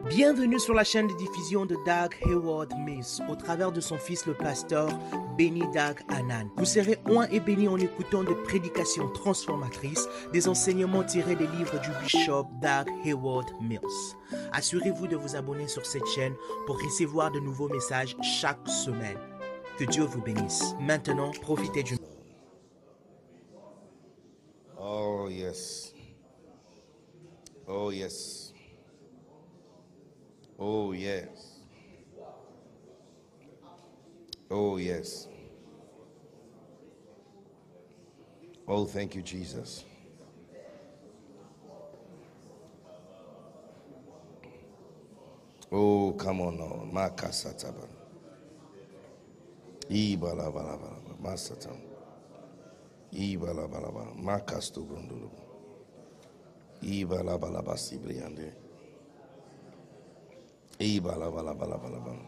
Bienvenue sur la chaîne de diffusion de Doug Hayward Mills au travers de son fils le pasteur Benny Doug Anan. Vous serez oint et béni en écoutant des prédications transformatrices, des enseignements tirés des livres du bishop Doug Hayward Mills. Assurez-vous de vous abonner sur cette chaîne pour recevoir de nouveaux messages chaque semaine. Que Dieu vous bénisse. Maintenant, profitez du... Oh yes. Oh yes. Oh yes. Oh yes. Oh, thank you, Jesus. Oh, come on now. Makasataba. Ibala bala bala masata. Ibala bala bala makasto brondolo. Ibala bala basi briande. Ibala bala bala bala bala.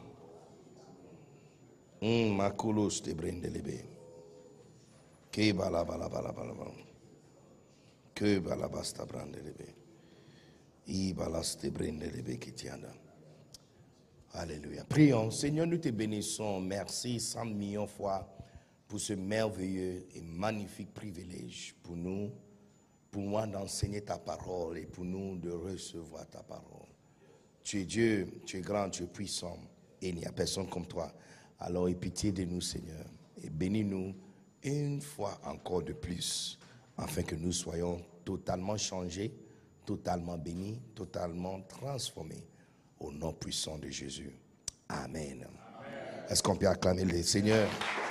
Makulos te brendelebe. Ke bala bala bala bala bala. Que bala basta brandelebe. Ibala te brendelebe kitianda. Alléluia. Prions. Seigneur, nous te bénissons. Merci 100 millions de fois pour ce merveilleux et magnifique privilège pour nous, pour moi d'enseigner ta parole et pour nous de recevoir ta parole. Tu es Dieu, tu es grand, tu es puissant et il n'y a personne comme toi. Alors aie pitié de nous, Seigneur, et bénis-nous une fois encore de plus, afin que nous soyons totalement changés, totalement bénis, totalement transformés. Au nom puissant de Jésus. Amen. Est-ce qu'on peut acclamer le Seigneur?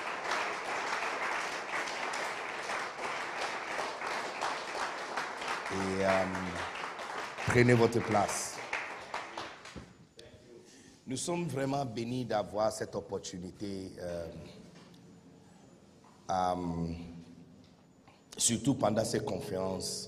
Et prenez votre place. Nous sommes vraiment bénis d'avoir cette opportunité, surtout pendant ces conférences,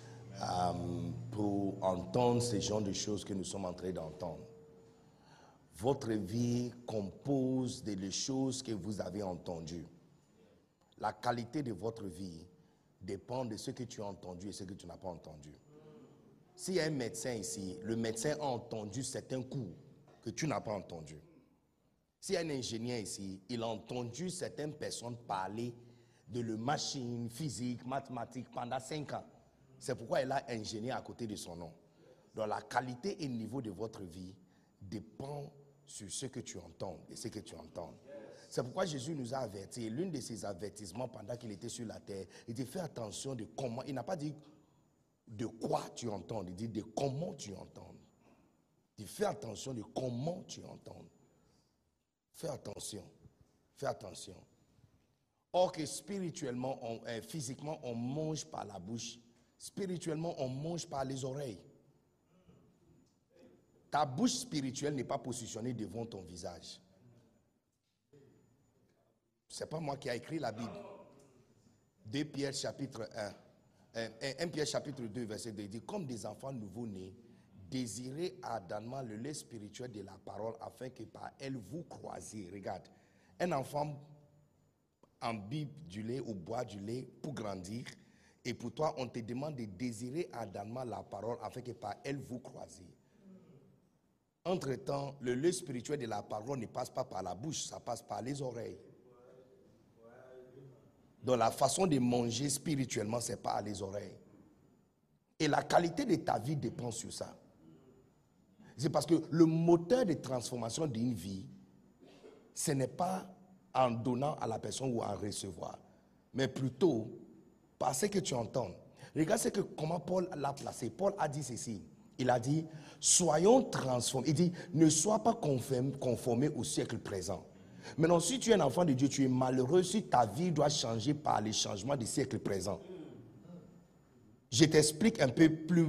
pour entendre ces genres de choses que nous sommes en train d'entendre. Votre vie compose des choses que vous avez entendues. La qualité de votre vie dépend de ce que tu as entendu et ce que tu n'as pas entendu. S'il y a un médecin ici, le médecin a entendu certains coups que tu n'as pas entendus. S'il y a un ingénieur ici, il a entendu certaines personnes parler de la machine, physique, mathématiques pendant 5 ans. C'est pourquoi il a ingénieur à côté de son nom. Donc la qualité et le niveau de votre vie dépend sur ce que tu entends et ce que tu entends. C'est pourquoi Jésus nous a avertis. L'un de ses avertissements pendant qu'il était sur la terre, il dit fais attention de comment. Il n'a pas dit de quoi tu entends, il dit de comment tu entends. Il dit fais attention de comment tu entends. Fais attention. Fais attention. Or que spirituellement, physiquement, on mange par la bouche. Spirituellement, on mange par les oreilles. Ta bouche spirituelle n'est pas positionnée devant ton visage. Ce n'est pas moi qui ai écrit la Bible. 2 Pierre chapitre 1 Pierre chapitre 2 verset 2 dit comme des enfants nouveau-nés, désirez ardemment le lait spirituel de la parole afin que par elle vous croisiez. Regarde, un enfant imbibe du lait ou boit du lait pour grandir. Et pour toi, on te demande de désirer ardemment la parole afin que par elle vous croisiez. Entre-temps, le lait spirituel de la parole ne passe pas par la bouche, ça passe par les oreilles. Donc la façon de manger spirituellement, c'est par les oreilles. Et la qualité de ta vie dépend sur ça. C'est parce que le moteur de transformation d'une vie, ce n'est pas en donnant à la personne ou en recevoir, mais plutôt par ce que tu entends. Regarde comment Paul l'a placé. Paul a dit ceci. Il a dit, soyons transformés. Il dit, ne sois pas conformé au siècle présent. Maintenant, si tu es un enfant de Dieu, tu es malheureux si ta vie doit changer par les changements du siècle présent. Je t'explique un peu plus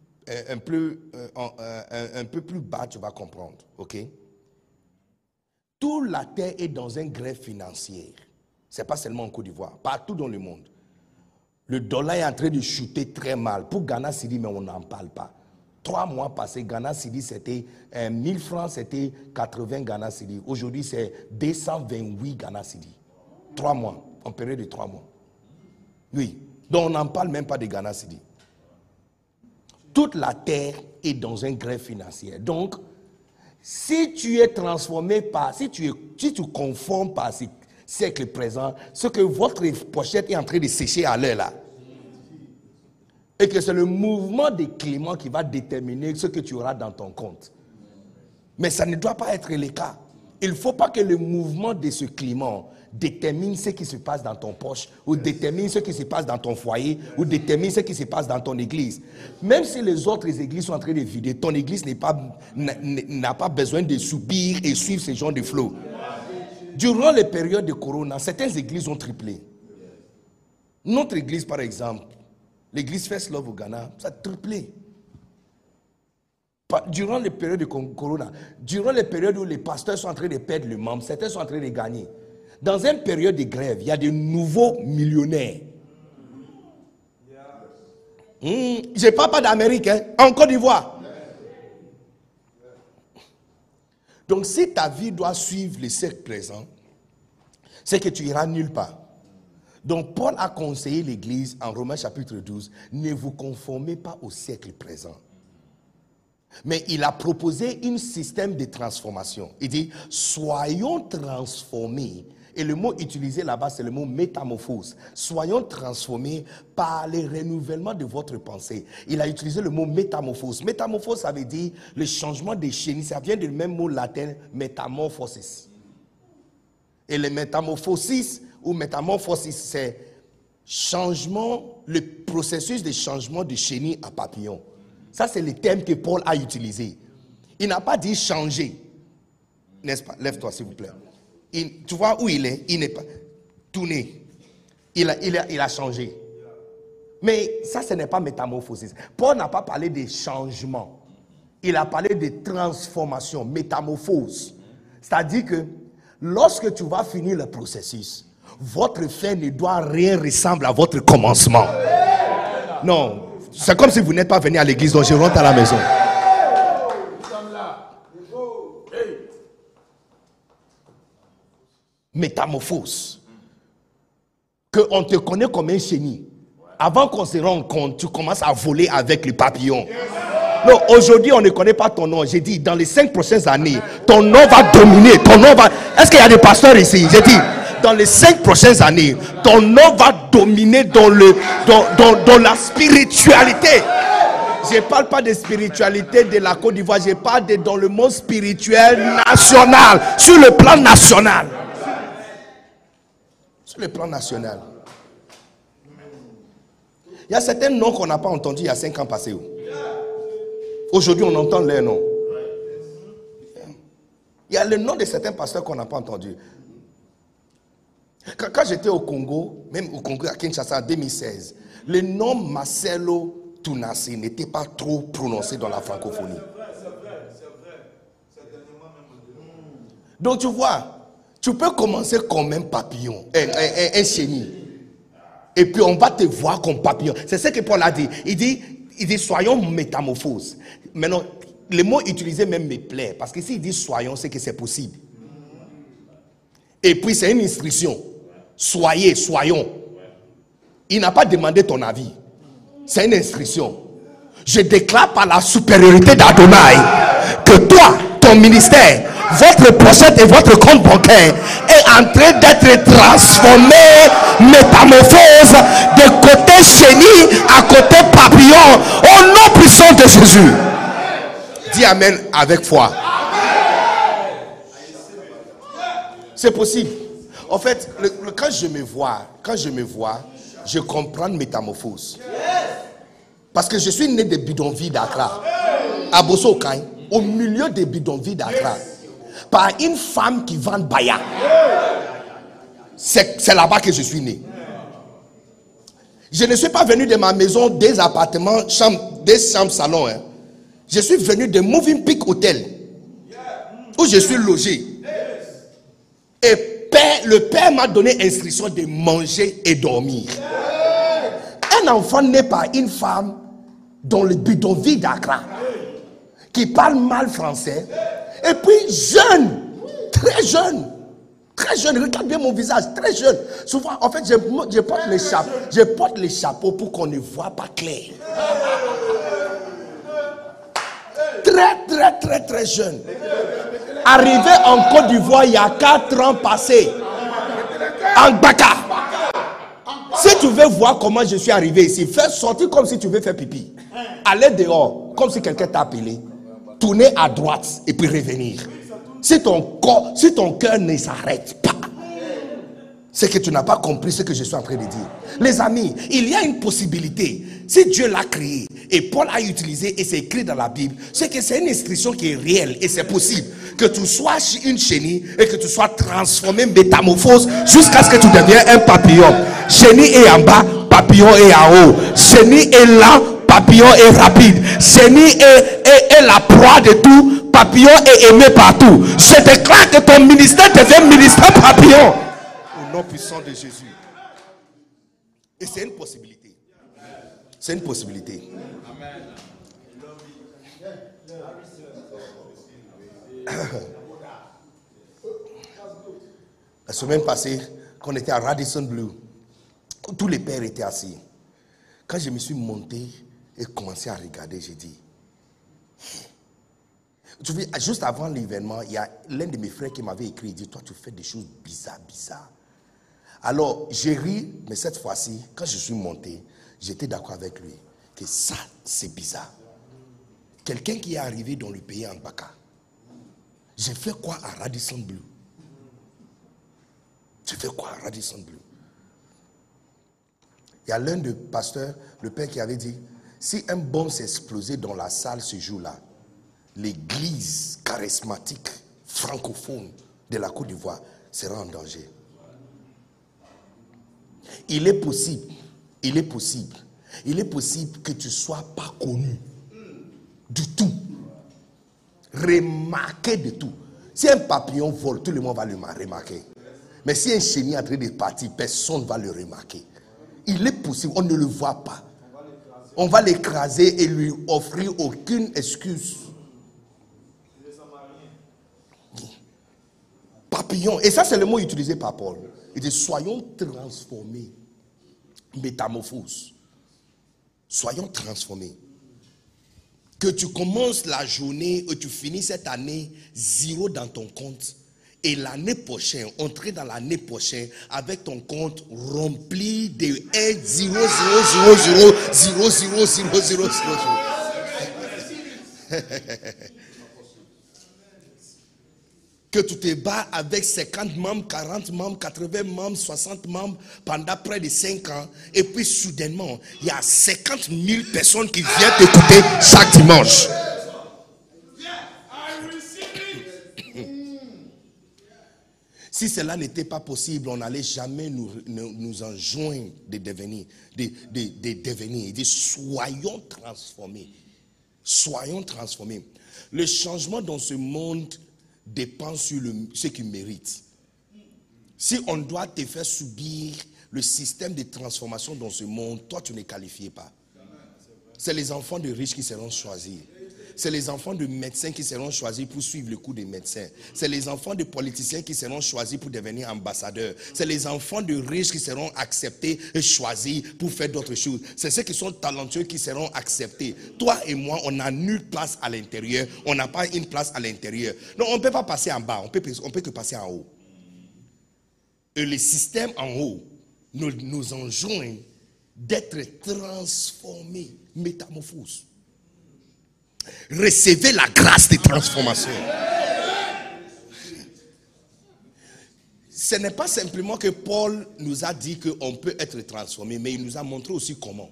bas, tu vas comprendre. Ok? Toute la terre est dans un grève financier. Ce n'est pas seulement en Côte d'Ivoire, partout dans le monde. Le dollar est en train de chuter très mal. Pour Ghana Cedi, mais on n'en parle pas. 3 mois passés, Ghana Cedi, c'était 1000 francs, c'était 80 Ghana Cedi. Aujourd'hui, c'est 228 Ghana Cedi. 3 mois, en période de 3 mois. Oui. Donc, on n'en parle même pas de Ghana Cedi. toute la terre est dans un grève financier. Donc, si tu es transformé par, si tu conformes par ce siècle présent, ce que votre pochette est en train de sécher à l'heure là, et que c'est le mouvement des cléments qui va déterminer ce que tu auras dans ton compte. Mais ça ne doit pas être le cas. Il ne faut pas que le mouvement de ce clément détermine ce qui se passe dans ton poche, ou détermine ce qui se passe dans ton foyer, ou détermine ce qui se passe dans ton église. Même si les autres églises sont en train de vider, ton église n'a pas besoin de subir et suivre ce genre de flot. Durant les périodes de corona, certaines églises ont triplé. Notre église, par exemple, l'église First Love au Ghana, ça a triplé. Durant les périodes de corona, durant les périodes où les pasteurs sont en train de perdre le membre, certains sont en train de gagner. Dans une période de grève, il y a de nouveaux millionnaires. Je ne parle pas d'Amérique, hein, en Côte d'Ivoire. Donc si ta vie doit suivre le siècle présent, c'est que tu iras nulle part. Donc Paul a conseillé l'église en Romains chapitre 12, ne vous conformez pas au siècle présent. Mais il a proposé un système de transformation. Il dit, soyons transformés. Et le mot utilisé là-bas, c'est le mot métamorphose. Soyons transformés par le renouvellement de votre pensée. Il a utilisé le mot métamorphose. Métamorphose, ça veut dire le changement de chenille. Ça vient du même mot latin, métamorphosis. Et le métamorphosis ou métamorphosis, c'est changement, le processus de changement de chenille à papillon. Ça, c'est le terme que Paul a utilisé. Il n'a pas dit changer. N'est-ce pas? Lève-toi, s'il vous plaît. Tu vois où il est? Il n'est pas tourné. Il a changé. Mais ça, ce n'est pas métamorphosis. Paul n'a pas parlé de changement. Il a parlé de transformation, métamorphose. C'est-à-dire que lorsque tu vas finir le processus, votre fin ne doit rien ressembler à votre commencement. Non. C'est comme si vous n'êtes pas venu à l'église, donc je rentre à la maison. Métamorphose. Qu'on te connaît comme un chenille. Avant qu'on se rende compte, tu commences à voler avec les papillons. Non, aujourd'hui, on ne connaît pas ton nom. J'ai dit, dans les 5 prochaines années, ton nom va dominer. Ton nom va... Est-ce qu'il y a des pasteurs ici? J'ai dit, dans les 5 prochaines années, ton nom va dominer dans la spiritualité. Je ne parle pas de spiritualité de la Côte d'Ivoire, je parle dans le monde spirituel national, sur le plan national. Sur le plan national. Il y a certains noms qu'on n'a pas entendus il y a 5 ans passés. Aujourd'hui, on entend leurs noms. Il y a le nom de certains pasteurs qu'on n'a pas entendus. Quand j'étais au Congo, même au Congo à Kinshasa en 2016, le nom Marcelo Tounassi n'était pas trop prononcé dans la francophonie. C'est vrai. Donc tu vois, tu peux commencer comme un papillon, un chenille. Et puis on va te voir comme papillon. C'est ce que Paul a dit. Il dit soyons métamorphoses. Maintenant, le mot utilisé même me plaît. Parce que s'il dit soyons, c'est que c'est possible. Et puis c'est une instruction. Soyons. Il n'a pas demandé ton avis. C'est une instruction. Je déclare par la supériorité d'Adonai que toi, ton ministère, votre pochette et votre compte bancaire est en train d'être transformé, métamorphose, de côté chenille à côté papillon, au nom puissant de Jésus. Dis amen avec foi. C'est possible. En fait, quand je me vois, je comprends une métamorphose. Parce que je suis né de bidonvilles d'Accra, à Bosso-Okaï, au milieu des bidonvilles d'Accra, par une femme qui vend Baya. C'est là-bas que je suis né. Je ne suis pas venu de ma maison, des appartements, des chambres, salons. Hein. Je suis venu de Moving Peak Hotel, où je suis logé. Et le père m'a donné instruction de manger et dormir. Un enfant né par une femme dans le bidonville d'Accra, qui parle mal français, et puis jeune, très jeune, regarde bien mon visage, très jeune. Souvent, en fait, je porte les chapeaux pour qu'on ne voit pas clair. très jeune. Arrivé en Côte d'Ivoire il y a 4 ans passés. En Baka. Si tu veux voir comment je suis arrivé ici, fais sortir comme si tu veux faire pipi. Aller dehors, comme si quelqu'un t'a appelé. Tourner à droite et puis revenir. Si ton cœur ne s'arrête pas, c'est que tu n'as pas compris ce que je suis en train de dire. Les amis, il y a une possibilité. Si Dieu l'a créé et Paul a utilisé et c'est écrit dans la Bible, c'est que c'est une instruction qui est réelle et c'est possible que tu sois une chenille et que tu sois transformé, métamorphose jusqu'à ce que tu deviennes un papillon. Chenille est en bas, papillon est en haut. Chenille est lent, papillon est rapide. Chenille est la proie de tout, papillon est aimé partout. Je déclare que ton ministère devient ministère papillon. Au nom puissant de Jésus. Et c'est une possibilité. C'est une possibilité. La semaine passée, quand on était à Radisson Blu, tous les pères étaient assis. Quand je me suis monté et commencé à regarder, j'ai dit, tu vois, juste avant l'événement, il y a l'un de mes frères qui m'avait écrit, il dit, toi tu fais des choses bizarres. Alors j'ai ri, mais cette fois-ci, quand je suis monté, j'étais d'accord avec lui, que ça c'est bizarre. Quelqu'un qui est arrivé dans le pays en Baka, j'ai fait quoi à Radisson Blu? Tu fais quoi à Radisson Blu? Il y a l'un des pasteurs, le père qui avait dit, si un bombe s'explosait dans la salle ce jour-là, l'église charismatique francophone de la Côte d'Ivoire sera en danger. Il est possible que tu ne sois pas connu du tout, remarqué de tout. Si un papillon vole, tout le monde va le remarquer. Mais si un chenille est en train de partir, personne ne va le remarquer. Il est possible, on ne le voit pas. On va l'écraser et lui offrir aucune excuse. Papillon, et ça c'est le mot utilisé par Paul. Il dit soyons transformés. Métamorphose. Soyons transformés. Que tu commences la journée et tu finis cette année 0 dans ton compte. Et l'année prochaine, entrer dans l'année prochaine avec ton compte rempli de 1 0 0 0 0 0 0 0 0 0. Que tu te bats avec 50 membres, 40 membres, 80 membres, 60 membres pendant près de 5 ans. Et puis soudainement, il y a 50 000 personnes qui viennent t'écouter chaque dimanche. Si cela n'était pas possible, on n'allait jamais nous enjoindre de devenir. Il dit soyons transformés. Soyons transformés. Le changement dans ce monde dépend sur ce qu'il mérite. Si on doit te faire subir le système de transformation dans ce monde, toi tu n'es qualifié pas. C'est les enfants de riches qui seront choisis. C'est les enfants de médecins qui seront choisis pour suivre le cours des médecins. C'est les enfants de politiciens qui seront choisis pour devenir ambassadeurs. C'est les enfants de riches qui seront acceptés et choisis pour faire d'autres choses. C'est ceux qui sont talentueux qui seront acceptés. Toi et moi, on n'a nulle place à l'intérieur. On n'a pas une place à l'intérieur. Non, on ne peut pas passer en bas. On peut que passer en haut. Et le système en haut nous enjoint d'être transformés. Métamorphose. Recevez la grâce de transformation. Ce n'est pas simplement que Paul nous a dit qu'on peut être transformé, mais il nous a montré aussi comment.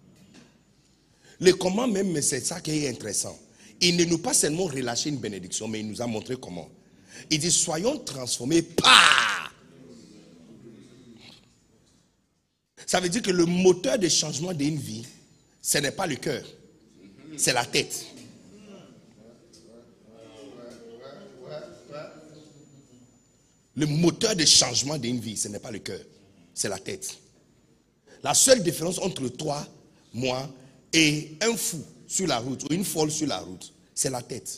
Le comment même, c'est ça qui est intéressant. Il ne nous a pas seulement relâché une bénédiction, mais il nous a montré comment. Il dit soyons transformés par. Ça veut dire que le moteur de changement d'une vie, ce n'est pas le cœur, c'est la tête. Le moteur de changement d'une vie, ce n'est pas le cœur, c'est la tête. La seule différence entre toi, moi et un fou sur la route ou une folle sur la route, c'est la tête.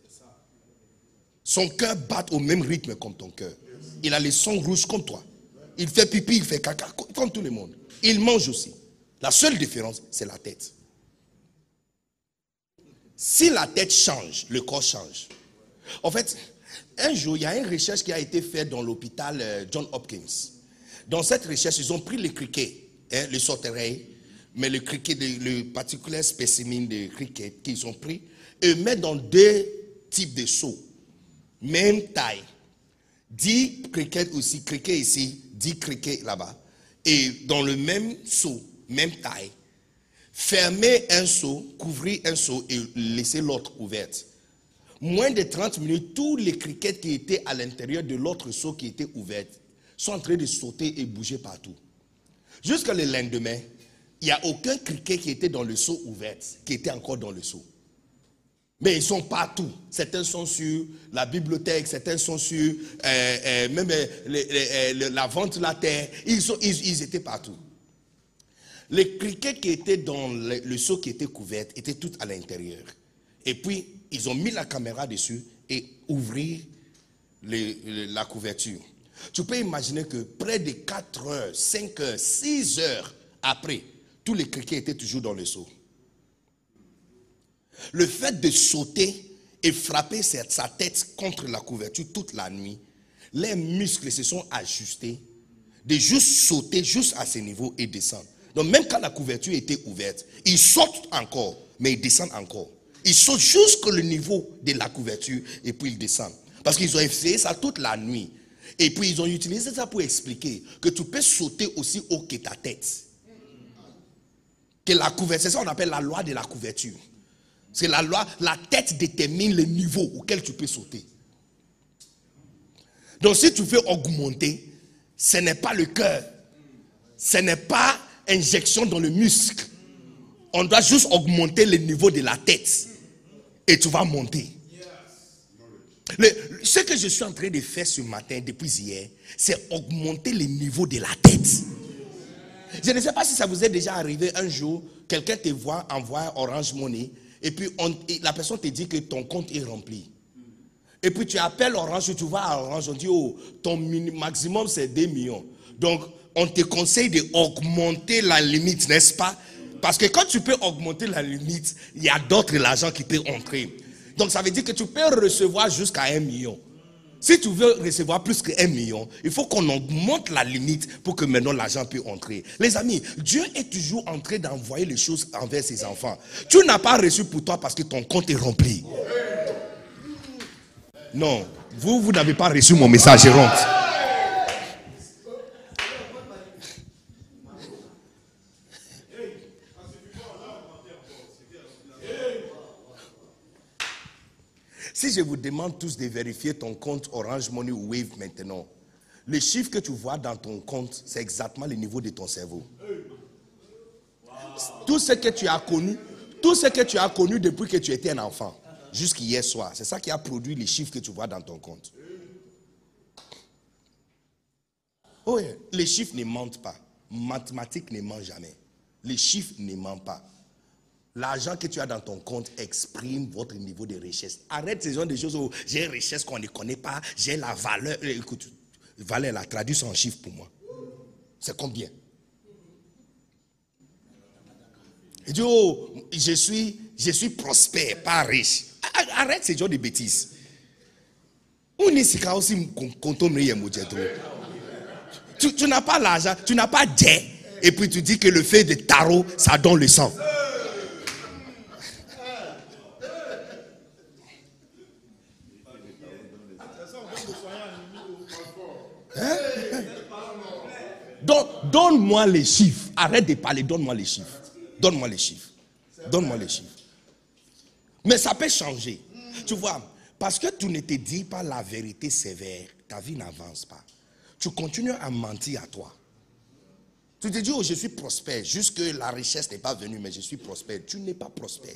Son cœur bat au même rythme comme ton cœur. Il a les sons rouges comme toi. Il fait pipi, il fait caca comme tout le monde. Il mange aussi. La seule différence, c'est la tête. Si la tête change, le corps change. En fait, un jour, il y a une recherche qui a été faite dans l'hôpital John Hopkins. Dans cette recherche, ils ont pris les criquets, les sauterelles, mais le criquet, le particulier spécimen de criquet qu'ils ont pris, et mettent dans 2 types de seaux, même taille. 10 criquets aussi, criquets ici, 10 criquets là-bas. Et dans le même seau, même taille, fermer un seau, couvrir un seau et laisser l'autre ouverte. Moins de 30 minutes, tous les criquets qui étaient à l'intérieur de l'autre seau qui était ouvert sont en train de sauter et bouger partout. Jusqu'à le lendemain, il n'y a aucun criquet qui était dans le seau ouvert, qui était encore dans le seau. Mais ils sont partout. Certains sont sur la bibliothèque, certains sont sur même la ventilateur. Ils étaient partout. Les criquets qui étaient dans le seau qui était couvert étaient tous à l'intérieur. Et puis, ils ont mis la caméra dessus et ouvrir la couverture. Tu peux imaginer que près de 4 heures, 5 heures, 6 heures après, tous les criquets étaient toujours dans le seau. Le fait de sauter et frapper sa tête contre la couverture toute la nuit, les muscles se sont ajustés de juste sauter juste à ce niveau et descendre. Donc même quand la couverture était ouverte, ils sautent encore, mais ils descendent encore. Ils sautent jusqu'au niveau de la couverture et puis ils descendent. Parce qu'ils ont essayé ça toute la nuit. Et puis ils ont utilisé ça pour expliquer que tu peux sauter aussi haut que ta tête. Que la couverture, c'est ça qu'on appelle la loi de la couverture. C'est la loi, la tête détermine le niveau auquel tu peux sauter. Donc si tu veux augmenter, ce n'est pas le cœur. Ce n'est pas injection dans le muscle. On doit juste augmenter le niveau de la tête. Et tu vas monter. Ce que je suis en train de faire ce matin, depuis hier, c'est augmenter le niveau de la tête. Je ne sais pas si ça vous est déjà arrivé un jour, quelqu'un te voit envoyer Orange Money, et puis la personne te dit que ton compte est rempli. Et puis tu appelles Orange, tu vas à Orange, on dit, oh, ton maximum c'est 2 millions. Donc, on te conseille d'augmenter la limite, n'est-ce pas? Parce que quand tu peux augmenter la limite, il y a d'autres l'argent qui peut entrer. Donc ça veut dire que tu peux recevoir jusqu'à 1 million. Si tu veux recevoir plus que 1 million, il faut qu'on augmente la limite pour que maintenant l'argent puisse entrer. Les amis, Dieu est toujours en train d'envoyer les choses envers ses enfants. Tu n'as pas reçu pour toi parce que ton compte est rempli. Non, vous n'avez pas reçu mon message, j'ai honte. Si je vous demande tous de vérifier ton compte Orange Money ou Wave maintenant, le chiffre que tu vois dans ton compte, c'est exactement le niveau de ton cerveau. Tout ce que tu as connu depuis que tu étais un enfant, jusqu'hier soir, c'est ça qui a produit les chiffres que tu vois dans ton compte. Oui, les chiffres ne mentent pas. Mathématiques ne mentent jamais. Les chiffres ne mentent pas. L'argent que tu as dans ton compte exprime votre niveau de richesse. Arrête ces genre de choses où j'ai une richesse qu'on ne connaît pas, j'ai la valeur. Écoute, valeur, la traduis en chiffre pour moi. C'est combien? Il dit, oh, je suis prospère, pas riche. Arrête ces genre de bêtises. Tu n'as pas l'argent, tu n'as pas d'être, et puis tu dis que le fait de tarot, ça donne le sang. Donne-moi les chiffres. Arrête de parler, donne-moi les chiffres. Donne-moi les chiffres. Donne-moi les chiffres. Mais ça peut changer. Tu vois, parce que tu ne te dis pas la vérité sévère, ta vie n'avance pas. Tu continues à mentir à toi. Tu te dis, oh, je suis prospère, jusque la richesse n'est pas venue, mais je suis prospère. Tu n'es pas prospère.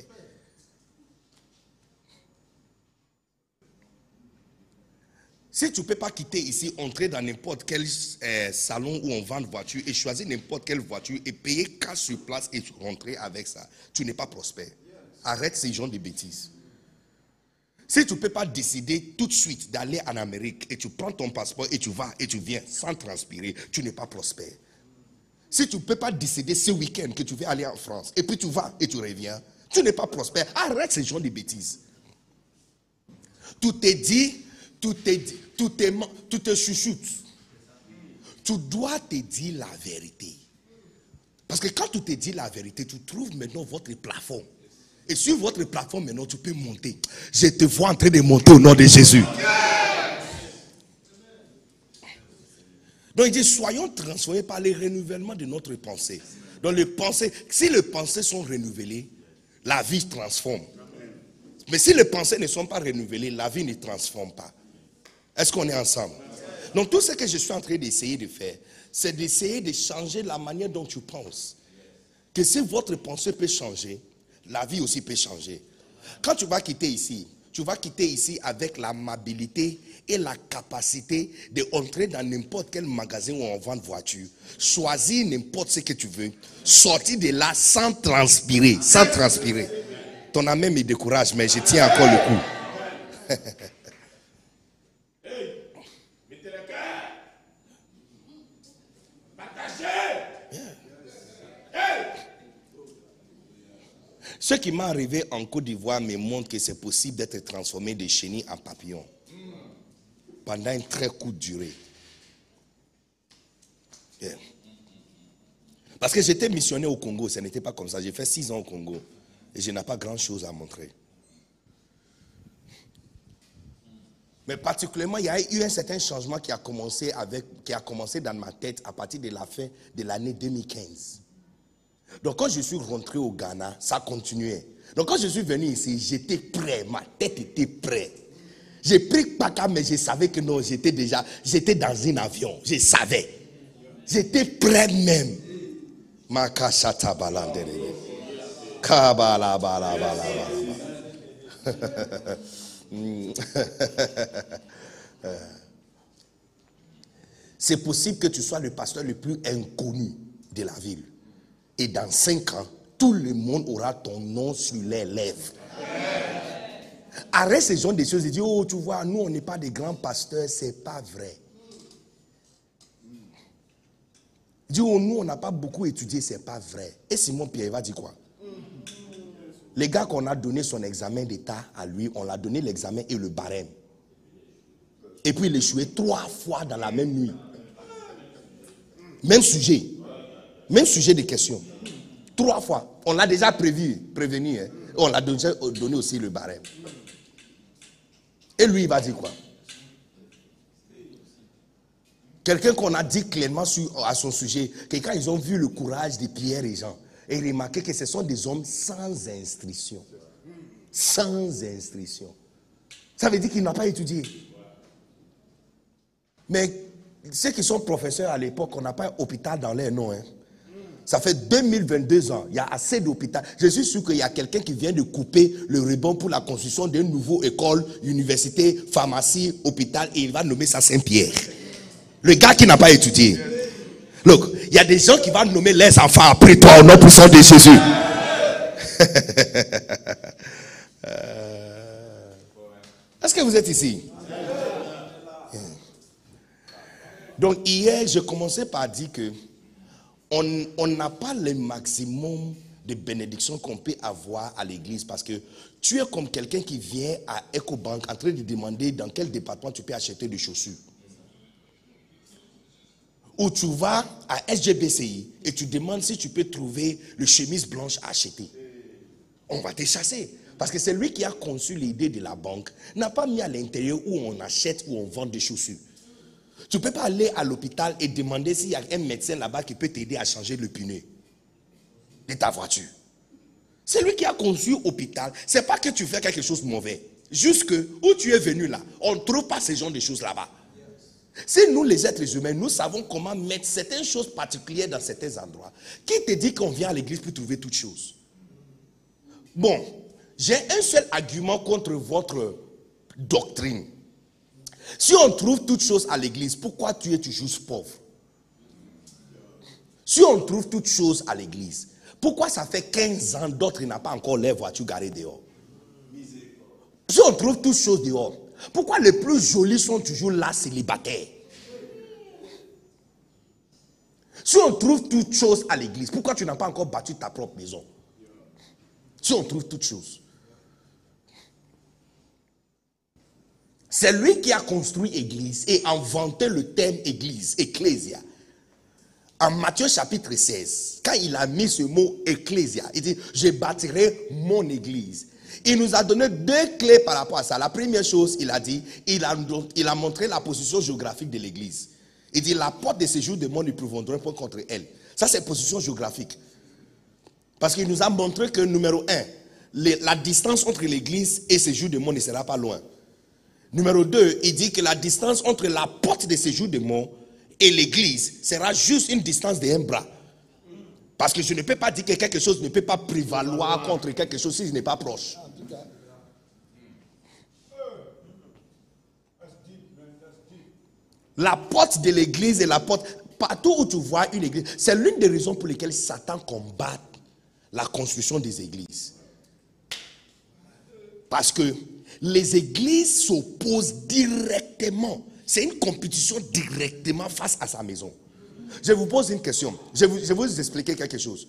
Si tu ne peux pas quitter ici, entrer dans n'importe quel salon où on vend une voiture et choisir n'importe quelle voiture et payer cash sur place et rentrer avec ça, tu n'es pas prospère. Arrête ces genres de bêtises. Si tu ne peux pas décider tout de suite d'aller en Amérique et tu prends ton passeport et tu vas et tu viens sans transpirer, tu n'es pas prospère. Si tu ne peux pas décider ce week-end que tu veux aller en France et puis tu vas et tu reviens, Tu n'es pas prospère. Arrête ces gens de bêtises. Tout est dit, tout te chuchote. Tu dois te dire la vérité. Parce que quand tu te dis la vérité, tu trouves maintenant votre plafond. Et sur votre plafond, maintenant, tu peux monter. Je te vois en train de monter au nom de Jésus. Donc il dit, soyons transformés par le renouvellement de notre pensée. Donc les pensées, si les pensées sont renouvelées, la vie transforme. Mais si les pensées ne sont pas renouvelées, la vie ne transforme pas. Est-ce qu'on est ensemble? Donc tout ce que je suis en train d'essayer de faire, c'est d'essayer de changer la manière dont tu penses. Que si votre pensée peut changer, la vie aussi peut changer. Quand tu vas quitter ici avec l'amabilité et la capacité d'entrer dans n'importe quel magasin où on vend voiture, choisir n'importe ce que tu veux, sortir de là sans transpirer, Ton ami me décourage, mais je tiens encore le coup. Mettez le cœur. Partagez. Ce qui m'est arrivé en Côte d'Ivoire me montre que c'est possible d'être transformé de chenille en papillon pendant une très courte durée. Yeah. Parce que j'étais missionnaire au Congo, ce n'était pas comme ça. J'ai fait 6 ans au Congo et je n'ai pas grand chose à montrer. Mais particulièrement, il y a eu un certain changement qui a commencé dans ma tête à partir de la fin de l'année 2015. Donc quand je suis rentré au Ghana, ça continuait. Donc quand je suis venu ici, j'étais prêt, ma tête était prête. J'ai pris Paka, mais je savais que non, j'étais dans un avion, je savais. J'étais prêt même. Makashata balandere. Kabala bala bala bala. C'est possible que tu sois le pasteur le plus inconnu de la ville. Et dans 5 ans, tout le monde aura ton nom sur les lèvres. Arrête ces gens de choses et dis, oh, tu vois, nous, on n'est pas des grands pasteurs. C'est pas vrai. Dis, oh, nous, on n'a pas beaucoup étudié. C'est pas vrai. Et Simon Pierre va dire quoi? Les gars qu'on a donné son examen d'état à lui, on l'a donné l'examen et le barème. Et puis il échouait 3 fois dans la même nuit. Même sujet de question. 3 fois. On l'a déjà prévenu. Hein. On l'a déjà donné aussi le barème. Et lui, il va dire quoi? Quelqu'un qu'on a dit clairement à son sujet, que quand ils ont vu le courage de Pierre et Jean, et remarqué que ce sont des hommes sans instruction. Sans instruction. Ça veut dire qu'ils n'ont pas étudié. Mais ceux qui sont professeurs à l'époque, on n'a pas hôpital dans leur nom. Hein. Ça fait 2022 ans, il y a assez d'hôpitaux. Je suis sûr qu'il y a quelqu'un qui vient de couper le ruban pour la construction d'une nouvelle école, université, pharmacie, hôpital, et il va nommer ça Saint-Pierre. Le gars qui n'a pas étudié. Look, il y a des gens qui vont nommer les enfants après toi au nom puissant de Jésus. Est-ce que vous êtes ici? Donc hier, je commençais par dire que on n'a pas le maximum de bénédictions qu'on peut avoir à l'église parce que tu es comme quelqu'un qui vient à EcoBank en train de demander dans quel département tu peux acheter des chaussures. Ou tu vas à SGBCI et tu demandes si tu peux trouver le chemise blanche à acheter. On va te chasser. Parce que c'est lui qui a conçu l'idée de la banque, n'a pas mis à l'intérieur où on achète, où on vend des chaussures. Tu ne peux pas aller à l'hôpital et demander s'il y a un médecin là-bas qui peut t'aider à changer le pneu de ta voiture. C'est lui qui a conçu l'hôpital. Ce n'est pas que tu fais quelque chose de mauvais. Juste que où tu es venu là, on ne trouve pas ce genre de choses là-bas. Si nous les êtres humains, nous savons comment mettre certaines choses particulières dans certains endroits. Qui te dit qu'on vient à l'église pour trouver toutes choses? Bon, j'ai un seul argument contre votre doctrine. Si on trouve toutes choses à l'église, pourquoi tu es toujours pauvre? Si on trouve toutes choses à l'église, pourquoi ça fait 15 ans d'autres n'ont pas encore leur voiture garée dehors? Si on trouve toutes choses dehors, pourquoi les plus jolis sont toujours là célibataires? Si on trouve toutes choses à l'église, pourquoi tu n'as pas encore bâti ta propre maison? Si on trouve toutes choses. C'est lui qui a construit église et inventé le terme église, ecclésia. En Matthieu chapitre 16, quand il a mis ce mot ecclésia, il dit, je bâtirai mon église. Il nous a donné deux clés par rapport à ça. La première chose, il a dit, il a montré la position géographique de l'église. Il dit, la porte de séjour des morts ne prévaudra pas contre elle. Ça, c'est position géographique. Parce qu'il nous a montré que, numéro 1, la distance entre l'église et séjour des morts ne sera pas loin. Numéro 2, il dit que la distance entre la porte de séjour des morts et l'église sera juste une distance d'un bras. Parce que je ne peux pas dire que quelque chose ne peut pas prévaloir contre quelque chose si je n'ai pas proche. La porte de l'église et la porte, partout où tu vois une église, c'est l'une des raisons pour lesquelles Satan combat la construction des églises. Parce que les églises s'opposent directement. C'est une compétition directement face à sa maison. Je vous pose une question. Je vais vous expliquer quelque chose.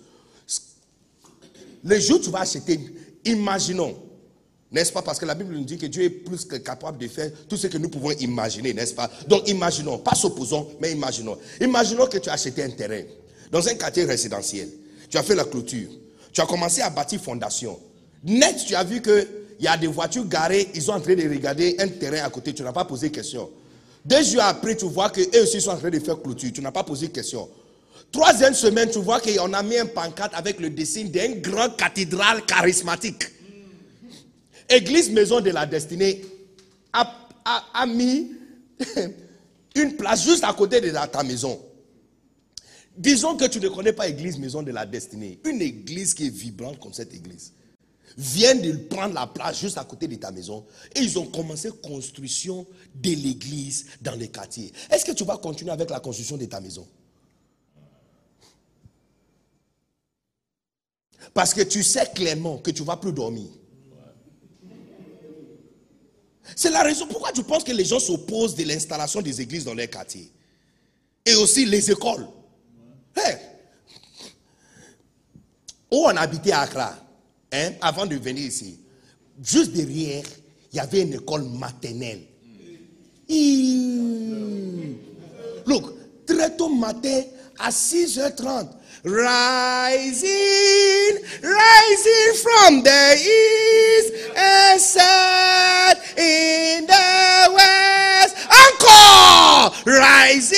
Le jour où tu vas acheter, imaginons, n'est-ce pas? Parce que la Bible nous dit que Dieu est plus que capable de faire tout ce que nous pouvons imaginer, n'est-ce pas? Donc imaginons, pas s'opposons, mais imaginons. Imaginons que tu as acheté un terrain dans un quartier résidentiel. Tu as fait la clôture. Tu as commencé à bâtir fondation. Net, tu as vu qu'il y a des voitures garées, ils sont en train de regarder un terrain à côté. Tu n'as pas posé question. 2 jours après, tu vois qu'eux aussi sont en train de faire clôture. Tu n'as pas posé question. 3e semaine, tu vois qu'on a mis un pancarte avec le dessin d'une grande cathédrale charismatique. Église Maison de la Destinée a mis une place juste à côté de ta maison. Disons que tu ne connais pas Église Maison de la Destinée. Une église qui est vibrante comme cette église vient de prendre la place juste à côté de ta maison et ils ont commencé la construction de l'église dans les quartiers. Est-ce que tu vas continuer avec la construction de ta maison? Parce que tu sais clairement que tu ne vas plus dormir. C'est la raison pourquoi tu penses que les gens s'opposent de l'installation des églises dans les quartiers. Et aussi les écoles. Hey. Où on habitait à Accra, avant de venir ici, juste derrière, il y avait une école maternelle. Look, très tôt matin, à 6h30, rising from the east and set in the west. Encore! Rising.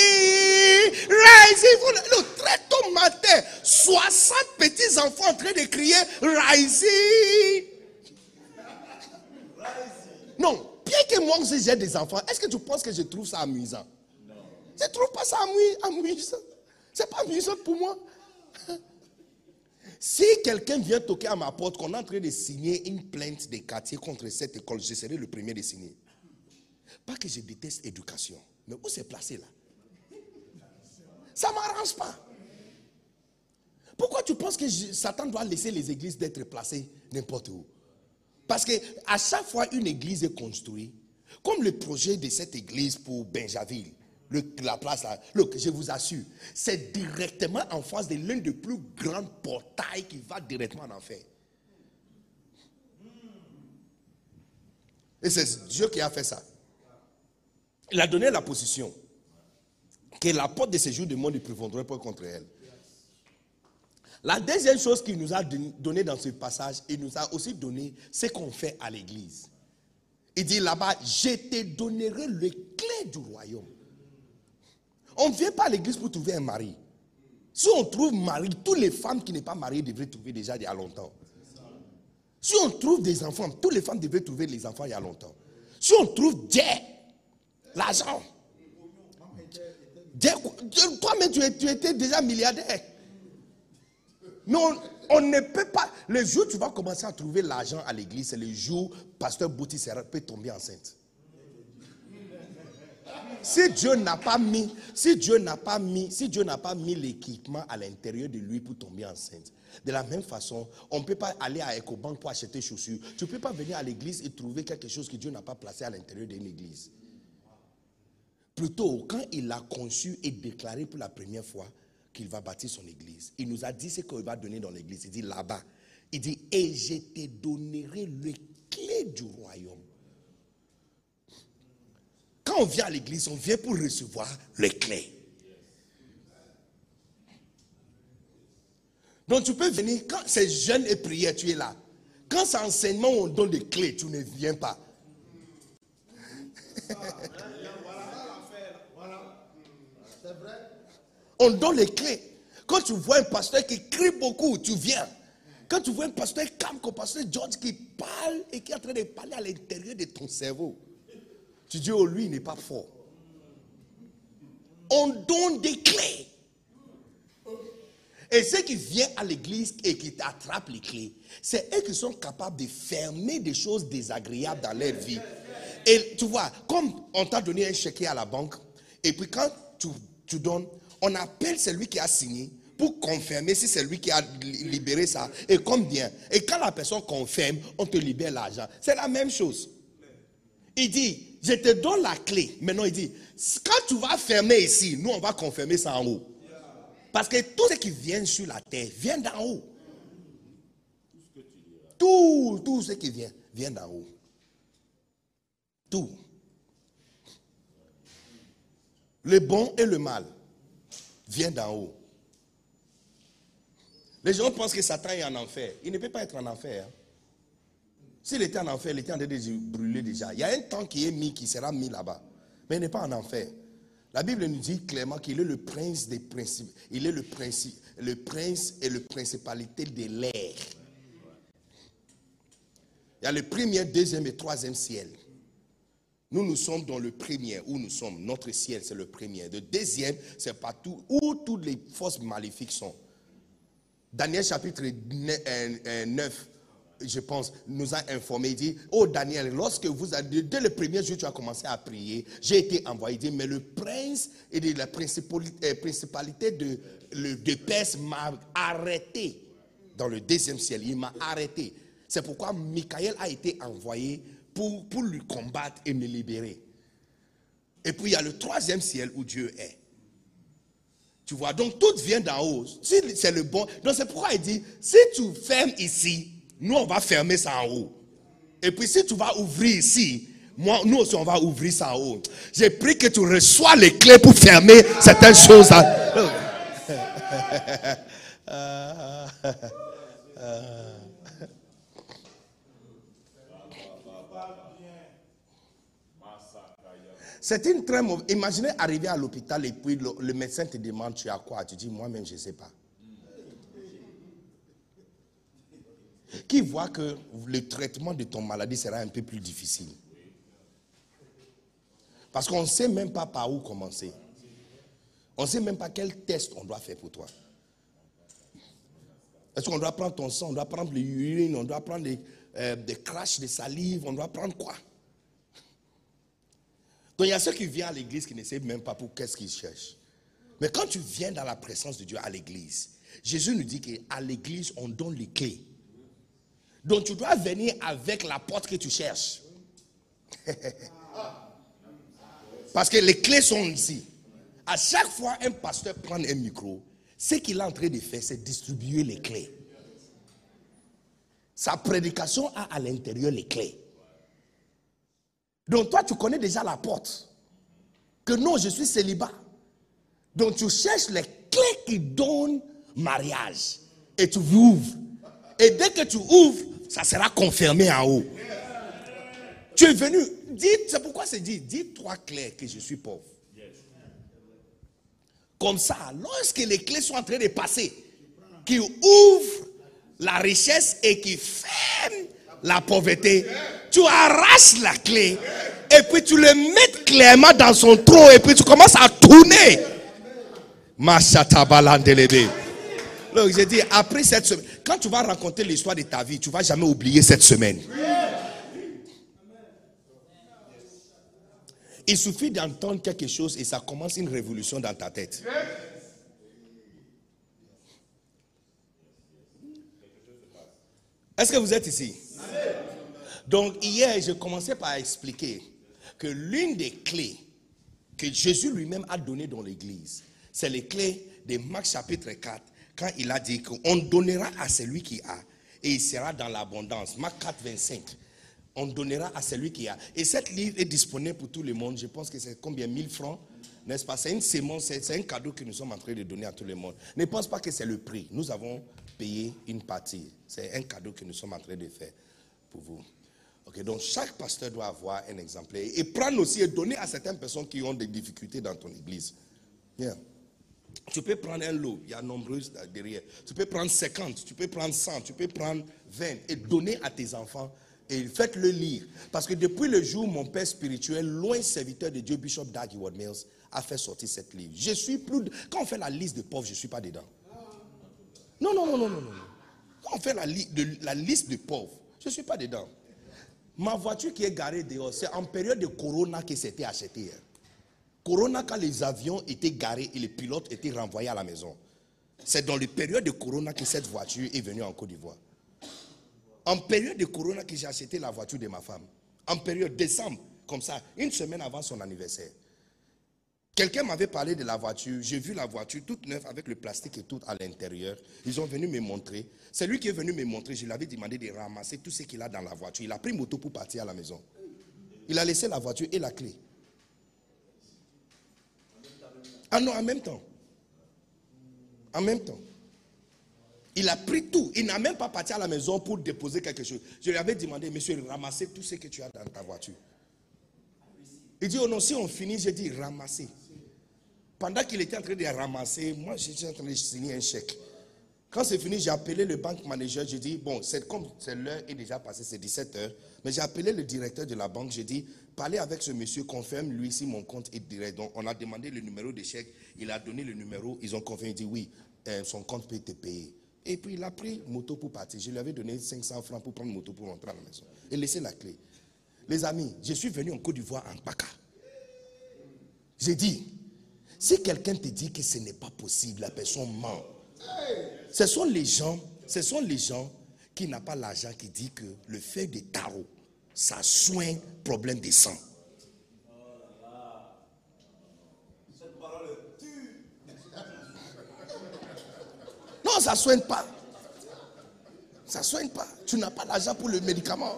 Look, très tôt matin, 60 petits enfants en train de crier rising. Non, bien que moi aussi j'ai des enfants, est-ce que tu penses que je trouve ça amusant? Non. Je ne trouve pas ça amusant. C'est pas amusant pour moi. Si quelqu'un vient toquer à ma porte, qu'on est en train de signer une plainte des quartiers contre cette école, je serai le premier de signer. Pas que je déteste l'éducation, mais où c'est placé là? Ça ne m'arrange pas. Pourquoi tu penses que Satan doit laisser les églises d'être placées n'importe où? Parce que à chaque fois une église est construite, comme le projet de cette église pour Benjaville, la place là, look, je vous assure, c'est directement en face de l'un des plus grands portails qui va directement en enfer. Et c'est Dieu qui a fait ça. Il a donné la position que la porte de séjour du monde ne prévaudrait pas contre elle. La deuxième chose qu'il nous a donné dans ce passage, il nous a aussi donné ce qu'on fait à l'église. Il dit là-bas, je te donnerai les clés du royaume. On ne vient pas à l'église pour trouver un mari. Si on trouve mari, toutes les femmes qui ne sont pas mariées devraient trouver déjà il y a longtemps. Si on trouve des enfants, toutes les femmes devraient trouver les enfants il y a longtemps. Si on trouve Dieu, l'argent. Toi-même, tu étais déjà milliardaire. Mais on ne peut pas. Le jour où tu vas commencer à trouver l'argent à l'église, c'est le jour où pasteur Bouti peut tomber enceinte. Si Dieu n'a pas mis l'équipement à l'intérieur de lui pour tomber enceinte, de la même façon, on ne peut pas aller à Ecobank pour acheter chaussures. Tu ne peux pas venir à l'église et trouver quelque chose que Dieu n'a pas placé à l'intérieur d'une église. Plutôt, quand il a conçu et déclaré pour la première fois qu'il va bâtir son église, il nous a dit ce qu'il va donner dans l'église. Il dit là-bas, Il dit, et je te donnerai les clés du royaume. Quand on vient à l'église, on vient pour recevoir les clés. Donc tu peux venir, quand c'est jeûne et prière, tu es là. Quand c'est enseignement, on donne des clés, tu ne viens pas. On donne les clés. Quand tu vois un pasteur qui crie beaucoup, tu viens. Quand tu vois un pasteur calme, comme pasteur George qui parle et qui est en train de parler à l'intérieur de ton cerveau, tu dis, oh lui, il n'est pas fort. On donne des clés. Et ceux qui viennent à l'église et qui attrapent les clés, c'est eux qui sont capables de fermer des choses désagréables dans leur vie. Et tu vois, comme on t'a donné un chèque à la banque, et puis quand tu donnes, on appelle celui qui a signé pour confirmer si c'est lui qui a libéré ça et combien. Et quand la personne confirme, on te libère l'argent. C'est la même chose. Il dit, je te donne la clé. Maintenant, il dit, quand tu vas fermer ici, nous, on va confirmer ça en haut. Parce que tout ce qui vient sur la terre vient d'en haut. Tout ce qui vient d'en haut. Tout. Le bon et le mal vient d'en haut. Les gens pensent que Satan est en enfer. Il ne peut pas être en enfer. Hein. S'il était en enfer, il était en train de brûler déjà. Il y a un temps qui est mis, qui sera mis là-bas. Mais il n'est pas en enfer. La Bible nous dit clairement qu'il est le prince des principes. Il est le prince et le principalité de l'air. Il y a le premier, deuxième et troisième ciel. Nous sommes dans le premier où nous sommes. Notre ciel, c'est le premier. Le deuxième, c'est partout où toutes les forces maléfiques sont. Daniel chapitre 9, je pense, nous a informé. Il dit, oh Daniel, lorsque dès le premier jour tu as commencé à prier, j'ai été envoyé. Il dit, mais le prince et de la principalité de Perse m'a arrêté dans le deuxième ciel. Il m'a arrêté. C'est pourquoi Michael a été envoyé pour lui combattre et me libérer. Et puis il y a le troisième ciel où Dieu est. Tu vois, donc tout vient d'en haut. Si c'est le bon. Donc c'est pourquoi il dit, si tu fermes ici, nous on va fermer ça en haut. Et puis si tu vas ouvrir ici, nous aussi on va ouvrir ça en haut. J'ai pris que tu reçois les clés pour fermer certaines choses. C'est une très mauvaise. Imaginez arriver à l'hôpital et puis le médecin te demande tu as quoi. Tu dis moi-même je ne sais pas. Qui voit que le traitement de ton maladie sera un peu plus difficile. Parce qu'on ne sait même pas par où commencer. On ne sait même pas quel test on doit faire pour toi. Est-ce qu'on doit prendre ton sang, on doit prendre l'urine, on doit prendre des crashs de salive, on doit prendre quoi? Donc il y a ceux qui viennent à l'église qui ne savent même pas pour qu'est-ce qu'ils cherchent. Mais quand tu viens dans la présence de Dieu à l'église, Jésus nous dit qu'à l'église, on donne les clés. Donc tu dois venir avec la porte que tu cherches. Parce que les clés sont ici. À chaque fois un pasteur prend un micro, ce qu'il est en train de faire, c'est distribuer les clés. Sa prédication a à l'intérieur les clés. Donc toi, tu connais déjà la porte. Que non, je suis célibat. Donc tu cherches les clés qui donnent mariage. Et tu ouvres. Et dès que tu ouvres, ça sera confirmé en haut. Tu es venu. C'est pourquoi c'est dit, dis-toi clair que je suis pauvre. Comme ça, lorsque les clés sont en train de passer, qui ouvrent la richesse et qui ferment la pauvreté, tu arraches la clé et puis tu le mets clairement dans son trou et puis tu commences à tourner. Donc j'ai dit, après cette semaine, quand tu vas raconter l'histoire de ta vie, tu ne vas jamais oublier cette semaine. Il suffit d'entendre quelque chose et ça commence une révolution dans ta tête. Est-ce que vous êtes ici? Donc hier, je commençais par expliquer que l'une des clés que Jésus lui-même a données dans l'église, c'est les clés de Marc chapitre 4, quand il a dit qu'on donnera à celui qui a et il sera dans l'abondance. Marc 4, 25. On donnera à celui qui a. Et cette livre est disponible pour tout le monde. Je pense que c'est combien? 1000 francs, n'est-ce pas? C'est une sémence, c'est un cadeau que nous sommes en train de donner à tout le monde. Ne pense pas que c'est le prix. Nous avons payé une partie. C'est un cadeau que nous sommes en train de faire pour vous. Ok, donc chaque pasteur doit avoir un exemplaire. Et prendre aussi et donner à certaines personnes qui ont des difficultés dans ton église. Yeah. Tu peux prendre un lot, il y a nombreuses derrière. Tu peux prendre 50, tu peux prendre 100, tu peux prendre 20 et donner à tes enfants. Et faites-le lire. Parce que depuis le jour où mon père spirituel, loin serviteur de Dieu, Bishop Dag Heward-Mills, a fait sortir cette livre. Je suis plus... Quand on fait la liste de pauvres, je ne suis pas dedans. Non. Quand on fait la liste de pauvres, je ne suis pas dedans. Ma voiture qui est garée dehors, c'est en période de Corona que c'était acheté. Corona, quand les avions étaient garés et les pilotes étaient renvoyés à la maison. C'est dans les périodes de Corona que cette voiture est venue en Côte d'Ivoire. En période de Corona que j'ai acheté la voiture de ma femme. En période décembre, comme ça, une semaine avant son anniversaire. Quelqu'un m'avait parlé de la voiture. J'ai vu la voiture toute neuve avec le plastique et tout à l'intérieur. Ils sont venus me montrer. C'est lui qui est venu me montrer. Je lui avais demandé de ramasser tout ce qu'il a dans la voiture. Il a pris moto pour partir à la maison. Il a laissé la voiture et la clé. Ah non, en même temps. En même temps. Il a pris tout. Il n'a même pas parti à la maison pour déposer quelque chose. Je lui avais demandé, monsieur, ramassez tout ce que tu as dans ta voiture. Il dit, oh non, si on finit, j'ai dit, ramassez. Pendant qu'il était en train de ramasser, moi, j'étais en train de signer un chèque. Quand c'est fini, j'ai appelé le bank manager. J'ai dit, bon, comme l'heure est déjà passée, c'est 17h. Mais j'ai appelé le directeur de la banque. J'ai dit, parlez avec ce monsieur, confirme lui si mon compte est direct. Donc, on a demandé le numéro de chèque. Il a donné le numéro. Ils ont confirmé. Il dit, oui, son compte peut te payer. Et puis, il a pris moto pour partir. Je lui avais donné 500 francs pour prendre moto pour rentrer à la maison. Et laisser la clé. Les amis, je suis venu en Côte d'Ivoire en Paka. J'ai dit, si quelqu'un te dit que ce n'est pas possible, la personne ment. Ce sont les gens qui n'ont pas l'argent qui disent que le fait de tarot, ça soigne problème de sang. Non, ça ne soigne pas. Ça ne soigne pas. Tu n'as pas l'argent pour le médicament.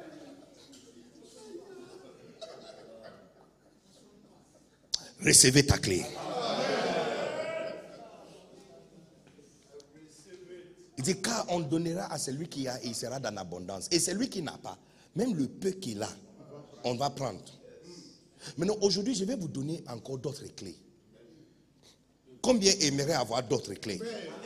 Recevez ta clé. Il dit, car on donnera à celui qui a et il sera dans l'abondance. Et celui qui n'a pas, même le peu qu'il a, on va prendre. Maintenant, aujourd'hui, je vais vous donner encore d'autres clés. Combien aimerait avoir d'autres clés?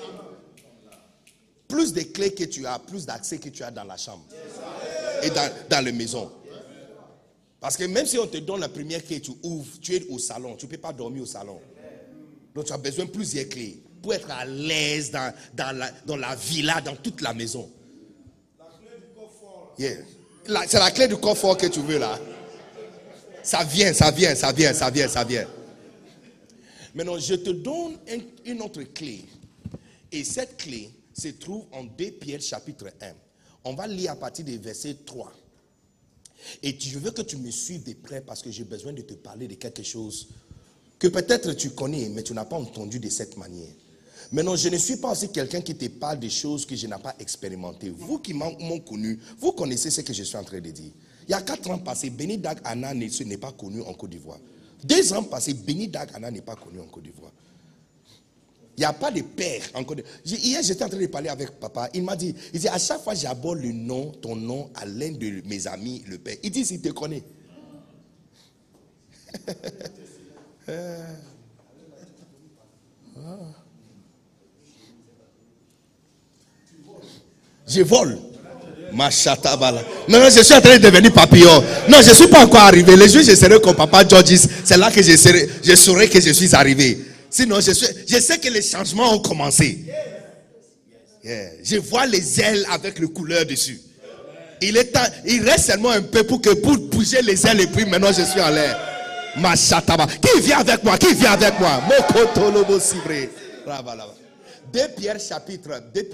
Plus de clés que tu as, plus d'accès que tu as dans la chambre et dans la maison. Parce que même si on te donne la première clé, tu ouvres, tu es au salon, tu ne peux pas dormir au salon. Donc tu as besoin de plusieurs clés pour être à l'aise dans la villa, dans toute la maison. La clé du coffre. Yeah. C'est la clé du coffre que tu veux là. Ça vient. Maintenant, je te donne une autre clé. Et cette clé se trouve en 2 Pierre chapitre 1. On va lire à partir du verset 3. Et je veux que tu me suives de près parce que j'ai besoin de te parler de quelque chose que peut-être tu connais, mais tu n'as pas entendu de cette manière. Maintenant, je ne suis pas aussi quelqu'un qui te parle des choses que je n'ai pas expérimentées. Vous qui m'ont connu, vous connaissez ce que je suis en train de dire. Il y a 4 ans passés, Benny Dag Anna n'est pas connu en Côte d'Ivoire. 2 ans passés, Benny Dag Anna n'est pas connu en Côte d'Ivoire. Il n'y a pas de père en Côte d'Ivoire. Hier, j'étais en train de parler avec papa. Il m'a dit, à chaque fois j'aborde ton nom à l'un de mes amis, le père. Il dit, s'il te connaît. Je vole. Machatabala. Non, je suis en train de devenir papillon. Non, je ne suis pas encore arrivé. Les jours, je serai comme papa Georges. C'est là que je saurai que je suis arrivé. Sinon, je sais que les changements ont commencé. Yeah. Je vois les ailes avec le couleur dessus. Il reste seulement un peu pour bouger les ailes et puis maintenant je suis en l'air. Machataba. Qui vient avec moi? Mokotolobo Sibre. 2 Pierre chapitre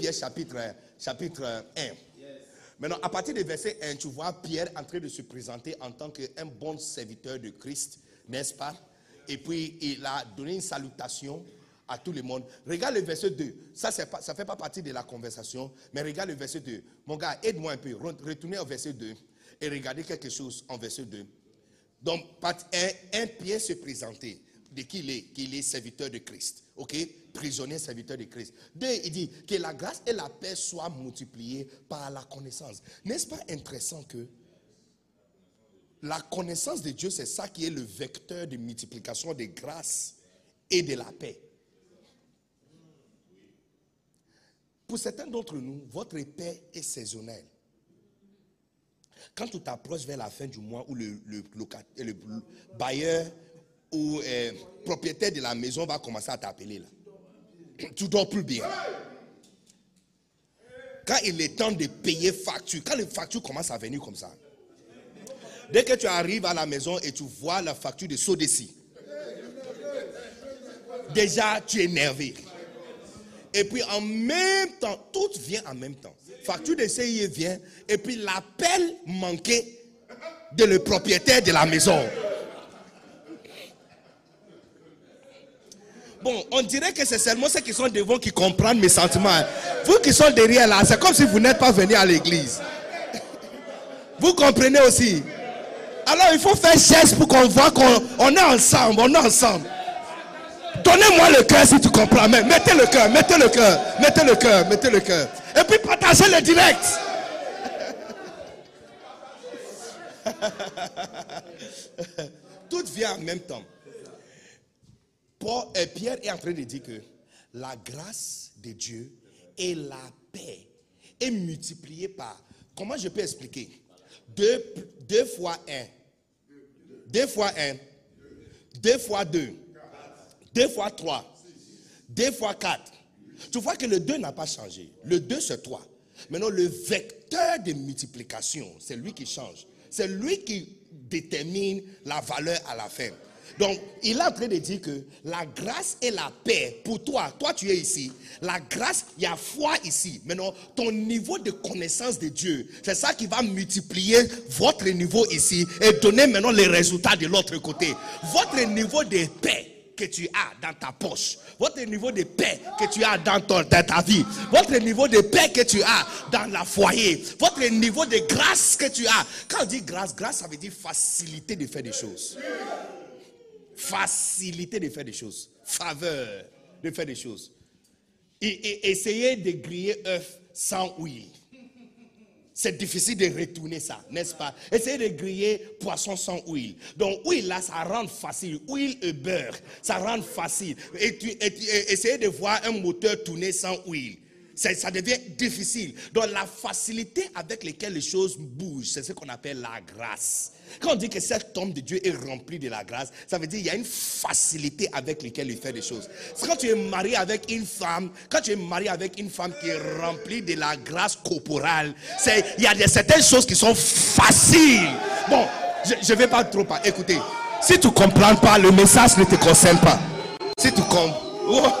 1. Maintenant, à partir du verset 1, tu vois Pierre en train de se présenter en tant qu'un bon serviteur de Christ, n'est-ce pas? Et puis, il a donné une salutation à tout le monde. Regarde le verset 2. Ça ne fait pas partie de la conversation, mais regarde le verset 2. Mon gars, aide-moi un peu. Retournez au verset 2 et regardez quelque chose en verset 2. Donc, un Pierre se présentait. De qui il est? Qu'il est serviteur de Christ. Ok? Prisonnier, serviteur de Christ. 2, il dit que la grâce et la paix soient multipliées par la connaissance. N'est-ce pas intéressant que la connaissance de Dieu, c'est ça qui est le vecteur de multiplication de grâce et de la paix. Pour certains d'entre nous, votre paix est saisonnelle. Quand tu t'approches vers la fin du mois où le bailleur ou propriétaire de la maison va commencer à t'appeler là. Tu dors plus bien. Quand il est temps de payer facture, quand les factures commencent à venir comme ça, dès que tu arrives à la maison et tu vois la facture de Sodeci, déjà tu es énervé. Et puis en même temps, tout vient en même temps. Facture de CIE vient et puis l'appel manqué de le propriétaire de la maison. Bon, on dirait que c'est seulement ceux qui sont devant qui comprennent mes sentiments. Vous qui sont derrière là, c'est comme si vous n'êtes pas venus à l'église. Vous comprenez aussi. Alors il faut faire geste pour qu'on voit qu'on est ensemble, on est ensemble. Donnez-moi le cœur si tu comprends. Mettez le cœur, mettez le cœur, mettez le cœur, mettez le cœur. Et puis partagez le direct. Tout vient en même temps. Pierre est en train de dire que la grâce de Dieu et la paix est multipliée par, comment je peux expliquer? 2 fois 1. 2 fois 1. 2 fois 2. 2 fois 3. 2 fois 4. Tu vois que le 2 n'a pas changé. Le 2 c'est 3. Maintenant le vecteur de multiplication, c'est lui qui change. C'est lui qui détermine la valeur à la fin. Donc, il est en train de dire que la grâce et la paix, pour toi tu es ici, la grâce, il y a foi ici. Maintenant, ton niveau de connaissance de Dieu, c'est ça qui va multiplier votre niveau ici et donner maintenant les résultats de l'autre côté. Votre niveau de paix que tu as dans ta poche, votre niveau de paix que tu as dans ta vie, votre niveau de paix que tu as dans la foyer, votre niveau de grâce que tu as. Quand on dit grâce, grâce ça veut dire facilité de faire des choses. Facilité de faire des choses. Faveur de faire des choses. Et essayer de griller œuf sans huile. C'est difficile de retourner ça, n'est-ce pas? Essayer de griller poisson sans huile. Donc, huile là, ça rend facile. Huile et beurre, ça rend facile. Et essayer de voir un moteur tourner sans huile. Ça devient difficile. Donc, la facilité avec laquelle les choses bougent, c'est ce qu'on appelle la grâce. Quand on dit que cet homme de Dieu est rempli de la grâce, ça veut dire qu'il y a une facilité avec laquelle il fait des choses. Quand tu es marié avec une femme, qui est remplie de la grâce corporelle, il y a certaines choses qui sont faciles. Bon, je ne vais pas trop pas. Écoutez, si tu ne comprends pas, le message ne te concerne pas. Si tu comprends...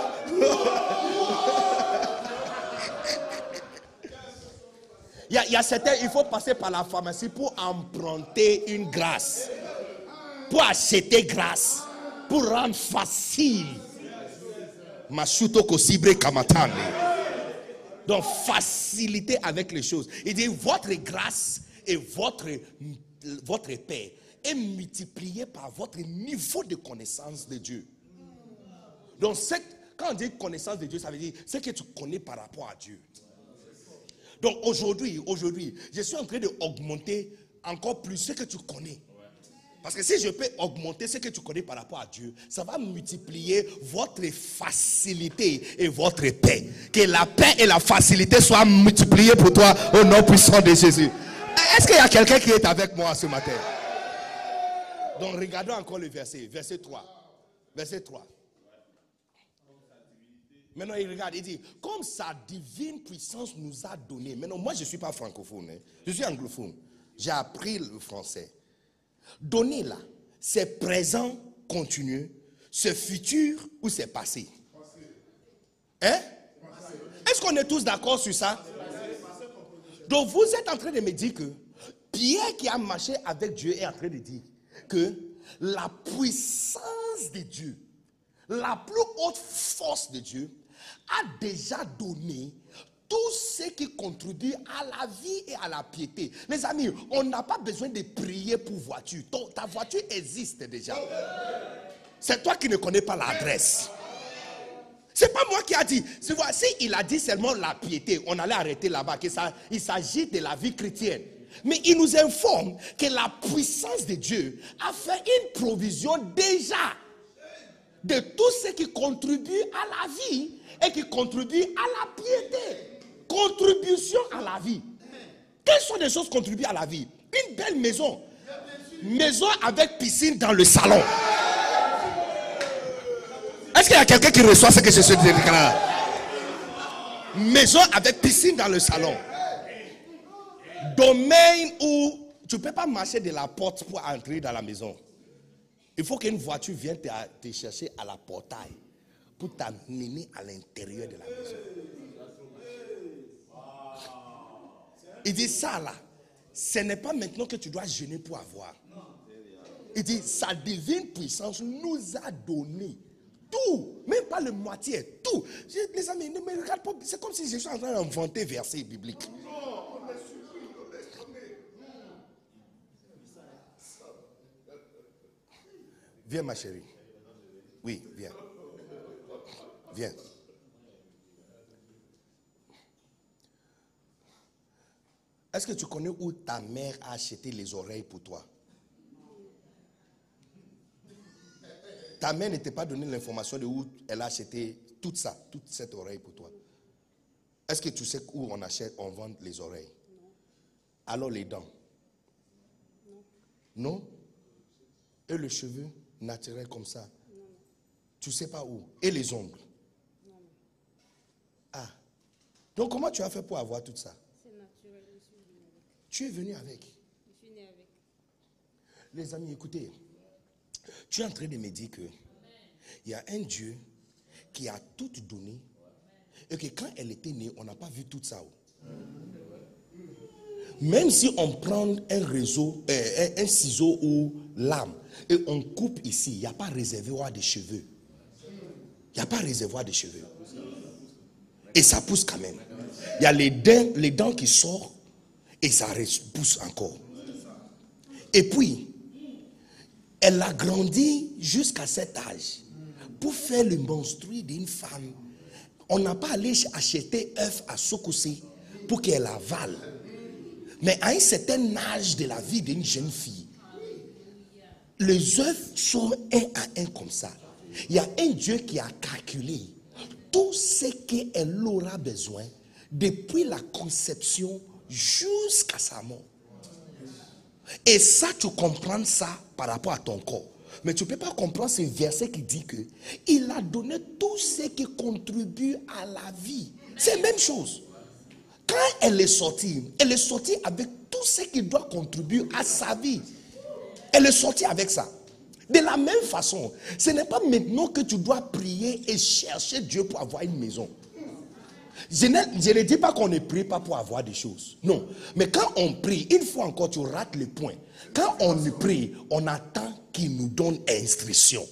Il y a certains, il faut passer par la pharmacie pour emprunter une grâce. Pour acheter grâce. Pour rendre facile. Mashuto kosibre kamatane. Donc facilité avec les choses. Il dit votre grâce et votre paix est multipliée par votre niveau de connaissance de Dieu. Donc quand on dit connaissance de Dieu, ça veut dire ce que tu connais par rapport à Dieu. Donc aujourd'hui, je suis en train d'augmenter encore plus ce que tu connais. Parce que si je peux augmenter ce que tu connais par rapport à Dieu, ça va multiplier votre facilité et votre paix. Que la paix et la facilité soient multipliées pour toi au nom puissant de Jésus. Est-ce qu'il y a quelqu'un qui est avec moi ce matin? Donc regardons encore le verset 3. Verset 3. Maintenant, il regarde, il dit, comme sa divine puissance nous a donné. Maintenant, moi, je ne suis pas francophone, hein, je suis anglophone. J'ai appris le français. Donner là, c'est présent continu, c'est futur ou c'est passé? Hein? Est-ce qu'on est tous d'accord sur ça? Donc, vous êtes en train de me dire que Pierre qui a marché avec Dieu est en train de dire que la puissance de Dieu la plus haute force de Dieu a déjà donné tout ce qui contribue à la vie et à la piété. Les amis, on n'a pas besoin de prier pour voiture. Ta voiture existe déjà. C'est toi qui ne connais pas l'adresse. C'est pas moi qui a dit. Si il a dit seulement la piété, on allait arrêter là-bas. Il s'agit de la vie chrétienne. Mais il nous informe que la puissance de Dieu a fait une provision déjà de tout ce qui contribue à la vie et qui contribue à la piété. Contribution à la vie. Quelles sont les choses qui contribuent à la vie? Une belle maison. Maison avec piscine dans le salon. Est-ce qu'il y a quelqu'un qui reçoit ce que je suis dit là? Maison avec piscine dans le salon. Domaine où tu ne peux pas marcher de la porte pour entrer dans la maison. Il faut qu'une voiture vienne te chercher à la portail pour t'amener à l'intérieur de la maison. Il dit ça là, ce n'est pas maintenant que tu dois jeûner pour avoir. Il dit sa divine puissance nous a donné tout, même pas le moitié, tout. Les amis, ne me regardez pas, c'est comme si je suis en train d'inventer versets bibliques. Viens ma chérie. Oui, viens. Viens. Est-ce que tu connais où ta mère a acheté les oreilles pour toi? Ta mère ne t'a pas donné l'information de où elle a acheté toute cette oreille pour toi. Est-ce que tu sais où on vend les oreilles? Alors les dents? Non? Et le cheveu naturel comme ça? Tu ne sais pas où? Et les ongles? Ah. Donc comment tu as fait pour avoir tout ça? C'est naturel, je suis venu avec. Tu es venu avec? Je suis né avec. Les amis, écoutez. Tu es en train de me dire que il y a un Dieu qui a tout donné et que quand elle était née, on n'a pas vu tout ça. Même si on prend un ciseau ou lame et on coupe ici, il n'y a pas réservoir de cheveux. Il n'y a pas réservoir de cheveux. Et ça pousse quand même. Il y a les dents qui sortent et ça pousse encore. Et puis, elle a grandi jusqu'à cet âge pour faire le menstru d'une femme. On n'a pas allé acheter œufs à Sokosé pour qu'elle avale. Mais à un certain âge de la vie d'une jeune fille, les œufs sont un à un comme ça. Il y a un Dieu qui a calculé tout ce qu'elle aura besoin depuis la conception jusqu'à sa mort. Et ça, tu comprends ça par rapport à ton corps. Mais tu ne peux pas comprendre ce verset qui dit que il a donné tout ce qui contribue à la vie. C'est la même chose. Quand elle est sortie avec tout ce qui doit contribuer à sa vie. Elle est sortie avec ça. De la même façon, ce n'est pas maintenant que tu dois prier et chercher Dieu pour avoir une maison. Je ne dis pas qu'on ne prie pas pour avoir des choses. Non. Mais quand on prie, une fois encore, tu rates le point. Quand on prie, on attend qu'il nous donne instruction.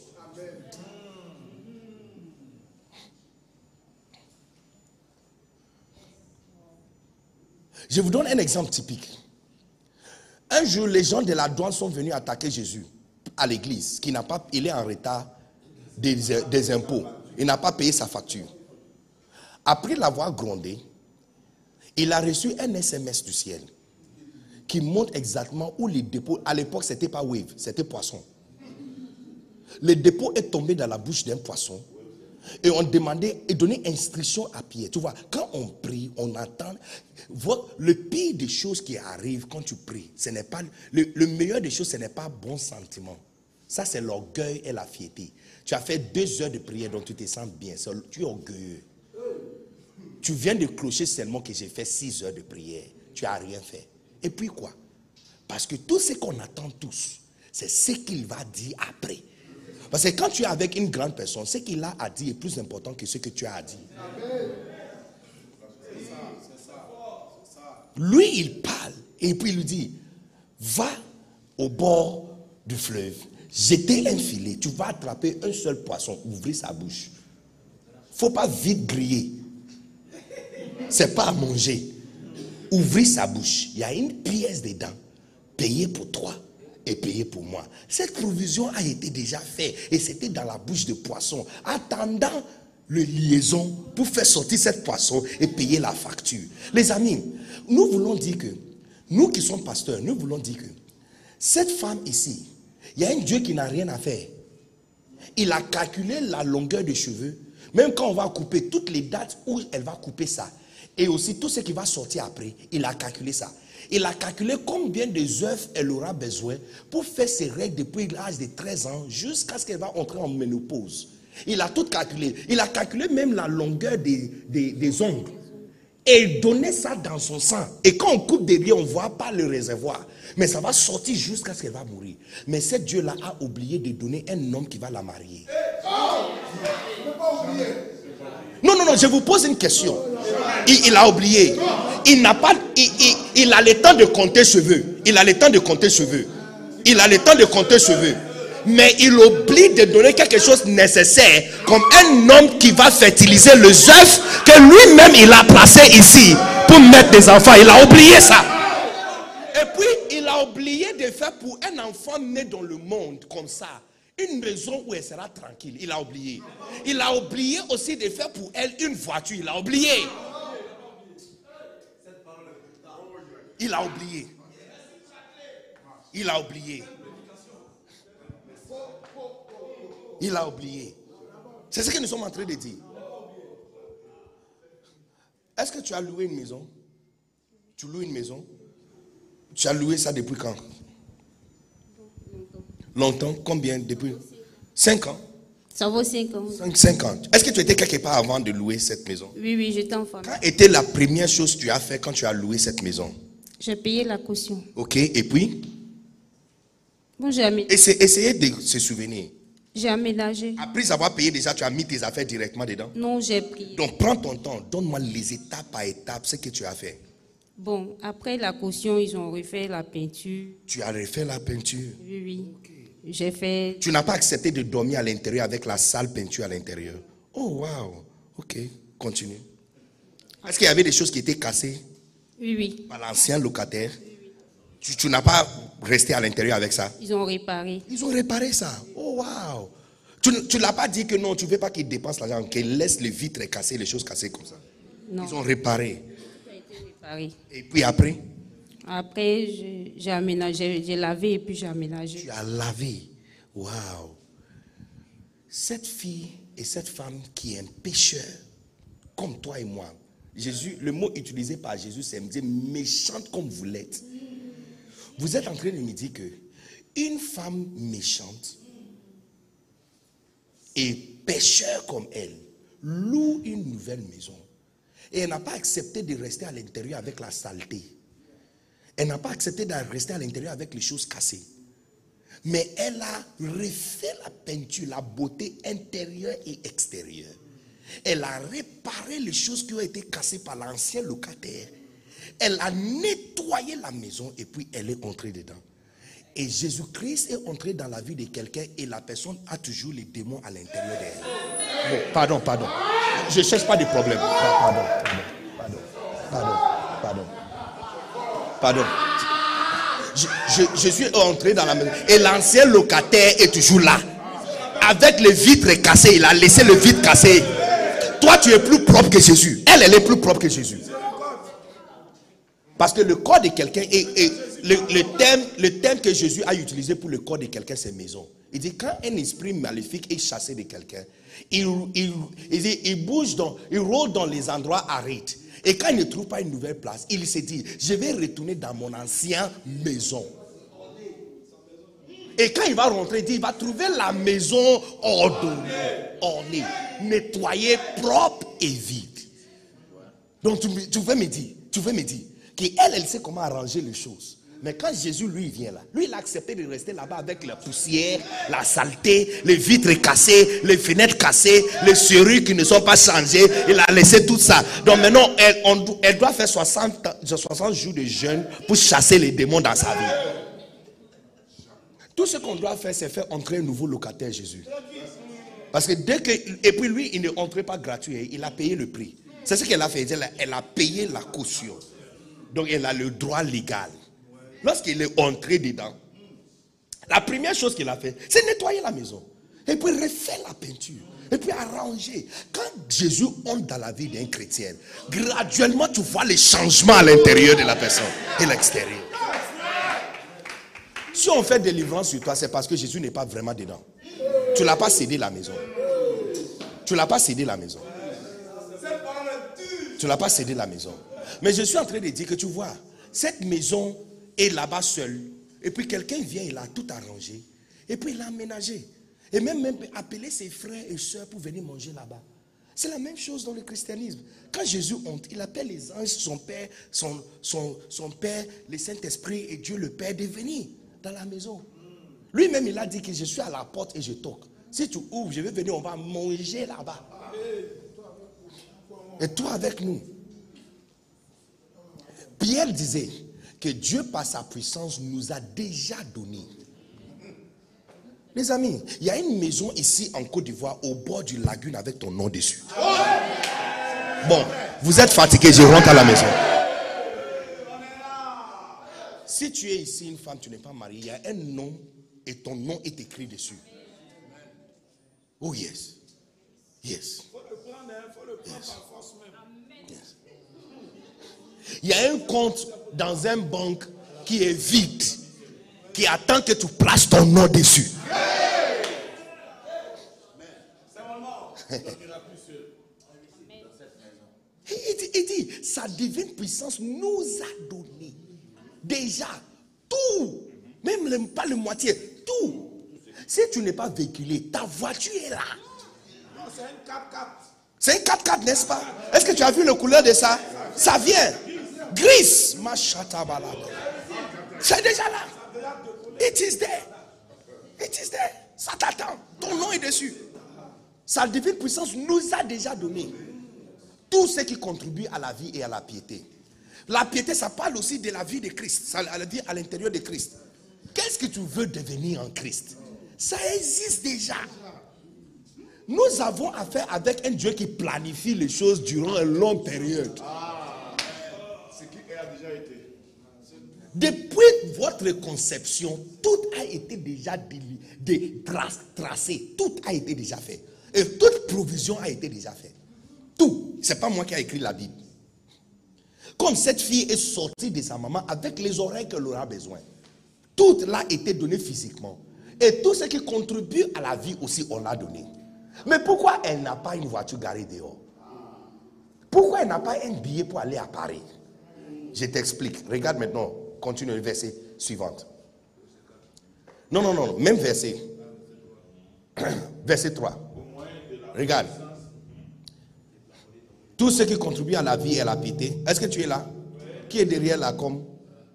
Je vous donne un exemple typique. Un jour, les gens de la douane sont venus attaquer Jésus à l'église, il est en retard des impôts. Il n'a pas payé sa facture. Après l'avoir grondé, il a reçu un SMS du ciel qui montre exactement où les dépôts. À l'époque, ce n'était pas Wave, c'était poisson. Le dépôt est tombé dans la bouche d'un poisson. Et on demandait et donnait instruction à Pierre. Tu vois, quand on prie, on attend. Le pire des choses qui arrivent quand tu pries, ce n'est pas le meilleur des choses, ce n'est pas bon sentiment. Ça, c'est l'orgueil et la fierté. Tu as fait 2 heures de prière, donc tu te sens bien. Tu es orgueilleux. Tu viens de clocher seulement que j'ai fait 6 heures de prière. Tu n'as rien fait. Et puis quoi? Parce que tout ce qu'on attend tous, c'est ce qu'il va dire après. Parce que quand tu es avec une grande personne, ce qu'il a à dire est plus important que ce que tu as à dire. Lui, il parle et puis il lui dit, va au bord du fleuve. Jetez un filet, tu vas attraper un seul poisson, ouvrez sa bouche. Faut pas vite griller. C'est pas à manger. Ouvrez sa bouche. Il y a une pièce dedans. Payez pour toi et payez pour moi. Cette provision a été déjà faite et c'était dans la bouche de poisson, attendant le liaison pour faire sortir cette poisson et payer la facture. Les amis, nous voulons dire que, nous qui sommes pasteurs, nous voulons dire que cette femme ici, il y a un Dieu qui n'a rien à faire. Il a calculé la longueur des cheveux, même quand on va couper toutes les dates où elle va couper ça. Et aussi tout ce qui va sortir après, il a calculé ça. Il a calculé combien de œufs elle aura besoin pour faire ses règles depuis l'âge de 13 ans jusqu'à ce qu'elle va entrer en ménopause. Il a tout calculé. Il a calculé même la longueur des ongles. Et il donnait ça dans son sang. Et quand on coupe des liens, on ne voit pas le réservoir. Mais ça va sortir jusqu'à ce qu'elle va mourir. Mais ce Dieu-là a oublié de donner un homme qui va la marier. Non, je vous pose une question. Il a oublié. Il n'a pas. Il a le temps de compter cheveux. Il a le temps de compter cheveux. Il a le temps de compter cheveux. Mais il oublie de donner quelque chose de nécessaire, comme un homme qui va fertiliser les œufs que lui-même il a placé ici pour mettre des enfants. Il a oublié ça. Et puis il a oublié de faire pour un enfant né dans le monde comme ça une maison où elle sera tranquille. Il a oublié. Il a oublié aussi de faire pour elle une voiture. Il a oublié. Il a oublié. Il a oublié. Il a oublié. C'est ce que nous sommes en train de dire. Est-ce que tu as loué une maison? Tu loues une maison? Tu as loué ça depuis quand? Longtemps? Combien? Depuis 5 ans? Ça vaut 5 ans. 5 ans. Est-ce que tu étais quelque part avant de louer cette maison? Oui, j'étais en famille. Quelle était la première chose que tu as fait quand tu as loué cette maison? J'ai payé la caution. Ok, et puis? Bon, j'ai Essayez de se souvenir. J'ai aménagé. Après avoir payé déjà, tu as mis tes affaires directement dedans? Non, j'ai prié. Donc prends ton temps, donne-moi les étapes par étapes, ce que tu as fait. Bon, après la caution, ils ont refait la peinture. Tu as refait la peinture? Oui. Okay. J'ai fait... Tu n'as pas accepté de dormir à l'intérieur avec la sale peinture à l'intérieur? Oh, wow. Ok, continue. Est-ce qu'il y avait des choses qui étaient cassées? Oui. Par l'ancien locataire? Oui. Tu n'as pas resté à l'intérieur avec ça? Ils ont réparé. Ils ont réparé ça? Oh, wow. Tu ne l'as pas dit que non, tu ne veux pas qu'ils dépensent l'argent, qu'ils laissent les vitres cassées, les choses cassées comme ça? Non. Ils ont réparé. Ça a été réparé. Et puis après? Après, j'ai aménagé, j'ai lavé et puis j'ai aménagé. Tu as lavé. Wow. Cette fille et cette femme qui est un pécheur, comme toi et moi. Jésus, le mot utilisé par Jésus, c'est me dire méchante comme vous l'êtes. Vous êtes en train de me dire que une femme méchante et pécheur comme elle loue une nouvelle maison. Et elle n'a pas accepté de rester à l'intérieur avec la saleté. Elle n'a pas accepté de rester à l'intérieur avec les choses cassées. Mais elle a refait la peinture, la beauté intérieure et extérieure. Elle a réparé les choses qui ont été cassées par l'ancien locataire. Elle a nettoyé la maison et puis elle est entrée dedans. Et Jésus-Christ est entré dans la vie de quelqu'un et la personne a toujours les démons à l'intérieur d'elle. Bon, pardon. Je ne cherche pas de problème. Pardon. Je suis entré dans la maison et l'ancien locataire est toujours là. Avec les vitres cassées, il a laissé le vitre cassé. Toi, tu es plus propre que Jésus. Elle est plus propre que Jésus. Parce que le corps de quelqu'un est le terme que Jésus a utilisé pour le corps de quelqu'un, c'est maison. Il dit quand un esprit maléfique est chassé de quelqu'un, il rôde dans les endroits arides. Et quand il ne trouve pas une nouvelle place, il se dit, je vais retourner dans mon ancienne maison. Et quand il va rentrer, il dit, il va trouver la maison ornée, nettoyée, propre et vide. Donc tu veux me dire qu'elle sait comment arranger les choses. Mais quand Jésus, lui, vient là, lui, il a accepté de rester là-bas avec la poussière, la saleté, les vitres cassées, les fenêtres cassées, les serrures qui ne sont pas changées. Il a laissé tout ça. Donc maintenant, elle doit faire 60 jours de jeûne pour chasser les démons dans sa vie. Tout ce qu'on doit faire, c'est faire entrer un nouveau locataire, Jésus. Parce que dès que... Et puis lui, il ne entrait pas gratuit, il a payé le prix. C'est ce qu'elle a fait. Elle a payé la caution. Donc elle a le droit légal. Lorsqu'il est entré dedans, la première chose qu'il a fait, c'est nettoyer la maison. Et puis refaire la peinture. Et puis arranger. Quand Jésus entre dans la vie d'un chrétien, graduellement tu vois les changements à l'intérieur de la personne et l'extérieur. Si on fait délivrance sur toi, c'est parce que Jésus n'est pas vraiment dedans. Tu ne l'as pas cédé la maison. Tu ne l'as pas cédé la maison. Tu ne l'as pas cédé la maison. Mais je suis en train de dire que tu vois, cette maison est là-bas seule. Et puis quelqu'un vient, il a tout arrangé. Et puis il a aménagé. Et même appeler ses frères et sœurs pour venir manger là-bas. C'est la même chose dans le christianisme. Quand Jésus entre, il appelle les anges, son Père, son Père, le Saint-Esprit et Dieu le Père de venir dans la maison. Lui-même, il a dit que je suis à la porte et je toque. Si tu ouvres, je vais venir, on va manger là-bas. Et toi avec nous. Pierre disait que Dieu, par sa puissance, nous a déjà donné. Les amis, il y a une maison ici en Côte d'Ivoire, au bord du lagune, avec ton nom dessus. Bon, vous êtes fatigué, je rentre à la maison. Si tu es ici, une femme, tu n'es pas mariée, il y a un nom et ton nom est écrit dessus. Oh yes. Yes. Yes. Yes. Il y a un compte dans une banque qui est vide, qui attend que tu places ton nom dessus. Il dit, sa divine puissance nous a donné déjà tout, même pas le moitié, tout. Si tu n'es pas véhiculé, ta voiture est là. Non, c'est un 4x4. C'est un 4x4, n'est-ce pas? Est-ce que tu as vu la couleur de ça? Ça vient. Gris. C'est déjà là. It is there. It is there. Ça t'attend. Ton nom est dessus. Sa divine puissance nous a déjà donné tout ce qui contribue à la vie et à la piété. La piété, ça parle aussi de la vie de Christ. Ça veut dire à l'intérieur de Christ. Qu'est-ce que tu veux devenir en Christ? Ça existe déjà. Nous avons affaire avec un Dieu qui planifie les choses durant une longue période. Ce qui a déjà été. Depuis votre conception, tout a été déjà tracé. Tout a été déjà fait. Et toute provision a été déjà faite. Tout. Ce n'est pas moi qui ai écrit la Bible. Comme cette fille est sortie de sa maman avec les oreilles qu'elle aura besoin. Tout l'a été donné physiquement. Et tout ce qui contribue à la vie aussi, on l'a donné. Mais pourquoi elle n'a pas une voiture garée dehors? Pourquoi elle n'a pas un billet pour aller à Paris? Je t'explique. Regarde maintenant. Continue le verset suivant. Non. Même verset. Verset 3. Regarde. Tout ce qui contribue à la vie et à la piété. Est-ce que tu es là? Qui est derrière là comme?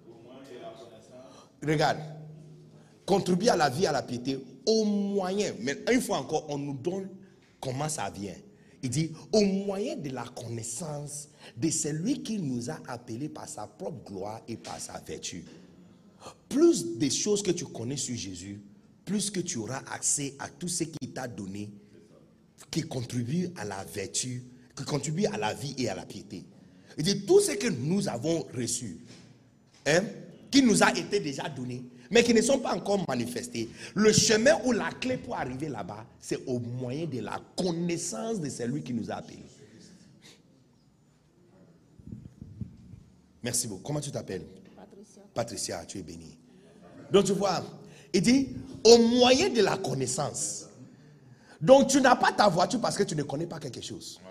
Regarde. Contribuer à la vie et à la piété au moyen. Mais une fois encore, on nous donne comment ça vient. Il dit au moyen de la connaissance de celui qui nous a appelés par sa propre gloire et par sa vertu. Plus des choses que tu connais sur Jésus, plus que tu auras accès à tout ce qu'il t'a donné, qui contribue à la vertu, qui contribue à la vie et à la piété. Il dit tout ce que nous avons reçu, qui nous a été déjà donné, mais qui ne sont pas encore manifestés. Le chemin ou la clé pour arriver là-bas, c'est au moyen de la connaissance de celui qui nous a appelés. Merci beaucoup. Comment tu t'appelles? Patricia. Patricia, tu es bénie. Donc tu vois, il dit au moyen de la connaissance. Donc tu n'as pas ta voiture parce que tu ne connais pas quelque chose.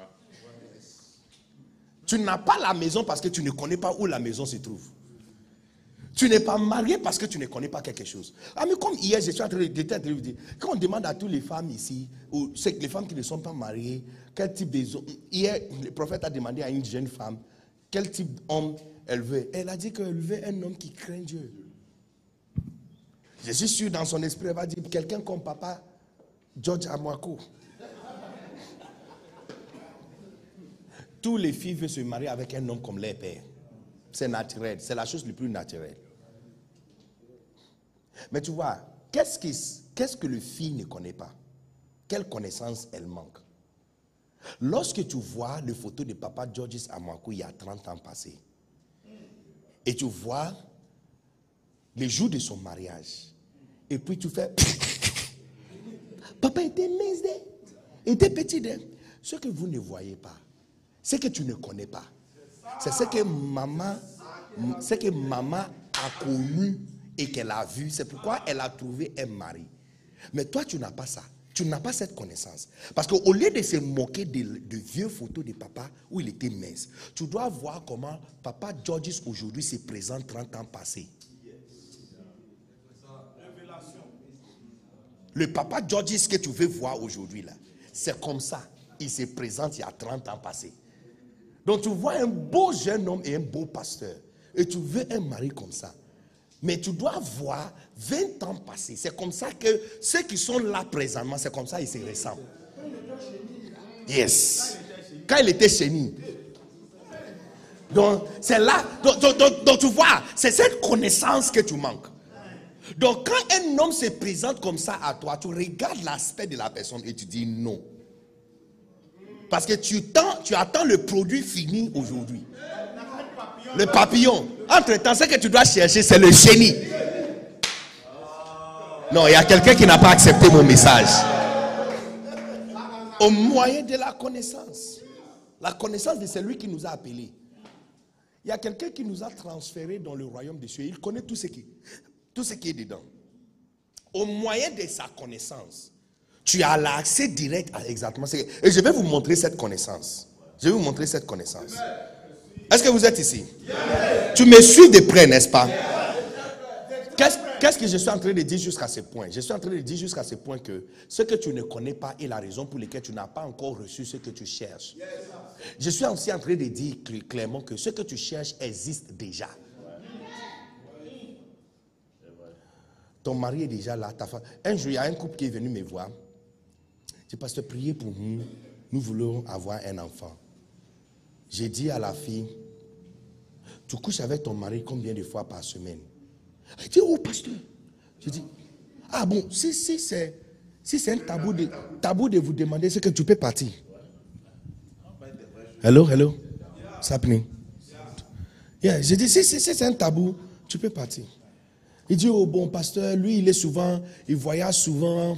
Tu n'as pas la maison parce que tu ne connais pas où la maison se trouve. Tu n'es pas marié parce que tu ne connais pas quelque chose. Ah, mais comme hier, je suis en train de dire, quand on demande à toutes les femmes ici, ou c'est que les femmes qui ne sont pas mariées, quel type d'homme. Hier, le prophète a demandé à une jeune femme quel type d'homme elle veut. Elle a dit qu'elle veut un homme qui craint Dieu. Je suis sûr, dans son esprit, elle va dire quelqu'un comme papa George Amwako. Tous les filles veulent se marier avec un homme comme leur père. C'est naturel, c'est la chose la plus naturelle. Mais tu vois, Qu'est-ce que le fille ne connaît pas? Quelle connaissance elle manque? Lorsque tu vois les photos de Papa Georges Amaku il y a 30 ans passés, et tu vois les jours de son mariage, et puis tu fais Papa était mince, il était petit. Ce que vous ne voyez pas, ce que tu ne connais pas, c'est ce que maman a connu et qu'elle a vu. C'est pourquoi elle a trouvé un mari. Mais toi, tu n'as pas ça. Tu n'as pas cette connaissance. Parce qu'au lieu de se moquer de vieux photos de papa où il était mince, tu dois voir comment Papa Georges aujourd'hui se présente 30 ans passés. Le Papa Georges que tu veux voir aujourd'hui là, c'est comme ça. Il se présente il y a 30 ans passés. Donc tu vois un beau jeune homme et un beau pasteur. Et tu veux un mari comme ça. Mais tu dois voir 20 ans passés. C'est comme ça que ceux qui sont là présentement, c'est comme ça qu'ils se ressemblent. Yes. Quand il était chéni. Donc c'est là. Donc tu vois, c'est cette connaissance que tu manques. Donc quand un homme se présente comme ça à toi, tu regardes l'aspect de la personne et tu dis non. Parce que tu attends le produit fini aujourd'hui. Le papillon. Entre-temps, ce que tu dois chercher, c'est le génie. Non, il y a quelqu'un qui n'a pas accepté mon message. Au moyen de la connaissance. La connaissance de celui qui nous a appelés. Il y a quelqu'un qui nous a transférés dans le royaume des cieux. Il connaît tout ce qui est dedans. Au moyen de sa connaissance, tu as l'accès direct à exactement ce que... Et je vais vous montrer cette connaissance. Je vais vous montrer cette connaissance. Est-ce que vous êtes ici? Tu me suis de près, n'est-ce pas? Qu'est-ce que je suis en train de dire jusqu'à ce point? Je suis en train de dire jusqu'à ce point que ce que tu ne connais pas est la raison pour laquelle tu n'as pas encore reçu ce que tu cherches. Je suis aussi en train de dire clairement que ce que tu cherches existe déjà. Ton mari est déjà là, ta femme. Un jour, il y a un couple qui est venu me voir. J'ai dit, pasteur, priez pour nous. Nous voulons avoir un enfant. J'ai dit à la fille, tu couches avec ton mari combien de fois par semaine? Elle dit, oh pasteur. J'ai dit, ah bon, si c'est un tabou de vous demander ce que tu peux partir. Hello? What's happening? Yeah, j'ai dit, si c'est un tabou, tu peux partir. Il dit, oh bon pasteur, lui il voyage souvent,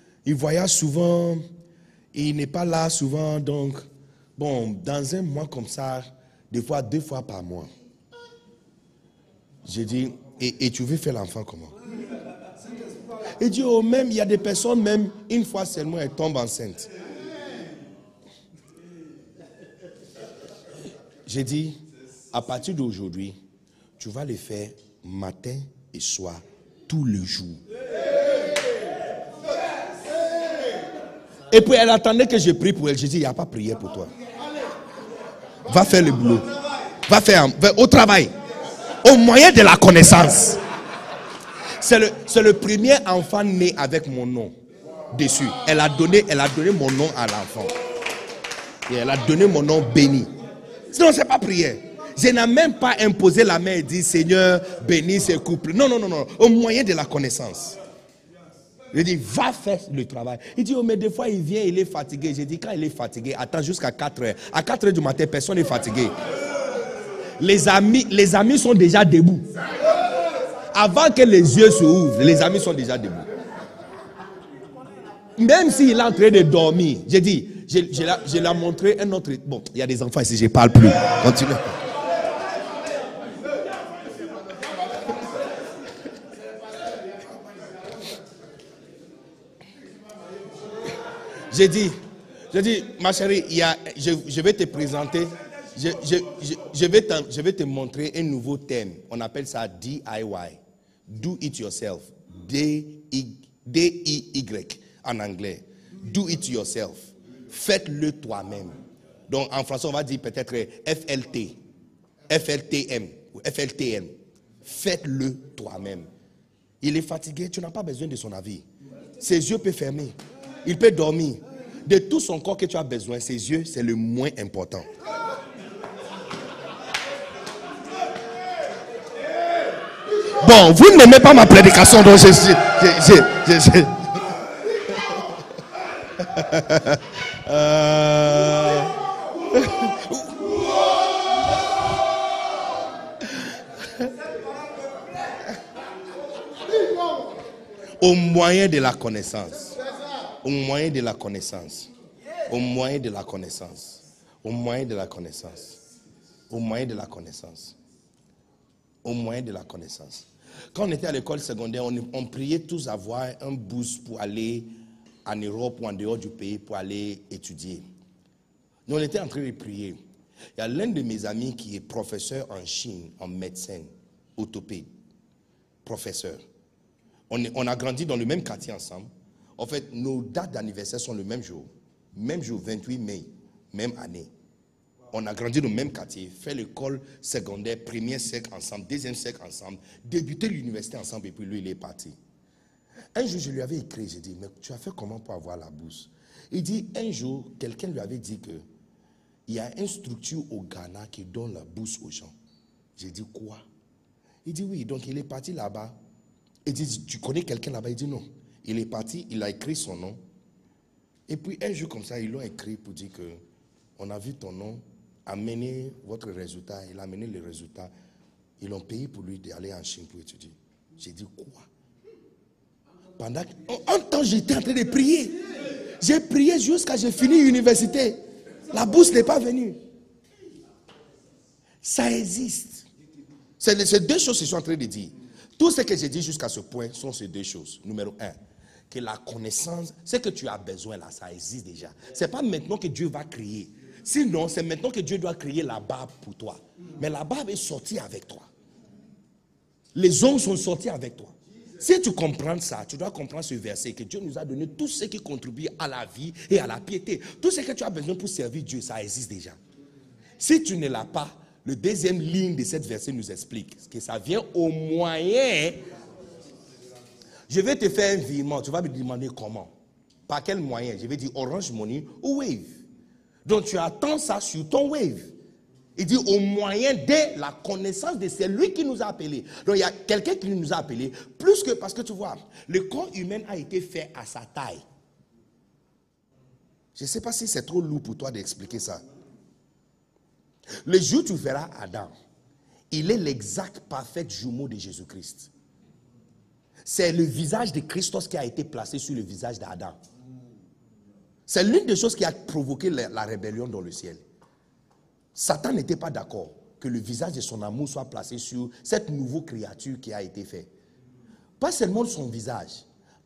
il n'est pas là souvent, donc, bon, dans un mois comme ça, des fois 2 fois par mois. J'ai dit, et tu veux faire l'enfant comment? Il dit, oh même, il y a des personnes, même une fois seulement, elles tombent enceintes. J'ai dit, à partir d'aujourd'hui, tu vas le faire matin et soir, tous les jours. Et puis elle attendait que je prie pour elle. J'ai dit, il n'y a pas prière pour toi. Va faire le boulot. Va au travail. Au moyen de la connaissance. C'est le premier enfant né avec mon nom dessus. Elle a donné mon nom à l'enfant. Et elle a donné mon nom béni. Sinon, ce n'est pas prière. Je n'ai même pas imposé la main et dit, Seigneur, bénis ce couple. Non. Au moyen de la connaissance. Je dis, va faire le travail. Il dit, oh, mais des fois, il vient, il est fatigué. J'ai dit, quand il est fatigué, attends jusqu'à 4 heures. À 4 heures du matin, personne n'est fatigué. Les amis sont déjà debout. Avant que les yeux se ouvrent, les amis sont déjà debout. Même s'il est en train de dormir, j'ai dit, je l'ai montré un autre. Bon, il y a des enfants ici, je ne parle plus. Continue. J'ai dit, ma chérie, je vais te présenter, je vais te montrer un nouveau thème. On appelle ça DIY. Do it yourself. D-I-Y en anglais. Do it yourself. Faites-le toi-même. Donc en français, on va dire peut-être FLT, FLTM ou FLTM. Faites-le toi-même. Il est fatigué, tu n'as pas besoin de son avis. Ses yeux peuvent fermer. Il peut dormir. De tout son corps que tu as besoin, ses yeux, c'est le moins important. Bon, vous n'aimez pas ma prédication, donc au moyen de la connaissance. Au moyen de la connaissance. Au moyen de la connaissance. Au moyen de la connaissance. Au moyen de la connaissance. Au moyen de la connaissance. Quand on était à l'école secondaire, on priait tous avoir un boost pour aller en Europe ou en dehors du pays pour aller étudier. Nous, on était en train de prier. Il y a l'un de mes amis qui est professeur en Chine, en médecine, orthopéde. Professeur. On a grandi dans le même quartier ensemble. En fait, nos dates d'anniversaire sont le même jour. Même jour, 28 mai, même année. On a grandi dans le même quartier, fait l'école secondaire, premier cercle ensemble, deuxième cercle ensemble, débuté l'université ensemble et puis lui, il est parti. Un jour, je lui avais écrit, j'ai dit, mais tu as fait comment pour avoir la bourse? Il dit, un jour, quelqu'un lui avait dit que il y a une structure au Ghana qui donne la bourse aux gens. J'ai dit, quoi? Il dit, oui, donc il est parti là-bas. Il dit, tu connais quelqu'un là-bas? Il dit, non. Il est parti, il a écrit son nom. Et puis un jour comme ça, ils l'ont écrit pour dire que on a vu ton nom, amenez votre résultat. Il a amené les résultats. Ils l'ont payé pour lui d'aller en Chine pour étudier. J'ai dit, quoi? Pendant un temps, j'étais en train de prier. J'ai prié jusqu'à ce que j'ai fini l'université. La bourse n'est pas venue. Ça existe. C'est deux choses que je suis en train de dire. Tout ce que j'ai dit jusqu'à ce point sont ces deux choses. Numéro un, que la connaissance, ce que tu as besoin là, ça existe déjà. Ce n'est pas maintenant que Dieu va créer. Sinon, c'est maintenant que Dieu doit créer la barbe pour toi. Mais la barbe est sortie avec toi. Les ongles sont sortis avec toi. Si tu comprends ça, tu dois comprendre ce verset, que Dieu nous a donné tout ce qui contribue à la vie et à la piété. Tout ce que tu as besoin pour servir Dieu, ça existe déjà. Si tu ne l'as pas, le deuxième ligne de cette verset nous explique que ça vient au moyen. Je vais te faire un virement, tu vas me demander comment. Par quel moyen? Je vais dire Orange Money ou Wave. Donc tu attends ça sur ton Wave. Il dit au moyen de la connaissance de celui qui nous a appelés. Donc il y a quelqu'un qui nous a appelés, plus que, parce que tu vois, le corps humain a été fait à sa taille. Je ne sais pas si c'est trop lourd pour toi d'expliquer ça. Le jour où tu verras Adam, il est l'exact parfait jumeau de Jésus-Christ. C'est le visage de Christos qui a été placé sur le visage d'Adam. C'est l'une des choses qui a provoqué la rébellion dans le ciel. Satan n'était pas d'accord que le visage de son amour soit placé sur cette nouvelle créature qui a été faite. Pas seulement son visage,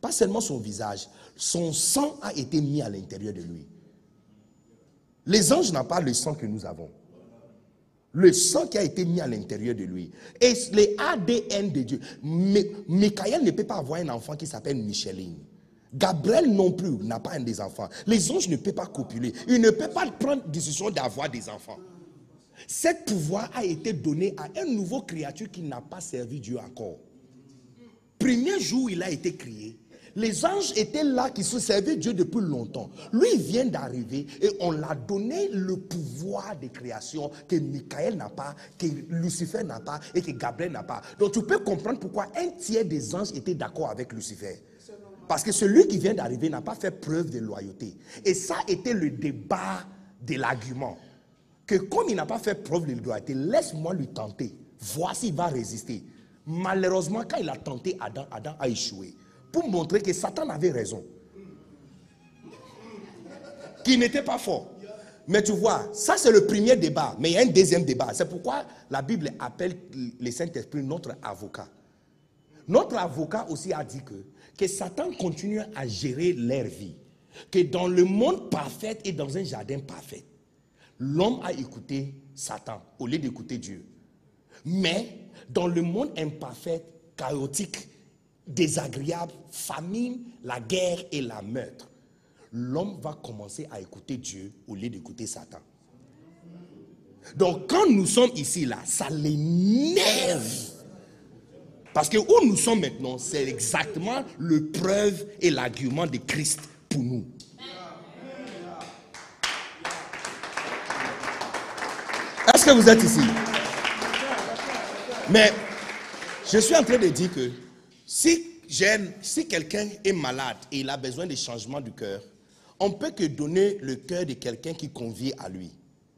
son sang a été mis à l'intérieur de lui. Les anges n'ont pas le sang que nous avons. Le sang qui a été mis à l'intérieur de lui. Et les ADN de Dieu. Michael ne peut pas avoir un enfant qui s'appelle Micheline. Gabriel non plus n'a pas un des enfants. Les anges ne peuvent pas copuler. Ils ne peuvent pas prendre la décision d'avoir des enfants. Ce pouvoir a été donné à une nouvelle créature qui n'a pas servi Dieu encore. Premier jour où il a été créé, les anges étaient là qui se servaient Dieu depuis longtemps. Lui, il vient d'arriver et on l'a donné le pouvoir de création que Michael n'a pas, que Lucifer n'a pas et que Gabriel n'a pas. Donc tu peux comprendre pourquoi un tiers des anges étaient d'accord avec Lucifer. Parce que celui qui vient d'arriver n'a pas fait preuve de loyauté. Et ça a été le débat de l'argument. Que comme il n'a pas fait preuve de loyauté, laisse-moi lui tenter. Voir s'il va résister. Malheureusement, quand il a tenté Adam, Adam a échoué. Pour montrer que Satan avait raison. Qu'il n'était pas fort. Mais tu vois, ça c'est le premier débat. Mais il y a un deuxième débat. C'est pourquoi la Bible appelle le Saint-Esprit notre avocat. Notre avocat aussi a dit que Satan continue à gérer leur vie. Que dans le monde parfait et dans un jardin parfait, l'homme a écouté Satan au lieu d'écouter Dieu. Mais dans le monde imparfait, chaotique, désagréable, famine, la guerre et la meurtre, l'homme va commencer à écouter Dieu au lieu d'écouter Satan. Donc quand nous sommes ici là, ça l'énerve. Parce que où nous sommes maintenant, c'est exactement le preuve et l'argument de Christ pour nous. Est-ce que vous êtes ici? Mais Je suis en train de dire que si quelqu'un est malade et il a besoin de changement du cœur, on ne peut que donner le cœur de quelqu'un qui convient à lui.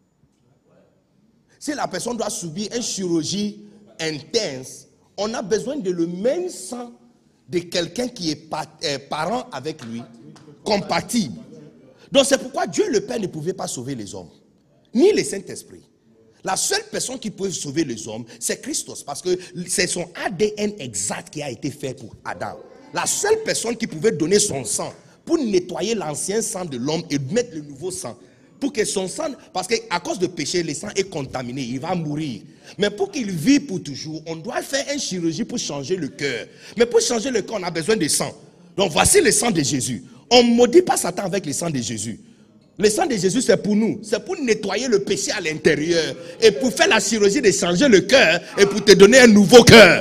Si la personne doit subir une chirurgie intense, on a besoin de le même sang de quelqu'un qui est parent avec lui, compatible. Donc c'est pourquoi Dieu le Père ne pouvait pas sauver les hommes, ni le Saint-Esprit. La seule personne qui peut sauver les hommes, c'est Christos, parce que c'est son ADN exact qui a été fait pour Adam. La seule personne qui pouvait donner son sang pour nettoyer l'ancien sang de l'homme et mettre le nouveau sang. Pour que son sang, parce qu'à cause de péché, le sang est contaminé, il va mourir. Mais pour qu'il vive pour toujours, on doit faire une chirurgie pour changer le cœur. Mais pour changer le cœur, on a besoin de sang. Donc voici le sang de Jésus. On ne maudit pas Satan avec le sang de Jésus. Le sang de Jésus, c'est pour nous. C'est pour nettoyer le péché à l'intérieur. Et pour faire la chirurgie de changer le cœur et pour te donner un nouveau cœur.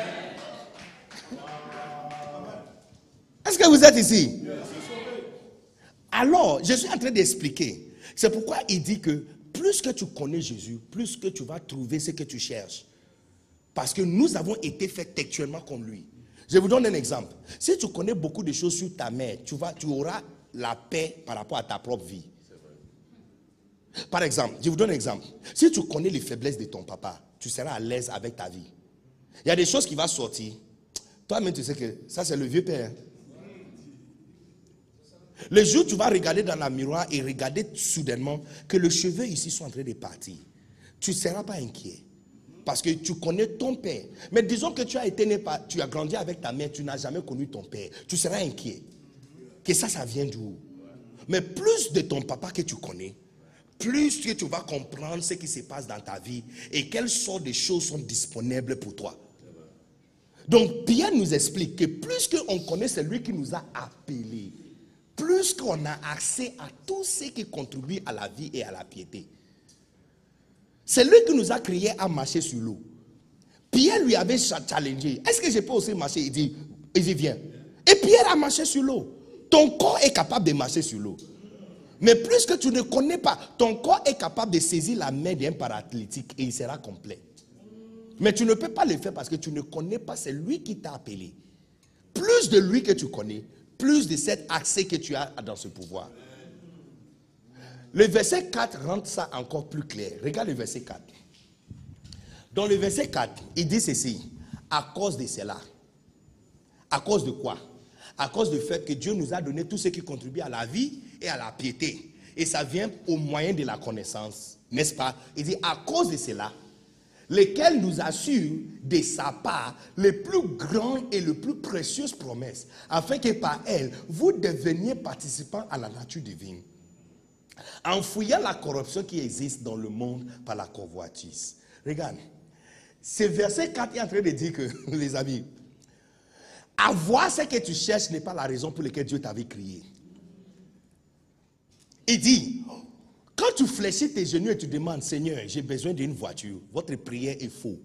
Est-ce que vous êtes ici? Alors, je suis en train d'expliquer. C'est pourquoi il dit que plus que tu connais Jésus, plus que tu vas trouver ce que tu cherches. Parce que nous avons été faits textuellement comme lui. Je vous donne un exemple. Si tu connais beaucoup de choses sur ta mère, tu auras la paix par rapport à ta propre vie. Par exemple, je vous donne un exemple. Si tu connais les faiblesses de ton papa, tu seras à l'aise avec ta vie. Il y a des choses qui vont sortir. Toi-même, tu sais que ça, c'est le vieux père. Le jour où tu vas regarder dans la miroir et regarder soudainement que les cheveux ici sont en train de partir, tu ne seras pas inquiet. Parce que tu connais ton père. Mais disons que tu as grandi avec ta mère, tu n'as jamais connu ton père. Tu seras inquiet. Que ça vient d'où? Mais plus de ton papa que tu connais, plus que tu vas comprendre ce qui se passe dans ta vie et quelles sortes de choses sont disponibles pour toi. Donc Pierre nous explique que plus qu'on connaît celui qui nous a appelés, plus qu'on a accès à tout ce qui contribue à la vie et à la piété. C'est lui qui nous a créés à marcher sur l'eau. Pierre lui avait challengé. Est-ce que je peux aussi marcher? Il dit, viens. Et Pierre a marché sur l'eau. Ton corps est capable de marcher sur l'eau. Mais plus que tu ne connais pas, ton corps est capable de saisir la main d'un paralytique et il sera complet. Mais tu ne peux pas le faire parce que tu ne connais pas, c'est lui qui t'a appelé. Plus de lui que tu connais, plus de cet accès que tu as dans ce pouvoir. Le verset 4 rend ça encore plus clair. Regarde le verset 4. Dans le verset 4, il dit ceci. À cause de cela. À cause de quoi? À cause du fait que Dieu nous a donné tout ce qui contribue à la vie et à la piété. Et ça vient au moyen de la connaissance. N'est-ce pas? Il dit à cause de cela, lequel nous assure de sa part les plus grandes et les plus précieuses promesses, afin que par elles, vous deveniez participants à la nature divine, en fouillant la corruption qui existe dans le monde par la convoitise. Regarde, ce verset 4 est en train de dire que, les amis, avoir ce que tu cherches n'est pas la raison pour laquelle Dieu t'avait créé. Il dit, quand tu fléchis tes genoux et tu demandes, Seigneur, j'ai besoin d'une voiture, votre prière est faux.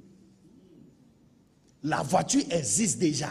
La voiture existe déjà.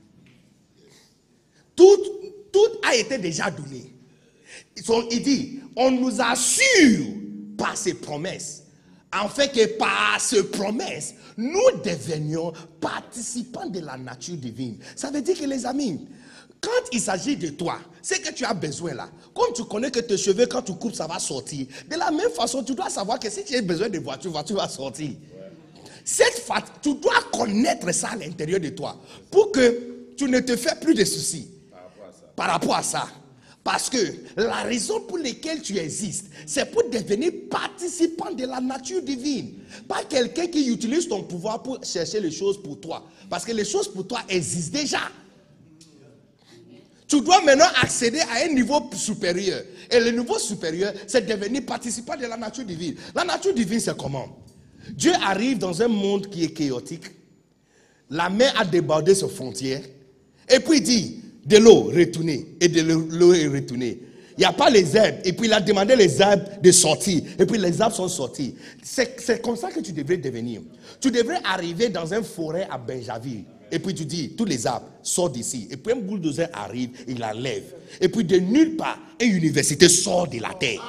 Tout a été déjà donné. Il dit, on nous assure par ces promesses, en fait que par ces promesses, nous devenions participants de la nature divine. Ça veut dire que les amis, quand il s'agit de toi, c'est que tu as besoin là. Comme tu connais que tes cheveux, quand tu coupes, ça va sortir. De la même façon, tu dois savoir que si tu as besoin de voiture, voiture va sortir. Tu dois connaître ça à l'intérieur de toi pour que tu ne te fais plus de soucis par rapport à ça. Parce que la raison pour laquelle tu existes, c'est pour devenir participant de la nature divine. Pas quelqu'un qui utilise ton pouvoir pour chercher les choses pour toi. Parce que les choses pour toi existent déjà. Tu dois maintenant accéder à un niveau supérieur. Et le niveau supérieur, c'est devenir participant de la nature divine. La nature divine, c'est comment? Dieu arrive dans un monde qui est chaotique. La mer a débordé ses frontières. Et puis il dit, de l'eau retournée. Et de l'eau est retournée. Il n'y a pas les herbes. Et puis il a demandé les arbres de sortir. Et puis les arbres sont sortis. C'est comme ça que tu devrais devenir. Tu devrais arriver dans une forêt à Benjaville. Et puis tu dis, tous les arbres sortent d'ici. Et puis un bulldozer arrive, il l'enlève. Et puis de nulle part, une université sort de la terre.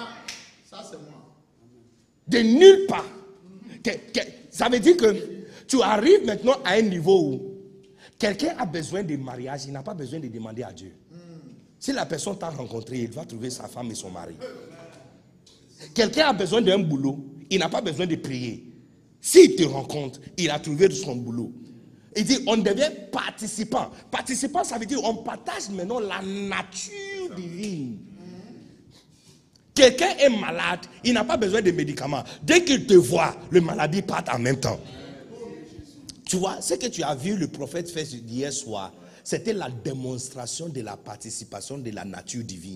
Ça c'est moi. De nulle part. Ça veut dire que Tu arrives maintenant à un niveau où quelqu'un a besoin de mariage, il n'a pas besoin de demander à Dieu. Si la personne t'a rencontré, il va trouver sa femme et son mari. Quelqu'un a besoin d'un boulot, il n'a pas besoin de prier. S'il te rencontre, il a trouvé son boulot. Il dit, on devient participant. Participant, ça veut dire on partage maintenant la nature divine. Quelqu'un est malade, il n'a pas besoin de médicaments. Dès qu'il te voit, le maladie part en même temps. Tu vois, ce que tu as vu le prophète faire hier soir, c'était la démonstration de la participation de la nature divine.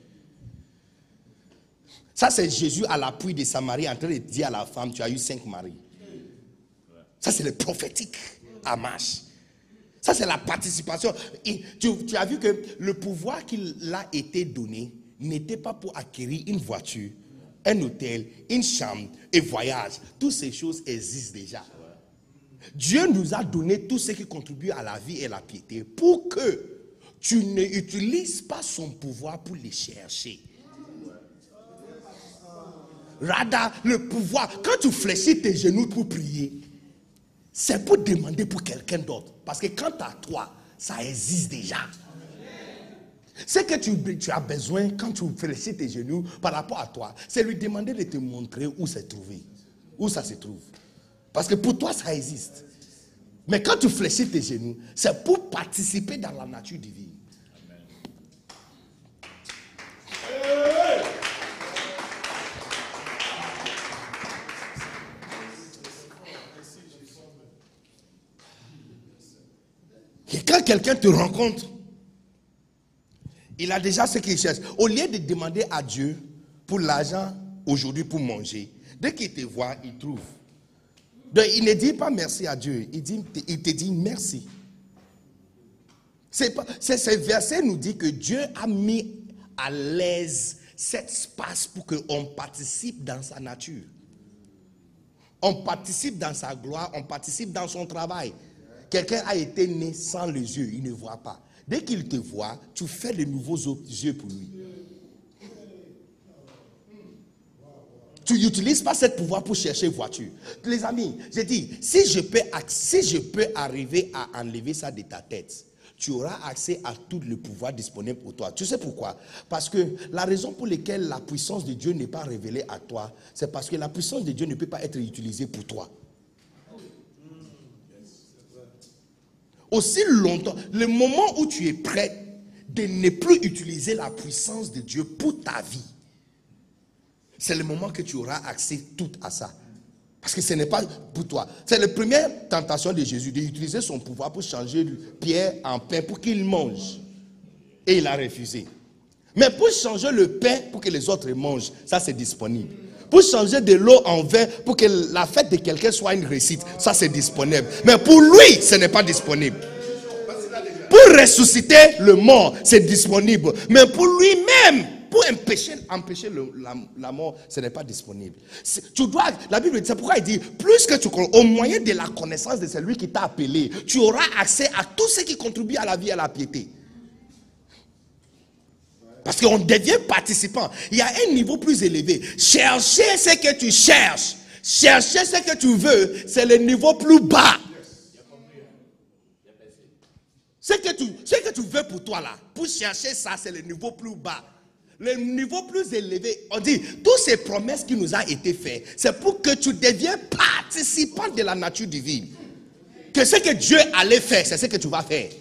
Ça, c'est Jésus à l'appui de Samarie en train de dire à la femme, tu as eu 5 maris. Ça, c'est le prophétique à marche. Ça, c'est la participation. Et tu as vu que le pouvoir qu'il a été donné n'était pas pour acquérir une voiture, un hôtel, une chambre et voyage. Toutes ces choses existent déjà. Dieu nous a donné tout ce qui contribue à la vie et la piété pour que tu n'utilises pas son pouvoir pour les chercher. Rada, le pouvoir, quand tu fléchis tes genoux pour prier, c'est pour demander pour quelqu'un d'autre. Parce que quant à toi, ça existe déjà. Ce que tu as besoin quand tu fléchis tes genoux par rapport à toi, c'est lui demander de te montrer où c'est trouvé, où ça se trouve. Parce que pour toi, ça existe. Mais quand tu fléchis tes genoux, c'est pour participer dans la nature divine. Et quand quelqu'un te rencontre, il a déjà ce qu'il cherche. Au lieu de demander à Dieu pour l'argent aujourd'hui pour manger, dès qu'il te voit, il trouve. Donc il ne dit pas merci à Dieu, il te dit merci. Ce verset nous dit que Dieu a mis à l'aise cet espace pour qu'on participe dans sa nature. On participe dans sa gloire, on participe dans son travail. Quelqu'un a été né sans les yeux, il ne voit pas. Dès qu'il te voit, tu fais de nouveaux yeux pour lui. Tu n'utilises pas ce pouvoir pour chercher voiture. Les amis, j'ai dit, si je peux arriver à enlever ça de ta tête, tu auras accès à tout le pouvoir disponible pour toi. Tu sais pourquoi? Parce que la raison pour laquelle la puissance de Dieu n'est pas révélée à toi, c'est parce que la puissance de Dieu ne peut pas être utilisée pour toi. Aussi longtemps, le moment où tu es prêt de ne plus utiliser la puissance de Dieu pour ta vie, c'est le moment que tu auras accès tout à ça. Parce que ce n'est pas pour toi. C'est la première tentation de Jésus, d'utiliser son pouvoir pour changer pierre en pain pour qu'il mange. Et il a refusé. Mais pour changer le pain pour que les autres mangent, ça c'est disponible. Pour changer de l'eau en vin pour que la fête de quelqu'un soit une réussite, ça c'est disponible. Mais pour lui, ce n'est pas disponible. Pour ressusciter le mort, c'est disponible. Mais pour lui-même, pour empêcher la mort, ce n'est pas disponible. La Bible dit, c'est pourquoi il dit, plus que au moyen de la connaissance de celui qui t'a appelé, tu auras accès à tout ce qui contribue à la vie et à la piété. Parce qu'on devient participant. Il y a un niveau plus élevé. Chercher ce que tu cherches, chercher ce que tu veux, c'est le niveau plus bas. Ce que tu veux pour toi là, pour chercher ça, c'est le niveau plus bas. Le niveau plus élevé, on dit, toutes ces promesses qui nous ont été faites, c'est pour que tu deviennes participant de la nature divine. Que ce que Dieu allait faire, c'est ce que tu vas faire.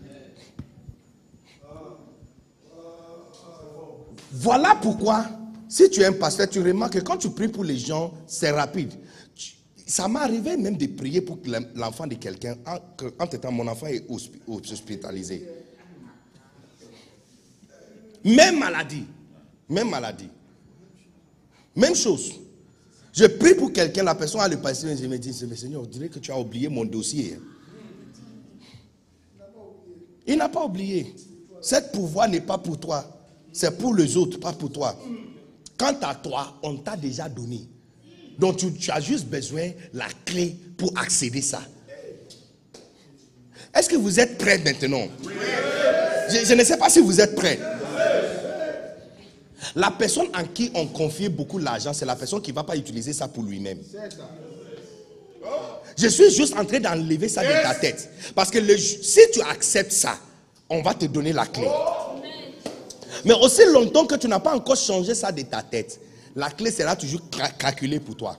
Voilà pourquoi, si tu es un pasteur, tu remarques que quand tu pries pour les gens, c'est rapide. Ça m'est arrivé même de prier pour l'enfant de quelqu'un. Entre temps, mon enfant est hospitalisé. Même maladie. Même maladie. Même chose. Je prie pour quelqu'un, la personne a le patient et je me dis, Seigneur, on dirait que tu as oublié mon dossier. Il n'a pas oublié. Ce pouvoir n'est pas pour toi. C'est pour les autres, pas pour toi. Quant à toi, on t'a déjà donné. Donc tu as juste besoin de la clé pour accéder à ça. Est-ce que vous êtes prêts maintenant? Je ne sais pas si vous êtes prêts. La personne en qui on confie beaucoup l'argent, c'est la personne qui ne va pas utiliser ça pour lui-même. Je suis juste en train d'enlever ça de ta tête. Parce que si tu acceptes ça, on va te donner la clé. Mais aussi longtemps que tu n'as pas encore changé ça de ta tête, la clé sera toujours calculée pour toi.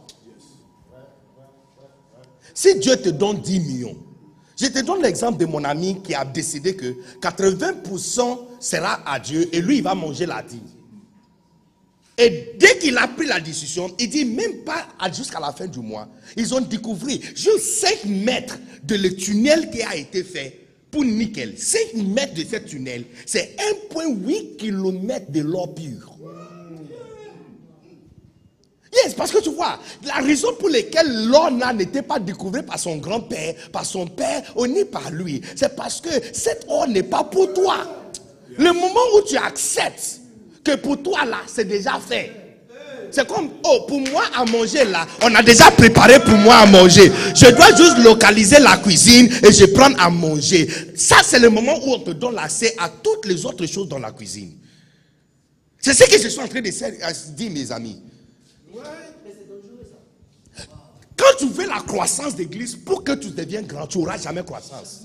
Si Dieu te donne 10 millions, je te donne l'exemple de mon ami qui a décidé que 80% sera à Dieu et lui il va manger la dîme. Et dès qu'il a pris la décision, il dit même pas jusqu'à la fin du mois, ils ont découvert juste 5 mètres de le tunnel qui a été fait pour nickel. 5 mètres de ce tunnel, c'est 1,8 km de l'or pur. Yes, parce que tu vois, la raison pour laquelle l'or n'était pas découvert par son grand-père, par son père, ou ni par lui, c'est parce que cet or n'est pas pour toi. Le moment où tu acceptes que pour toi là, c'est déjà fait. C'est comme, oh, pour moi à manger là, on a déjà préparé pour moi à manger. Je dois juste localiser la cuisine et je prends à manger. Ça, c'est le moment où on te donne l'accès à toutes les autres choses dans la cuisine. C'est ce que je suis en train de dire, mes amis. Quand tu veux la croissance d'église, pour que tu deviennes grand, tu n'auras jamais croissance.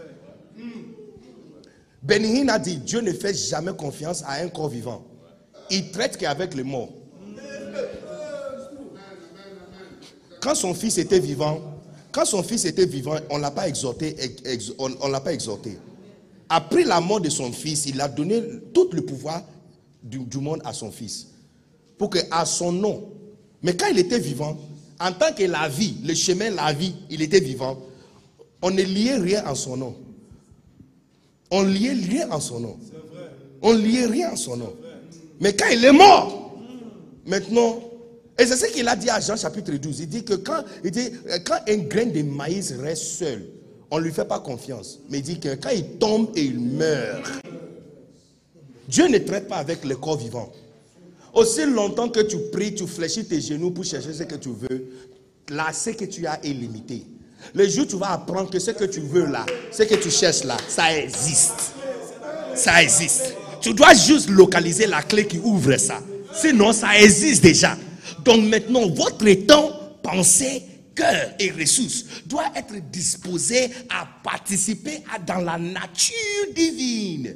Benny Hinn a dit, Dieu ne fait jamais confiance à un corps vivant. Il traite qu'avec les morts. Quand son fils était vivant, on ne l'a pas exhorté. On l'a pas exhorté. Après la mort de son fils, il a donné tout le pouvoir du monde à son fils. Pour que à son nom. Mais quand il était vivant, en tant que la vie, le chemin, la vie, il était vivant, on ne liait rien en son nom. On ne liait rien en son nom. On ne liait rien en son nom. Mais quand il est mort, maintenant, et c'est ce qu'il a dit à Jean chapitre 12, il dit que quand un grain de maïs reste seul, on ne lui fait pas confiance. Mais il dit que quand il tombe et il meurt, Dieu ne traite pas avec le corps vivant. Aussi longtemps que tu pries, tu fléchis tes genoux pour chercher ce que tu veux, là, ce que tu as est limité. Le jour où tu vas apprendre que ce que tu veux là, ce que tu cherches là, ça existe. Ça existe. Tu dois juste localiser la clé qui ouvre ça. Sinon, ça existe déjà. Donc maintenant, votre temps, pensée, cœur et ressources doit être disposé à participer dans la nature divine.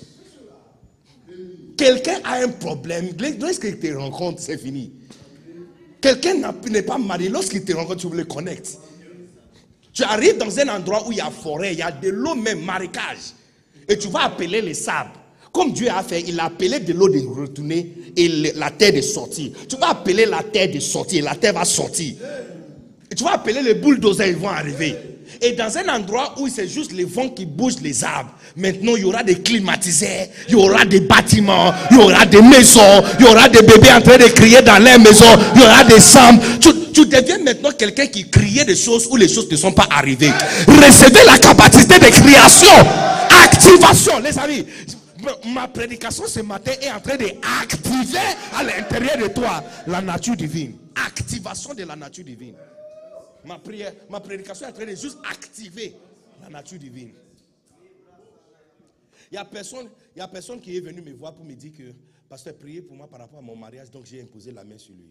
Quelqu'un a un problème, lorsqu'il te rencontre, c'est fini. Quelqu'un n'est pas marié, lorsqu'il te rencontre, tu le connectes. Tu arrives dans un endroit où il y a forêt, il y a de l'eau même, marécage. Et tu vas appeler les sables. Comme Dieu a fait, il a appelé de l'eau de retourner et la terre de sortir. Tu vas appeler la terre de sortir, la terre va sortir. Et tu vas appeler les bulldozers, ils vont arriver. Et dans un endroit où c'est juste les vents qui bougent les arbres, maintenant il y aura des climatiseurs, il y aura des bâtiments, il y aura des maisons, il y aura des bébés en train de crier dans les maisons, il y aura des chambres. Tu deviens maintenant quelqu'un qui criait des choses où les choses ne sont pas arrivées. Recevez la capacité de création, activation, les amis. Ma prédication ce matin est en train d'activer à l'intérieur de toi la nature divine. Activation de la nature divine. Ma prédication est en train de juste activer la nature divine. Il y a personne qui est venu me voir pour me dire que pasteur, priez pour moi par rapport à mon mariage, donc j'ai imposé la main sur lui.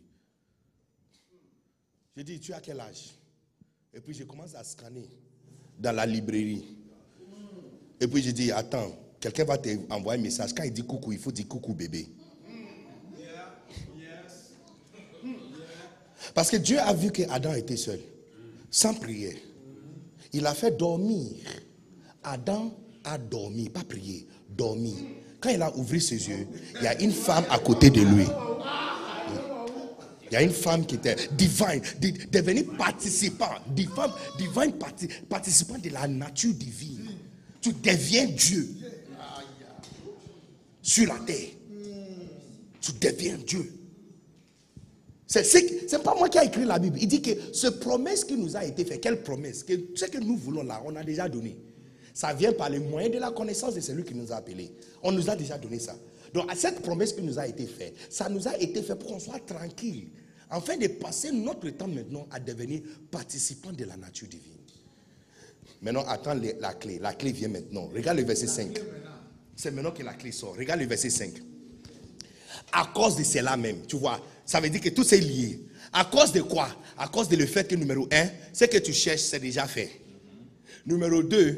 J'ai dit, tu as quel âge? Et puis je commence à scanner dans la librairie. Et puis je dis, attends, quelqu'un va t'envoyer un message. Quand il dit coucou, il faut dire coucou bébé. Parce que Dieu a vu que Adam était seul, sans prière. Il a fait dormir. Adam a dormi, pas prier, dormi. Quand il a ouvert ses yeux, il y a une femme à côté de lui. Il y a une femme qui était divine, devenue participant, divine participant de la nature divine. Tu deviens Dieu sur la terre. Tu deviens Dieu. C'est pas moi qui ai écrit la Bible. Il dit que ce promesse qui nous a été faite, quelle promesse? Que ce que nous voulons là, on a déjà donné. Ça vient par les moyens de la connaissance de celui qui nous a appelés. On nous a déjà donné ça. Donc à cette promesse qui nous a été faite, ça nous a été fait pour qu'on soit tranquille. Afin de passer notre temps maintenant à devenir participant de la nature divine. Maintenant, attends la clé. La clé vient maintenant. Regarde le verset 5. C'est maintenant que la clé sort. Regarde le verset 5. À cause de cela même, tu vois, ça veut dire que tout c'est lié. À cause de quoi? À cause de le fait que numéro 1, ce que tu cherches, c'est déjà fait. Numéro 2,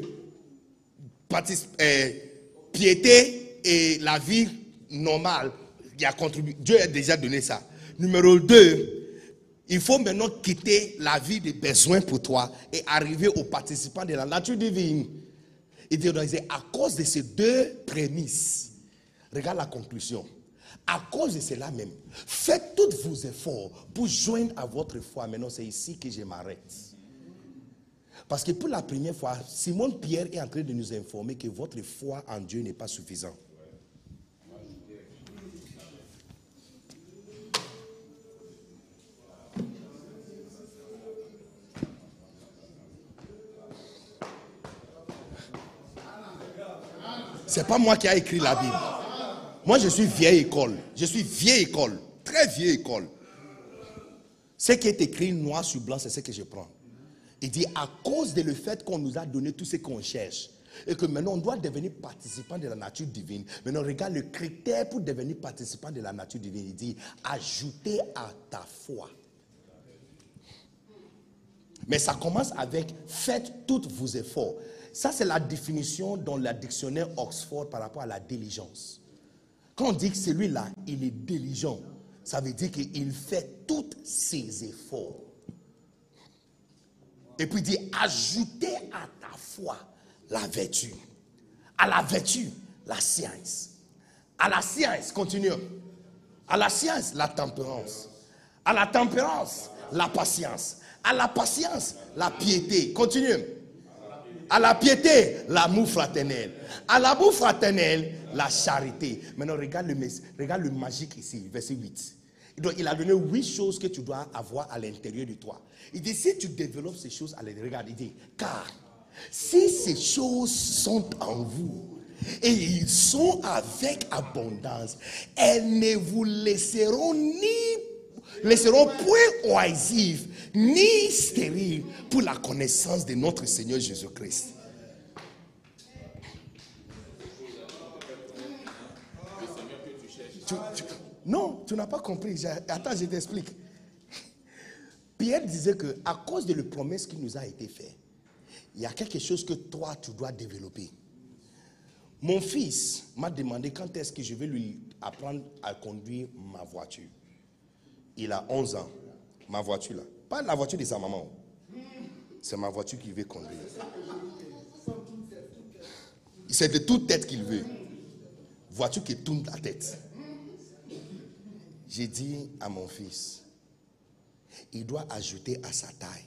piété et la vie normale, il a contribué. Dieu a déjà donné ça. Numéro 2, il faut maintenant quitter la vie de besoin pour toi et arriver aux participants de la nature divine. Il dit à cause de ces deux prémices, regarde la conclusion. À cause de cela même, faites tous vos efforts pour joindre à votre foi. Maintenant, c'est ici que je m'arrête. Parce que pour la première fois, Simon Pierre est en train de nous informer que votre foi en Dieu n'est pas suffisante. C'est pas moi qui ai écrit la Bible. Moi, je suis vieille école. Je suis vieille école. Très vieille école. Ce qui est écrit noir sur blanc, c'est ce que je prends. Il dit, à cause de le fait qu'on nous a donné tout ce qu'on cherche, et que maintenant on doit devenir participant de la nature divine. Maintenant, regarde le critère pour devenir participant de la nature divine. Il dit, ajoutez à ta foi. Mais ça commence avec, faites tous vos efforts. Ça, c'est la définition dans le dictionnaire Oxford par rapport à la diligence. Quand on dit que celui-là, il est diligent, ça veut dire qu'il fait tous ses efforts. Et puis il dit, ajoutez à ta foi la vertu. À la vertu, la science. À la science, continue. À la science, la tempérance. À la tempérance, la patience. À la patience, la piété. Continue. À la piété, l'amour fraternel. À l'amour fraternel, la charité. Maintenant, regarde le magique ici, verset 8. Donc, il a donné 8 choses que tu dois avoir à l'intérieur de toi. Il dit, si tu développes ces choses à l'intérieur, regarde, il dit, car si ces choses sont en vous et ils sont avec abondance, elles ne vous laisseront point oisifs ni stériles pour la connaissance de notre Seigneur Jésus-Christ. Non, tu n'as pas compris. Attends, je t'explique. Pierre disait que à cause de la promesse qui nous a été faite, il y a quelque chose que toi, tu dois développer. Mon fils m'a demandé quand est-ce que je vais lui apprendre à conduire ma voiture. Il a 11 ans. Ma voiture là. Pas la voiture de sa maman. C'est ma voiture qu'il veut conduire. C'est de toute tête qu'il veut. Voiture qui tourne la tête. J'ai dit à mon fils, il doit ajouter à sa taille.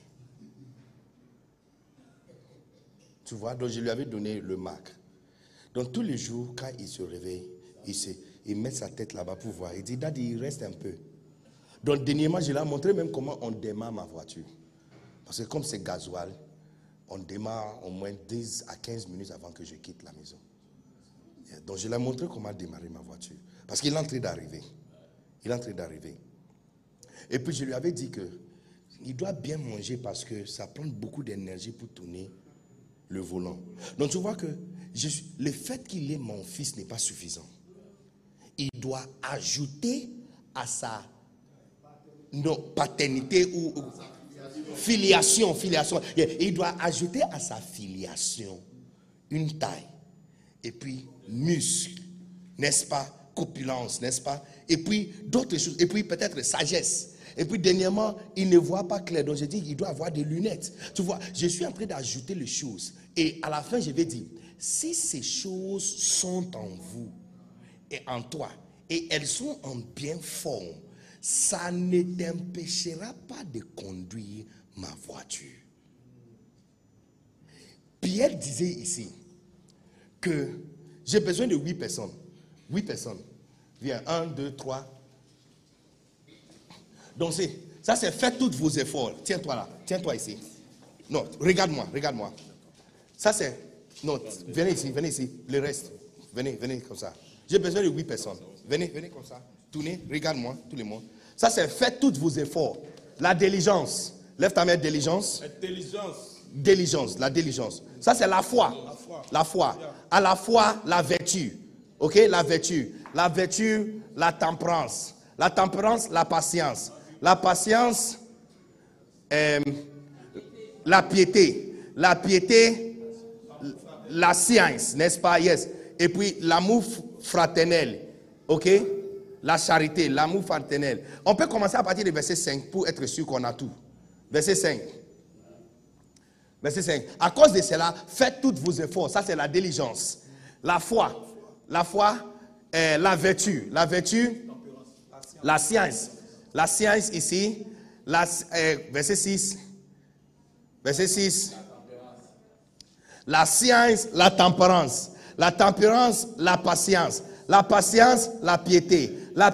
Tu vois, donc je lui avais donné le marque. Donc tous les jours, quand il se réveille, il met sa tête là-bas pour voir. Il dit, Daddy, il reste un peu. Donc dernièrement, je lui ai montré même comment on démarre ma voiture. Parce que comme c'est gasoil, on démarre au moins 10 à 15 minutes avant que je quitte la maison. Donc je lui ai montré comment démarrer ma voiture. Parce qu'il est en train d'arriver. Il est en train d'arriver. Et puis je lui avais dit qu'il doit bien manger parce que ça prend beaucoup d'énergie pour tourner le volant. Donc tu vois que le fait qu'il ait mon fils n'est pas suffisant. Il doit ajouter à sa paternité ou filiation. Il doit ajouter à sa filiation une taille. Et puis muscle, n'est-ce pas? Corpulence, n'est-ce pas? Et puis d'autres choses. Et puis peut-être sagesse. Et puis dernièrement, il ne voit pas clair. Donc je dis qu'il doit avoir des lunettes. Tu vois, je suis en train d'ajouter les choses. Et à la fin, je vais dire, si ces choses sont en vous et en toi, et elles sont en bien forme, ça ne t'empêchera pas de conduire ma voiture. Pierre disait ici que j'ai besoin de 8 personnes. 8 personnes. Viens, 1, 2, 3. Donc ça c'est faites tous vos efforts. Tiens-toi là, tiens-toi ici. Non, regarde-moi. Ça c'est, non, venez ici, le reste. Venez comme ça. J'ai besoin de 8 personnes. Venez comme ça. Tournez, regarde-moi, tout le monde. Ça c'est faites tous vos efforts. La diligence. Lève ta main, diligence. Diligence, la diligence. Ça c'est la foi. La foi. À la foi, la vertu. Ok, la vertu. La vertu, la tempérance. La tempérance, la patience. la patience, la piété, la science, n'est-ce pas? Yes. Et puis l'amour fraternel, ok? La charité, l'amour fraternel. On peut commencer à partir du verset 5 pour être sûr qu'on a tout. Verset 5. Verset 5. À cause de cela, faites tous vos efforts. Ça, c'est la diligence. La foi, la vertu, la science. La science ici, verset 6. Verset 6. La science, la tempérance, la patience, la piété,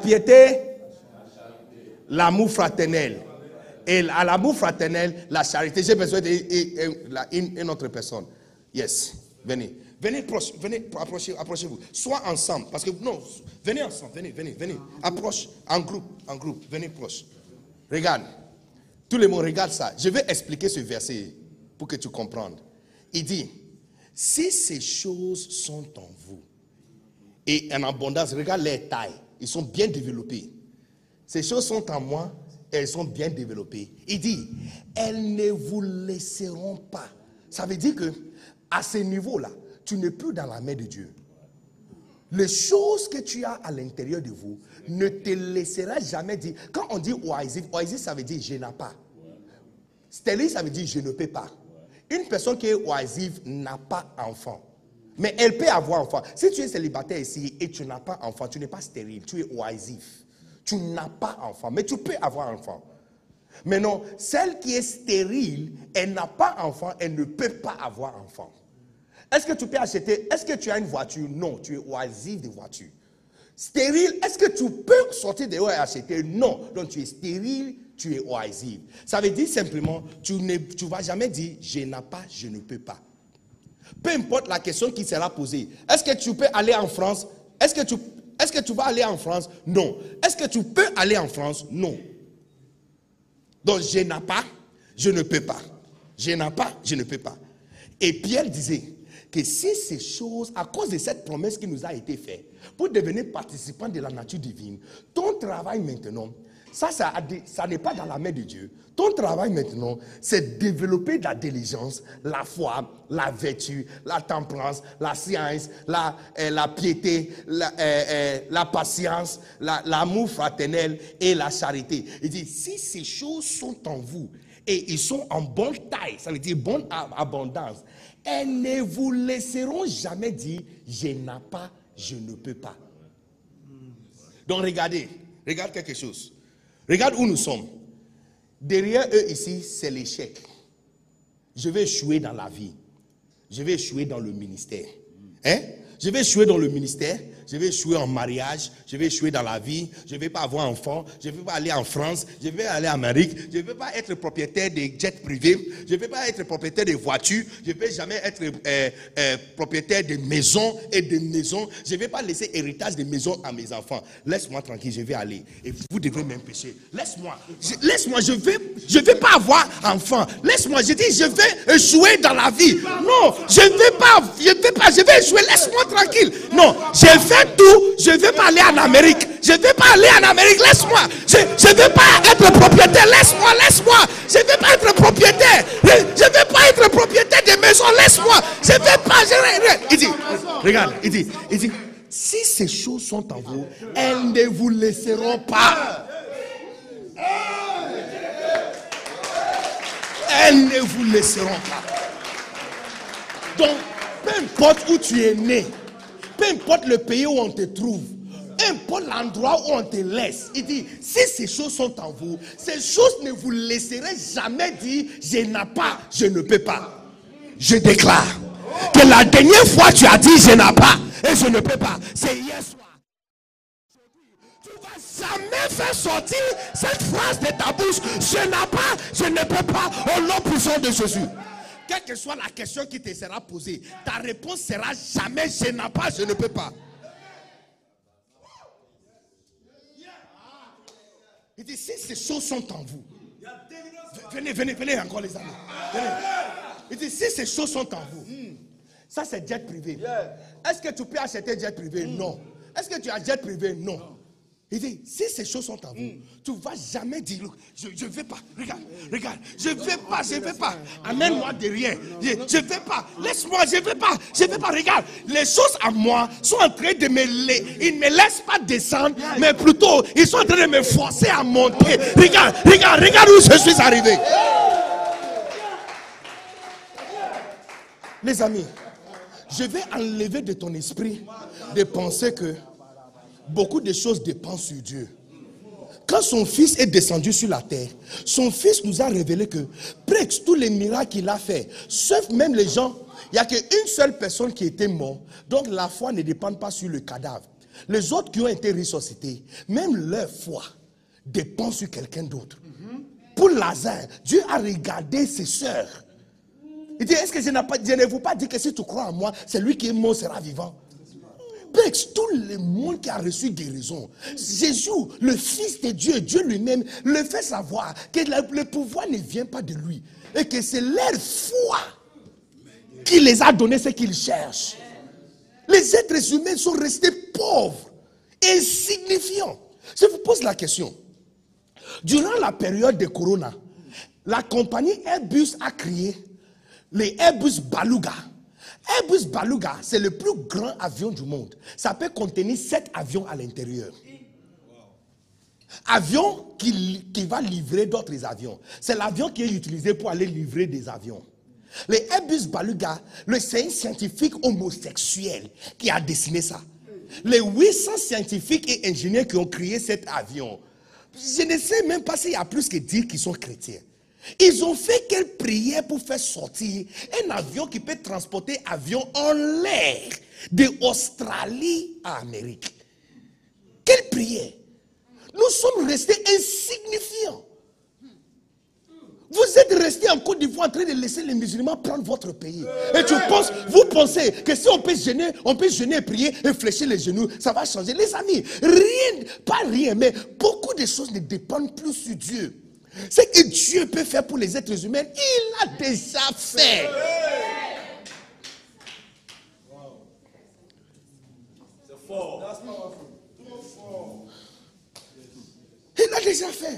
l'amour fraternel, et à l'amour fraternel, la charité. J'ai besoin d'une autre personne. Yes, venez, approchez-vous. Soit ensemble, parce que non, venez ensemble, venez, approche en groupe, venez proche. Regarde, tout le monde regarde ça. Je vais expliquer ce verset pour que tu comprennes. Il dit, si ces choses sont en vous et en abondance, regarde les tailles, ils sont bien développés. Ces choses sont en moi et elles sont bien développées. Il dit, elles ne vous laisseront pas. Ça veut dire que à ce niveau-là, tu n'es plus dans la main de Dieu. Les choses que tu as à l'intérieur de vous ne te laissera jamais dire. Quand on dit oisif, ça veut dire je n'ai pas. Stérile, ça veut dire je ne peux pas. Une personne qui est oisive n'a pas enfant. Mais elle peut avoir enfant. Si tu es célibataire ici et tu n'as pas enfant, tu n'es pas stérile, tu es oisif. Tu n'as pas enfant, mais tu peux avoir enfant. Mais non, celle qui est stérile, elle n'a pas enfant, elle ne peut pas avoir enfant. Est-ce que tu peux acheter, est-ce que tu as une voiture? Non, tu es oisif de voiture. Stérile, est-ce que tu peux sortir dehors et acheter? Non, donc tu es stérile, tu es oisif. Ça veut dire simplement, tu ne vas jamais dire, je n'ai pas, je ne peux pas. Peu importe la question qui sera posée. Est-ce que tu peux aller en France? Est-ce que tu vas aller en France? Non. Est-ce que tu peux aller en France? Non. Donc, je n'ai pas, je ne peux pas. Je n'ai pas, je ne peux pas. Et Pierre disait que si ces choses, à cause de cette promesse qui nous a été faite, pour devenir participant de la nature divine, ton travail maintenant, ça n'est pas dans la main de Dieu. Ton travail maintenant, c'est développer la diligence, la foi, la vertu, la tempérance, la science, la piété, la patience, l'amour fraternel et la charité. Il dit, si ces choses sont en vous et ils sont en bonne taille, ça veut dire bonne abondance, elles ne vous laisseront jamais dire, je n'ai pas, je ne peux pas. Donc regarde quelque chose. Regarde où nous sommes. Derrière eux ici, c'est l'échec. Je vais échouer dans la vie. Je vais échouer dans le ministère. Je vais échouer dans le ministère. Je vais échouer en mariage. Je vais échouer dans la vie. Je ne vais pas avoir enfant. Je ne vais pas aller en France. Je vais aller en Amérique. Je ne vais pas être propriétaire de jets privés. Je ne vais pas être propriétaire de voitures. Je ne vais jamais être propriétaire de maisons et de maisons. Je ne vais pas laisser héritage de maisons à mes enfants. Laisse-moi tranquille, je vais aller. Et vous devrez m'empêcher. Laisse-moi. Je vais pas avoir enfant. Laisse-moi. Je dis, je vais échouer dans la vie. Non, je vais échouer. Laisse-moi tranquille. Non, je fais tout. Je ne vais pas aller en Amérique. Je ne vais pas aller en Amérique. Laisse-moi. Je ne vais pas être propriétaire. Laisse-moi. Je ne vais pas être propriétaire. Je ne vais pas être propriétaire des maisons. Laisse-moi. Je ne vais pas. Il dit, regarde, il dit, si ces choses sont en vous, elles ne vous laisseront pas. Elles ne vous laisseront pas. Donc, peu importe où tu es né, peu importe le pays où on te trouve, peu importe l'endroit où on te laisse, il dit, si ces choses sont en vous, ces choses ne vous laisseront jamais dire, je n'ai pas, je ne peux pas. Je déclare que la dernière fois tu as dit, je n'ai pas et je ne peux pas, c'est hier soir. Tu ne vas jamais faire sortir cette phrase de ta bouche, je n'ai pas, je ne peux pas, au nom puissant de Jésus. Quelle que soit la question qui te sera posée, ta réponse sera jamais je n'ai pas, je ne peux pas. Il dit, si ces choses sont en vous, venez encore les amis. Venez. Il dit, si ces choses sont en vous, ça c'est jet privé. Est-ce que tu peux acheter jet privé? Non. Est-ce que tu as jet privé? Non. Il dit, si ces choses sont à vous, tu ne vas jamais dire, je ne vais pas, regarde, je ne vais pas, amène-moi derrière, je ne vais pas, laisse-moi, je ne vais pas, regarde, les choses à moi sont en train de ils ne me laissent pas descendre, mais plutôt, ils sont en train de me forcer à monter. Regarde où je suis arrivé. Les amis, je vais enlever de ton esprit de penser que beaucoup de choses dépendent sur Dieu. Quand son fils est descendu sur la terre, son fils nous a révélé que presque tous les miracles qu'il a fait, sauf même les gens, il n'y a qu'une seule personne qui était morte, donc la foi ne dépend pas sur le cadavre. Les autres qui ont été ressuscités, même leur foi dépend sur quelqu'un d'autre. Pour Lazare, Dieu a regardé ses sœurs. Il dit, est-ce que je ne vous pas dit que si tu crois en moi, c'est lui qui est mort sera vivant? Tout le monde qui a reçu guérison, Jésus, le Fils de Dieu, Dieu lui-même, le fait savoir que le pouvoir ne vient pas de lui. Et que c'est leur foi qui les a donné ce qu'ils cherchent. Les êtres humains sont restés pauvres, insignifiants. Je vous pose la question. Durant la période de Corona, la compagnie Airbus a créé les Airbus Baluga. Airbus Baluga, c'est le plus grand avion du monde. Ça peut contenir 7 avions à l'intérieur. Avion qui va livrer d'autres avions. C'est l'avion qui est utilisé pour aller livrer des avions. Les Airbus Baluga, c'est un scientifique homosexuel qui a dessiné ça. Les 800 scientifiques et ingénieurs qui ont créé cet avion, je ne sais même pas s'il y a plus que dire qu'ils sont chrétiens. Ils ont fait quelle prière pour faire sortir un avion qui peut transporter avion en l'air de Australie à Amérique. Quelle prière! Nous sommes restés insignifiants. Vous êtes restés en Côte d'Ivoire en train de laisser les musulmans prendre votre pays. Et vous pensez que si on peut jeûner et prier et fléchir les genoux, ça va changer. Les amis, mais beaucoup de choses ne dépendent plus sur Dieu. Ce que Dieu peut faire pour les êtres humains, il a déjà fait. C'est fort. Il a déjà fait.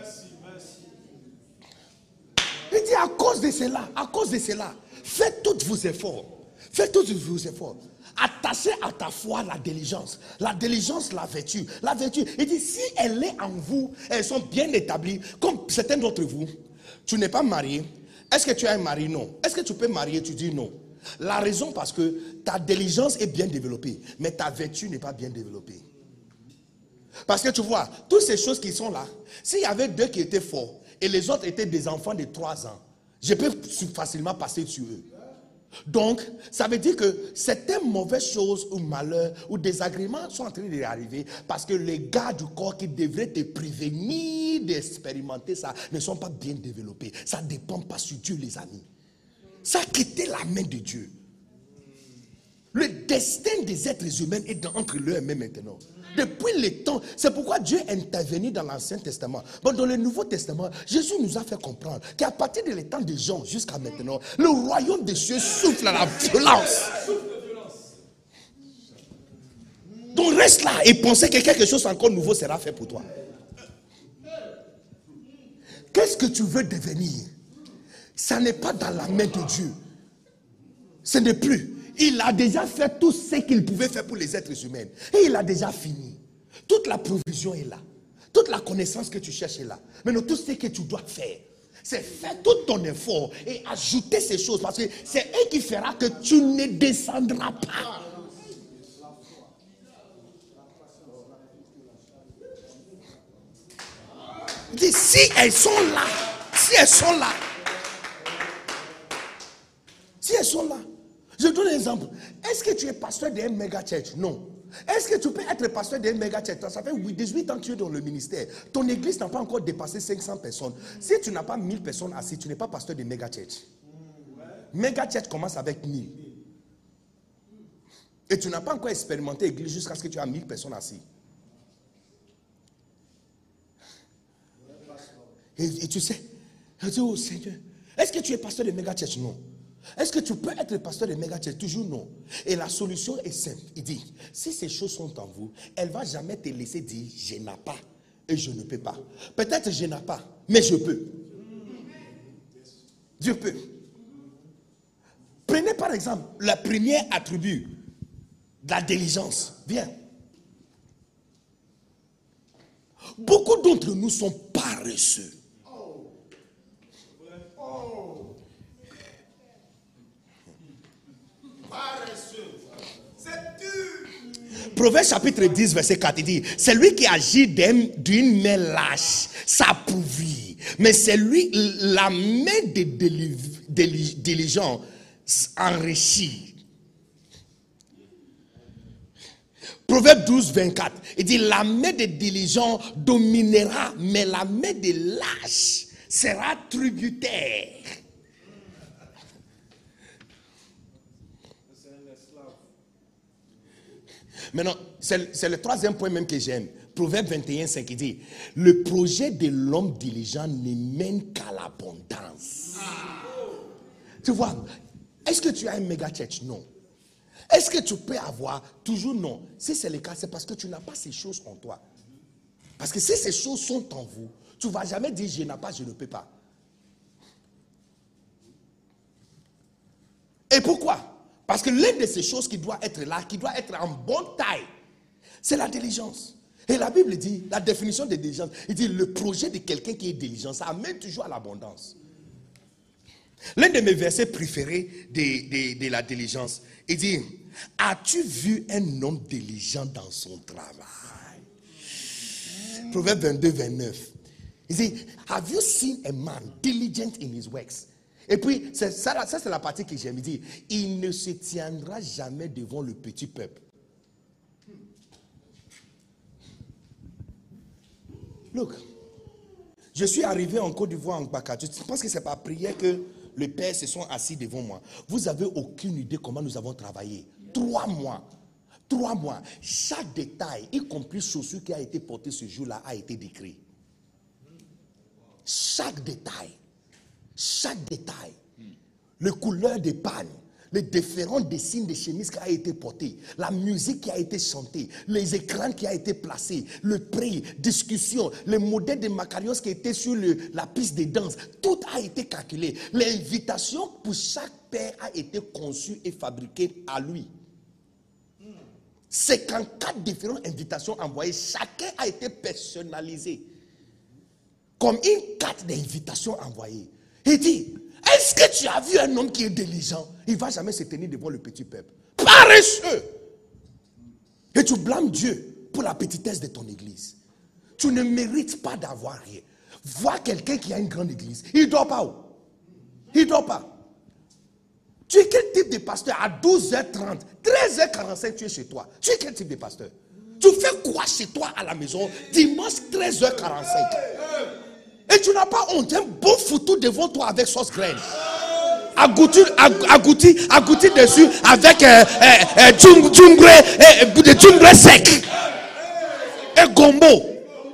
Il dit à cause de cela, faites tous vos efforts. Attachez à ta foi la diligence, la vertu. Il dit si elle est en vous, elles sont bien établies. Comme certains d'entre vous, tu n'es pas marié. Est-ce que tu as un mari? Non. Est-ce que tu peux marier? Tu dis non. La raison parce que ta diligence est bien développée, mais ta vertu n'est pas bien développée. Parce que tu vois, toutes ces choses qui sont là, s'il y avait 2 qui étaient forts et les autres étaient des enfants de 3 ans, je peux facilement passer sur eux. Donc, ça veut dire que certaines mauvaises choses ou malheurs ou désagréments sont en train d'arriver parce que les gars du corps qui devraient te prévenir d'expérimenter ça ne sont pas bien développés. Ça ne dépend pas sur Dieu, les amis. Ça a quitté la main de Dieu. Le destin des êtres humains est entre leurs mains maintenant. Depuis les temps, c'est pourquoi Dieu est intervenu dans l'Ancien Testament. Bon, dans le Nouveau Testament, Jésus nous a fait comprendre qu'à partir de les temps des gens jusqu'à maintenant, le royaume des cieux souffle à la violence. Donc reste là et pensez que quelque chose encore nouveau sera fait pour toi. Qu'est-ce que tu veux devenir? Ça n'est pas dans la main de Dieu. Ce n'est plus. Il a déjà fait tout ce qu'il pouvait faire pour les êtres humains. Et il a déjà fini. Toute la provision est là. Toute la connaissance que tu cherches est là. Maintenant, tout ce que tu dois faire, c'est faire tout ton effort et ajouter ces choses. Parce que c'est elle qui fera que tu ne descendras pas. Il dit, si elles sont là, si elles sont là, je donne un exemple. Est-ce que tu es pasteur d'un méga church? Non. Est-ce que tu peux être pasteur d'un méga church? Ça fait 18 ans que tu es dans le ministère. Ton église n'a pas encore dépassé 500 personnes. Si tu n'as pas 1000 personnes assises, tu n'es pas pasteur de méga church. Méga church commence avec 1000. Et tu n'as pas encore expérimenté l'église jusqu'à ce que tu aies 1000 personnes assises. Et tu sais, je dis, oh Seigneur, est-ce que tu es pasteur de méga church? Non. Est-ce que tu peux être pasteur de méga church? Toujours non. Et la solution est simple. Il dit, si ces choses sont en vous, elle ne va jamais te laisser dire, je n'ai pas et je ne peux pas. Peut-être je n'ai pas, mais je peux. Dieu peut. Prenez par exemple le premier attribut de la diligence. Viens. Beaucoup d'entre nous sont paresseux. Proverbe chapitre 10 verset 4 il dit, c'est lui qui agit d'une main lâche s'appauvrit, mais c'est lui la main des diligents enrichit. Proverbe 12 24 il dit, la main des diligents dominera, mais la main des lâches sera tributaire. Maintenant, c'est le troisième point même que j'aime. Proverbe 21, 5, il dit, le projet de l'homme diligent ne mène qu'à l'abondance. Tu vois, est-ce que tu as un méga church? Non. Est-ce que tu peux avoir? Toujours non. Si c'est le cas, c'est parce que tu n'as pas ces choses en toi. Parce que si ces choses sont en vous, tu ne vas jamais dire, je n'ai pas, je ne peux pas. Et pourquoi? Parce que l'une de ces choses qui doit être là, qui doit être en bonne taille, c'est la diligence. Et la Bible dit, la définition de diligence, il dit le projet de quelqu'un qui est diligent, ça amène toujours à l'abondance. L'un de mes versets préférés de la diligence, il dit, as-tu vu un homme diligent dans son travail? Proverbe 22, 29. Il dit, have you seen a man diligent in his works? Et puis, ça c'est la partie que j'aime. Il dit, il ne se tiendra jamais devant le petit peuple. Look, je suis arrivé en Côte d'Ivoire, en Baka. Je pense que c'est par prière que les pères se sont assis devant moi. Vous n'avez aucune idée comment nous avons travaillé. 3 mois. 3 mois. Chaque détail, y compris chaussure qui a été portée ce jour-là, a été décrit. Chaque détail. Chaque détail, les couleurs des pannes, les différents dessins de chemises qui a été portés, la musique qui a été chantée, les écrans qui a été placés, le prix, discussion, les modèles de macarios qui étaient sur la piste de danse, tout a été calculé. L'invitation pour chaque père a été conçue et fabriquée à lui. 54 différentes invitations envoyées, chacun a été personnalisé comme une carte d'invitation envoyée. Il dit, est-ce que tu as vu un homme qui est diligent? Il ne va jamais se tenir devant le petit peuple. Paresseux. Et tu blâmes Dieu pour la petitesse de ton église. Tu ne mérites pas d'avoir rien. Vois quelqu'un qui a une grande église. Il ne dort pas où? Il ne dort pas. Tu es quel type de pasteur? À 12h30, 13h45, tu es chez toi. Tu es quel type de pasteur? Tu fais quoi chez toi à la maison dimanche 13h45? Et tu n'as pas honte, un bon foutu devant toi avec sauce graine. Agouti dessus avec djungre sec. Et gombo.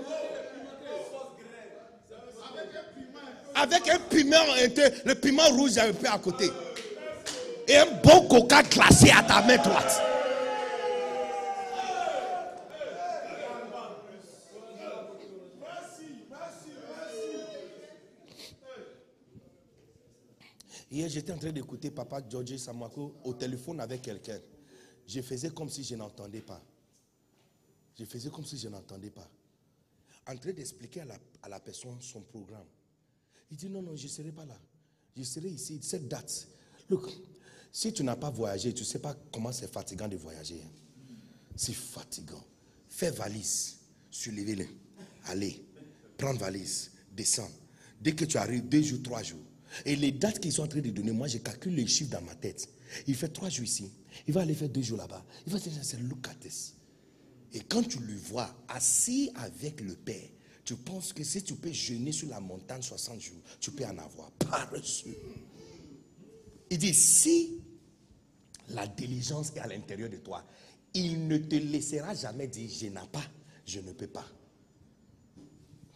Avec un piment, le piment rouge un peu à côté. Et un bon coca glacé à ta main droite. Hier, j'étais en train d'écouter Papa George Samako au téléphone avec quelqu'un. Je faisais comme si je n'entendais pas. Je faisais comme si je n'entendais pas. En train d'expliquer à la personne son programme. Il dit non, je ne serai pas là. Je serai ici, cette date. Look, si tu n'as pas voyagé, tu ne sais pas comment c'est fatigant de voyager. C'est fatigant. Fais valise, soulevez-le. Allez, prendre valise, descendre. Dès que tu arrives, 2 jours, 3 jours. Et les dates qu'ils sont en train de donner, moi je calcule les chiffres dans ma tête. Il fait 3 jours ici, il va aller faire 2 jours là-bas. Il va se dire, c'est look at this. Et quand tu le vois assis avec le Père, tu penses que si tu peux jeûner sur la montagne 60 jours, tu peux en avoir. Paresseux. Il dit, si la diligence est à l'intérieur de toi, il ne te laissera jamais dire, je n'ai pas, je ne peux pas.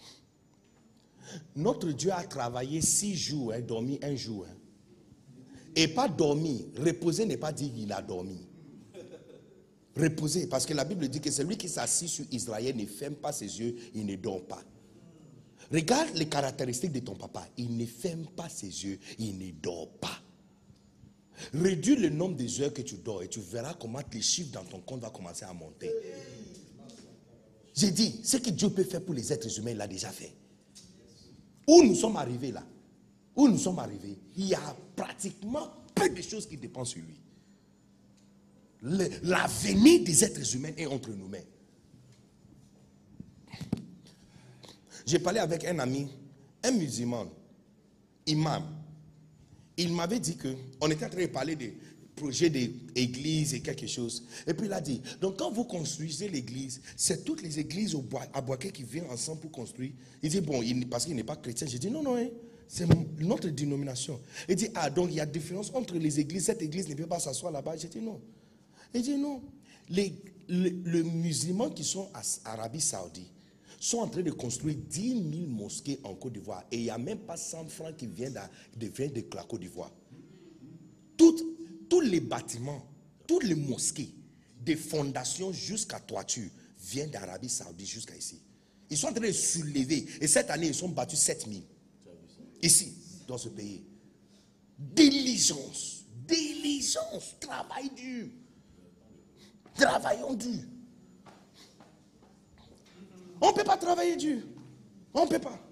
Notre Dieu a travaillé 6 jours, dormi 1 jour. Et pas dormir. Reposer n'est pas dire qu'il a dormi. Reposer, parce que la Bible dit que celui qui s'assit sur Israël ne ferme pas ses yeux, il ne dort pas. Regarde les caractéristiques de ton papa. Il ne ferme pas ses yeux, il ne dort pas. Réduis le nombre des heures que tu dors et tu verras comment les chiffres dans ton compte vont commencer à monter. J'ai dit, ce que Dieu peut faire pour les êtres humains, il l'a déjà fait. Où nous sommes arrivés là, où nous sommes arrivés, il y a pratiquement peu de choses qui dépendent sur lui. L'avenir des êtres humains est entre nos mains. J'ai parlé avec un ami, un musulman, imam. Il m'avait dit que on était en train de parler des projets d'église et quelque chose. Et puis il a dit, donc quand vous construisez l'église, c'est toutes les églises à Boaké qui viennent ensemble pour construire. Il dit, bon, parce qu'il n'est pas chrétien. J'ai dit, non, non, hein, c'est notre dénomination. Il dit, ah, donc il y a différence entre les églises. Cette église ne peut pas s'asseoir là-bas. J'ai dit, non. Il dit, non. Les musulmans qui sont en Arabie Saoudite sont en train de construire 10 000 mosquées en Côte d'Ivoire. Et il n'y a même pas 100 francs qui viennent de la Côte d'Ivoire. Tous les bâtiments, toutes les mosquées, des fondations jusqu'à toiture, viennent d'Arabie Saoudite jusqu'à ici. Ils sont en train de soulever. Et cette année, ils sont battus 7 000. Ici, dans ce pays. Diligence. Diligence. Travail dur. Travaillons dur. On ne peut pas travailler dur. On ne peut pas.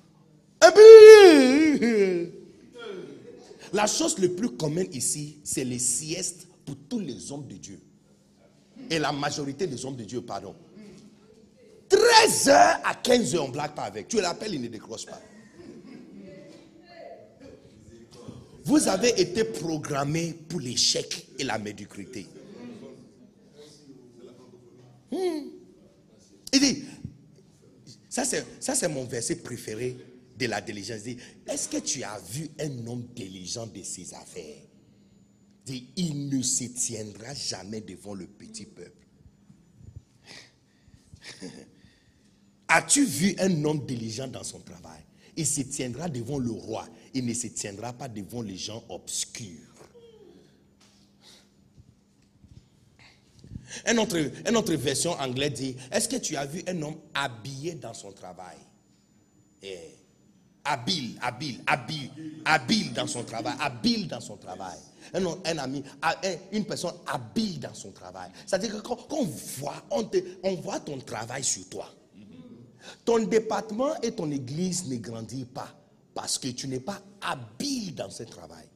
Et puis, la chose le plus commune ici, c'est les siestes pour tous les hommes de Dieu. Et la majorité des hommes de Dieu, pardon. 13h à 15h, on ne blague pas avec. Tu l'appelles, il ne décroche pas. Vous avez été programmé pour l'échec et la médiocrité. Il dit, ça c'est mon verset préféré de la diligence. Il dit, est-ce que tu as vu un homme diligent de ses affaires? Il dit, il ne se tiendra jamais devant le petit peuple. As-tu vu un homme diligent dans son travail? Il se tiendra devant le roi. Il ne se tiendra pas devant les gens obscurs. Une autre version anglaise dit, est-ce que tu as vu un homme habillé dans son travail? Habile dans son travail. Habile dans son travail. Une personne habile dans son travail. C'est-à-dire que quand on voit ton travail sur toi. Ton département et ton église ne grandissent pas parce que tu n'es pas habile dans ce travail.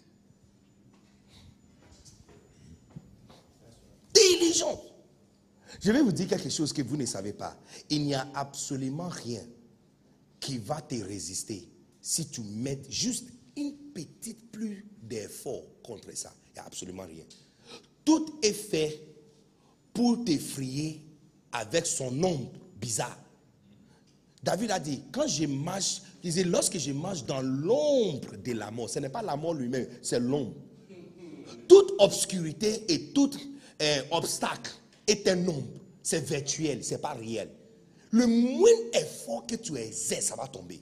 Diligent. Je vais vous dire quelque chose que vous ne savez pas. Il n'y a absolument rien qui va te résister si tu mets juste une petite plus d'effort contre ça. Il n'y a absolument rien. Tout est fait pour t'effrayer avec son ombre bizarre. David a dit, quand je marche, il disait, lorsque je marche dans l'ombre de la mort, ce n'est pas la mort lui-même, c'est l'ombre. Toute obscurité et tout obstacle est un ombre. C'est virtuel, c'est pas réel. Le moindre effort que tu exerces, ça va tomber.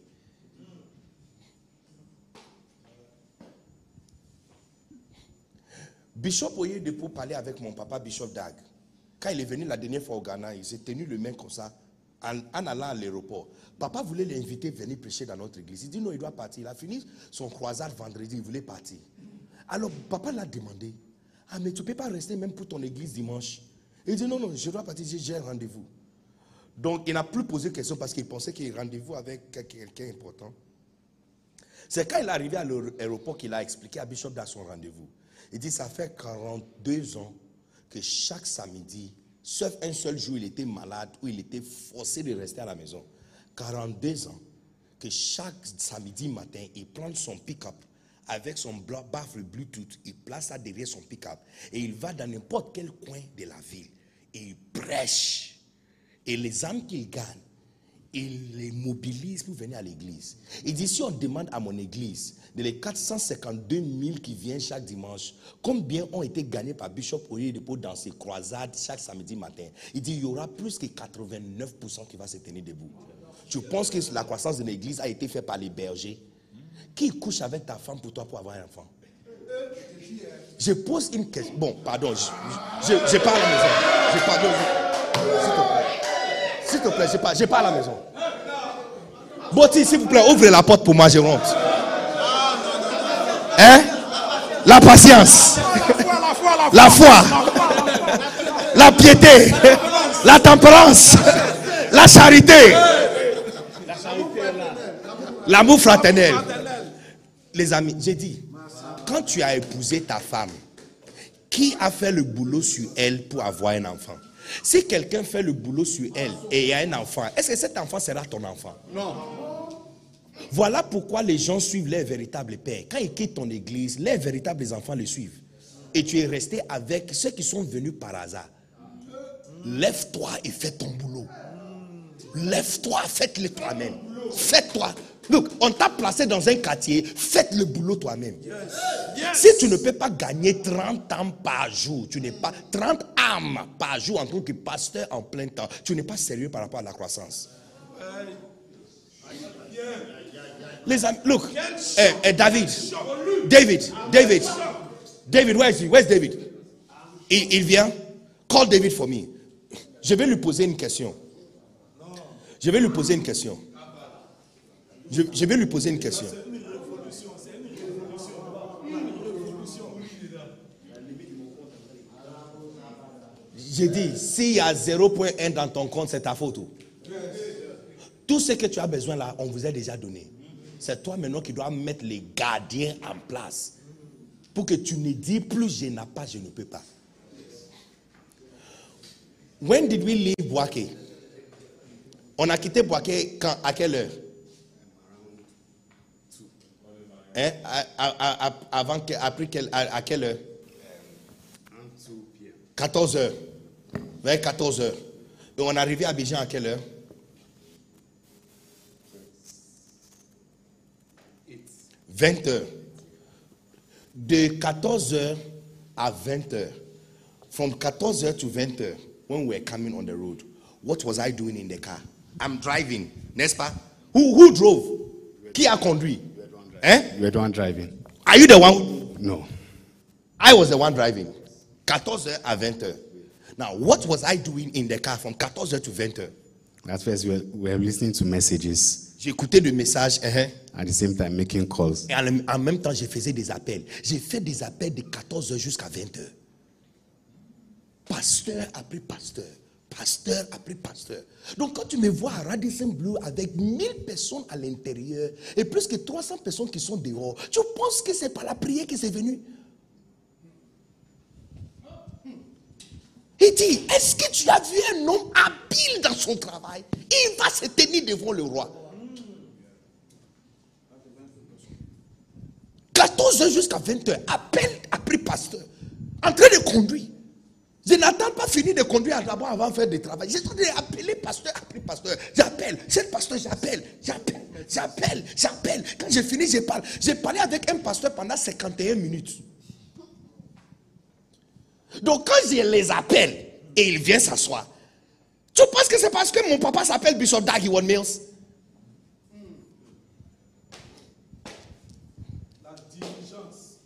Bishop Oyedepo parlait avec mon papa, Bishop Dag. Quand il est venu la dernière fois au Ghana, il s'est tenu le main comme ça, en allant à l'aéroport. Papa voulait l'inviter à venir prêcher dans notre église. Il dit non, il doit partir. Il a fini son croisade vendredi, il voulait partir. Alors papa l'a demandé, ah mais tu ne peux pas rester même pour ton église dimanche? Il dit non, non, je dois partir, j'ai un rendez-vous. Donc il n'a plus posé de question parce qu'il pensait qu'il y a un rendez-vous avec quelqu'un important. C'est quand il est arrivé à l'aéroport qu'il a expliqué à Bishop dans son rendez-vous. Il dit ça fait 42 ans que chaque samedi, sauf un seul jour, il était malade ou il était forcé de rester à la maison. 42 ans que chaque samedi matin, il prend son pick-up avec son baffle Bluetooth, il place ça derrière son pick-up et il va dans n'importe quel coin de la ville et il prêche. Et les âmes qu'il gagne, il les mobilise pour venir à l'église. Il dit, si on demande à mon église, de les 452 000 qui viennent chaque dimanche, combien ont été gagnés par Bishop Oyedepo dans ses croisades chaque samedi matin? Il dit, il y aura plus que 89% qui va se tenir debout. Tu penses que la croissance de l'église a été faite par les bergers? Qui couche avec ta femme pour toi pour avoir un enfant? Je pose une question. Bon, pardon, je pars à la maison. Je pars, s'il te plaît, je pars à la maison. Botti, s'il vous plaît, ouvrez la porte pour moi, je rentre. Hein? La patience. La foi. La piété. La tempérance. La charité. L'amour fraternel. Les amis, j'ai dit, quand tu as épousé ta femme, qui a fait le boulot sur elle pour avoir un enfant? Si quelqu'un fait le boulot sur elle et il y a un enfant, est-ce que cet enfant sera ton enfant? Non. Voilà pourquoi les gens suivent leurs véritables pères. Quand ils quittent ton église, leurs véritables enfants les suivent. Et tu es resté avec ceux qui sont venus par hasard. Lève-toi et fais ton boulot. Lève-toi, faites-le toi-même. Faites-toi. Look, on t'a placé dans un quartier, faites le boulot toi-même. Si tu ne peux pas gagner 30 ans par jour, tu n'es pas 30 âmes par jour en tant que pasteur en plein temps, tu n'es pas sérieux par rapport à la croissance. Les amis, look, David, where's David? Il vient. Call David for me. Je vais lui poser une question. Je vais lui poser une question. J'ai dit, s'il y a 0.1 dans ton compte, c'est ta photo. Tout ce que tu as besoin là, on vous a déjà donné. C'est toi maintenant qui dois mettre les gardiens en place. Pour que tu ne dis plus, je n'ai pas, je ne peux pas. When did we leave Boaké? On a quitté Boaké quand, à quelle heure? Hein? À quelle heure? 14 heures. Vers 14 heures. Et on est arrivé à Abidjan à quelle heure? 20 heures. De 14 heures à 20 heures. From 14 heures to 20 heures, when we were coming on the road, what was I doing in the car? I'm driving, n'est-ce pas? Who drove? Qui a conduit? Hein? You were the one driving. Are you the one? No. I was the one driving. 14 heures à 20 heures. Now, what was I doing in the car from 14 heures to 20 heures? At first, we were listening to messages. J'écoutais des messages. At the same time, making calls. Et en même temps, je faisais des appels. J'ai fait des appels de 14 heures jusqu'à 20 heures. Pasteur après pasteur. Pasteur après pasteur. Donc quand tu me vois à Radisson Blu avec 1000 personnes à l'intérieur et plus que 300 personnes qui sont dehors, tu penses que c'est par la prière que c'est venu? Il dit, est-ce que tu as vu un homme habile dans son travail? Il va se tenir devant le roi. 14 heures jusqu'à 20 heures, appel après pasteur, en train de conduire. Je n'attends pas finir de conduire d'abord avant de faire du travail. J'ai train d'appeler pasteur après pasteur. J'appelle, cette pasteur, j'appelle. Quand j'ai fini, je parle. J'ai parlé avec un pasteur pendant 51 minutes. Donc quand je les appelle et il vient s'asseoir, tu penses que c'est parce que mon papa s'appelle Bishop Dag Heward-Mills? La diligence.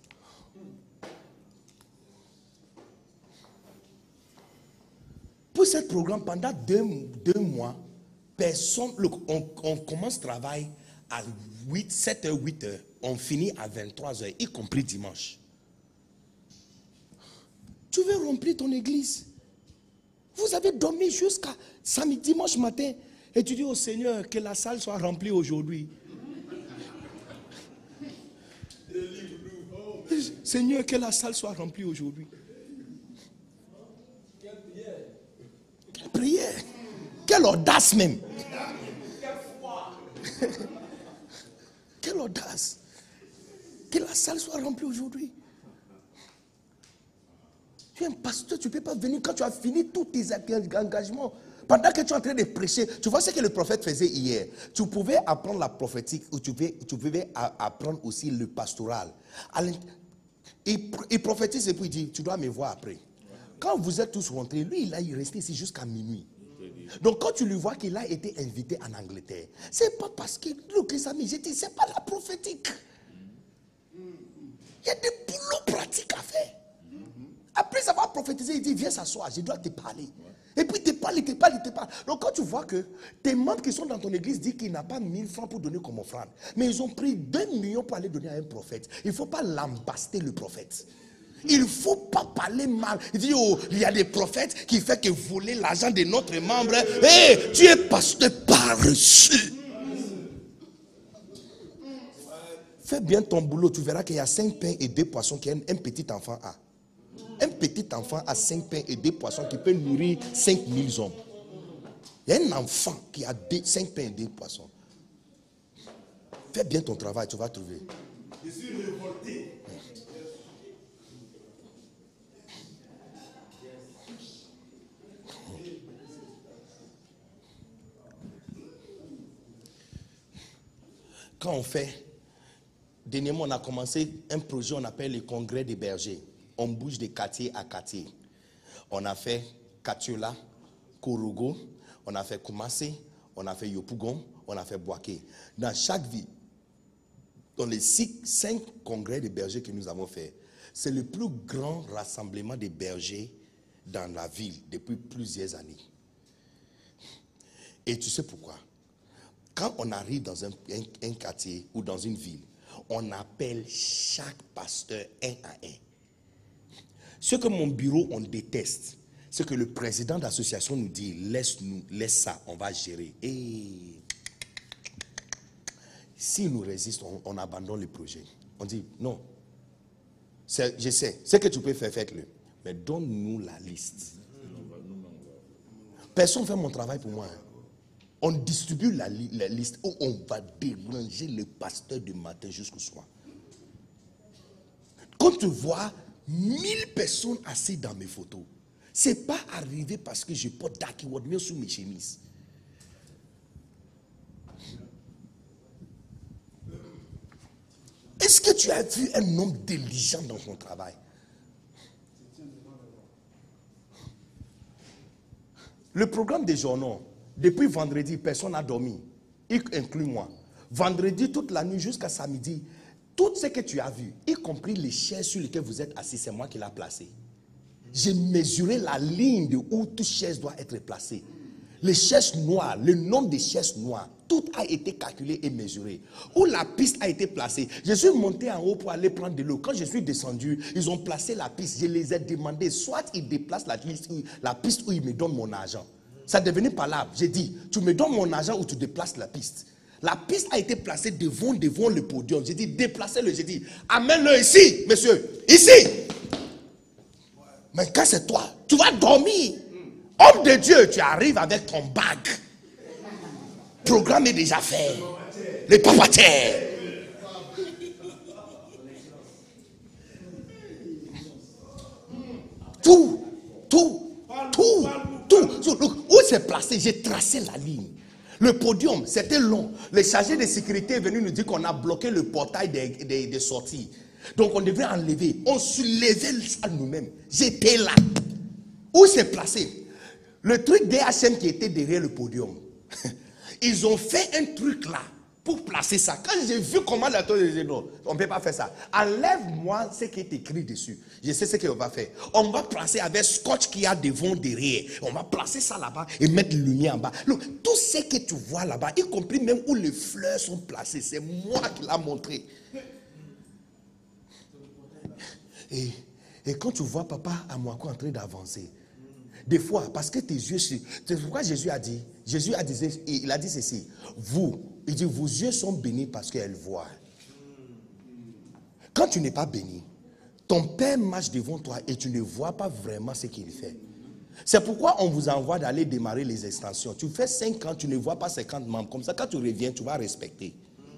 Pour ce programme, pendant deux mois, personne. Look, on commence travail à 7h, 8h. On finit à 23h, y compris dimanche. Tu veux remplir ton église. Vous avez dormi jusqu'à samedi, dimanche matin. Et tu dis au Seigneur que la salle soit remplie aujourd'hui. Seigneur, que la salle soit remplie aujourd'hui. Quelle prière. Quelle audace même. Quelle audace. Que la salle soit remplie aujourd'hui. Tu es un pasteur, tu ne peux pas venir quand tu as fini tous tes engagements. Pendant que tu es en train de prêcher, tu vois ce que le prophète faisait hier. Tu pouvais apprendre la prophétique ou tu pouvais apprendre aussi le pastoral. Il prophétise et puis il dit, tu dois me voir après. Quand vous êtes tous rentrés, lui, il est resté ici jusqu'à minuit. Donc quand tu lui vois qu'il a été invité en Angleterre, c'est pas parce que, les amis, j'ai dit, c'est pas la prophétique. y a des boulots pratiques à faire. Après avoir prophétisé, il dit, viens s'asseoir, je dois te parler. Et puis il te parle. Donc quand tu vois que tes membres qui sont dans ton église disent qu'il n'a pas 1000 francs pour donner comme offrande, mais ils ont pris 2 millions pour aller donner à un prophète, il ne faut pas lambaster le prophète. Il ne faut pas parler mal. Il dit, oh, il y a des prophètes qui font que voler l'argent de notre membre. Hé, tu es pasteur paresseux. Fais bien ton boulot, tu verras qu'il y a 5 pains et 2 poissons qu'un petit enfant a. Un petit enfant a 5 pains et 2 poissons qui peut nourrir 5000 hommes. Il y a un enfant qui a 5 pains et 2 poissons. Fais bien ton travail, tu vas trouver. Je suis révolté. Quand on fait, dernièrement on a commencé un projet, on appelle le congrès des bergers. On bouge de quartier à quartier. On a fait Katiola, Korogo, on a fait Kumasi, on a fait Yopougon, on a fait Boaké. Dans chaque ville, dans les 5 congrès des bergers que nous avons fait, c'est le plus grand rassemblement des bergers dans la ville depuis plusieurs années. Et tu sais pourquoi? Quand on arrive dans un quartier ou dans une ville, on appelle chaque pasteur un à un. Ce que mon bureau, on déteste, c'est que le président d'association nous dit, laisse ça, on va gérer. Et s'il nous résiste, on abandonne le projet. On dit, non, je sais, ce que tu peux faire, faites-le. Mais donne-nous la liste. Personne ne fait mon travail pour moi. On distribue la liste où on va déranger le pasteur du matin jusqu'au soir. Quand tu vois 1000 personnes assises dans mes photos, ce n'est pas arrivé parce que je porte Darky Word sous mes chemises. Est-ce que tu as vu un homme diligent dans son travail? Le programme des journaux, depuis vendredi, personne n'a dormi, y inclut moi. Vendredi, toute la nuit jusqu'à samedi, tout ce que tu as vu, y compris les chaises sur lesquelles vous êtes assis, c'est moi qui l'ai placé. J'ai mesuré la ligne de où toute chaise doit être placée. Les chaises noires, le nombre de chaises noires, tout a été calculé et mesuré. Où la piste a été placée. Je suis monté en haut pour aller prendre de l'eau. Quand je suis descendu, ils ont placé la piste. Je les ai demandé, soit ils déplacent la piste ou ils me donnent mon argent. Ça devenait pas là. J'ai dit, tu me donnes mon argent ou tu déplaces la piste. La piste a été placée devant le podium. J'ai dit, déplacez-le. J'ai dit, amène-le ici, monsieur. Ici. Mais quand c'est toi, tu vas dormir. Homme de Dieu, tu arrives avec ton bague. Programme est déjà fait. Les papataires. Tout. Où c'est placé, j'ai tracé la ligne. Le podium, c'était long. Le chargé de sécurité est venu nous dire qu'on a bloqué le portail des sorties. Donc on devait enlever. On soulevait ça nous-mêmes. J'étais là. Où c'est placé? Le truc DHM qui était derrière le podium. Ils ont fait un truc là pour placer ça. Quand j'ai vu comment la toile, j'ai dit non, on ne peut pas faire ça. Enlève-moi ce qui est écrit dessus. Je sais ce qu'on va faire. On va placer avec scotch qu'il y a devant, derrière. On va placer ça là-bas et mettre le lumière en bas. Donc, tout ce que tu vois là-bas, y compris même où les fleurs sont placées, c'est moi qui l'ai montré. Et quand tu vois papa Amouako en train d'avancer, des fois, parce que tes yeux, c'est pourquoi Jésus a dit il a dit ceci, il dit vos yeux sont bénis parce qu'elles voient. Quand tu n'es pas béni, ton père marche devant toi et tu ne vois pas vraiment ce qu'il fait. C'est pourquoi on vous envoie d'aller démarrer les extensions. Tu fais 5 ans, tu ne vois pas 50 membres. Comme ça, quand tu reviens, tu vas respecter.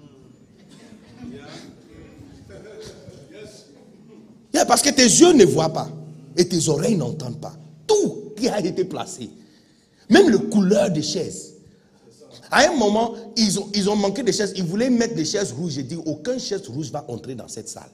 Parce que tes yeux ne voient pas et tes oreilles n'entendent pas. Tout qui a été placé. Même le couleur des chaises. À un moment, ils ont manqué de chaises. Ils voulaient mettre des chaises rouges. J'ai dit, aucune chaise rouge va entrer dans cette salle.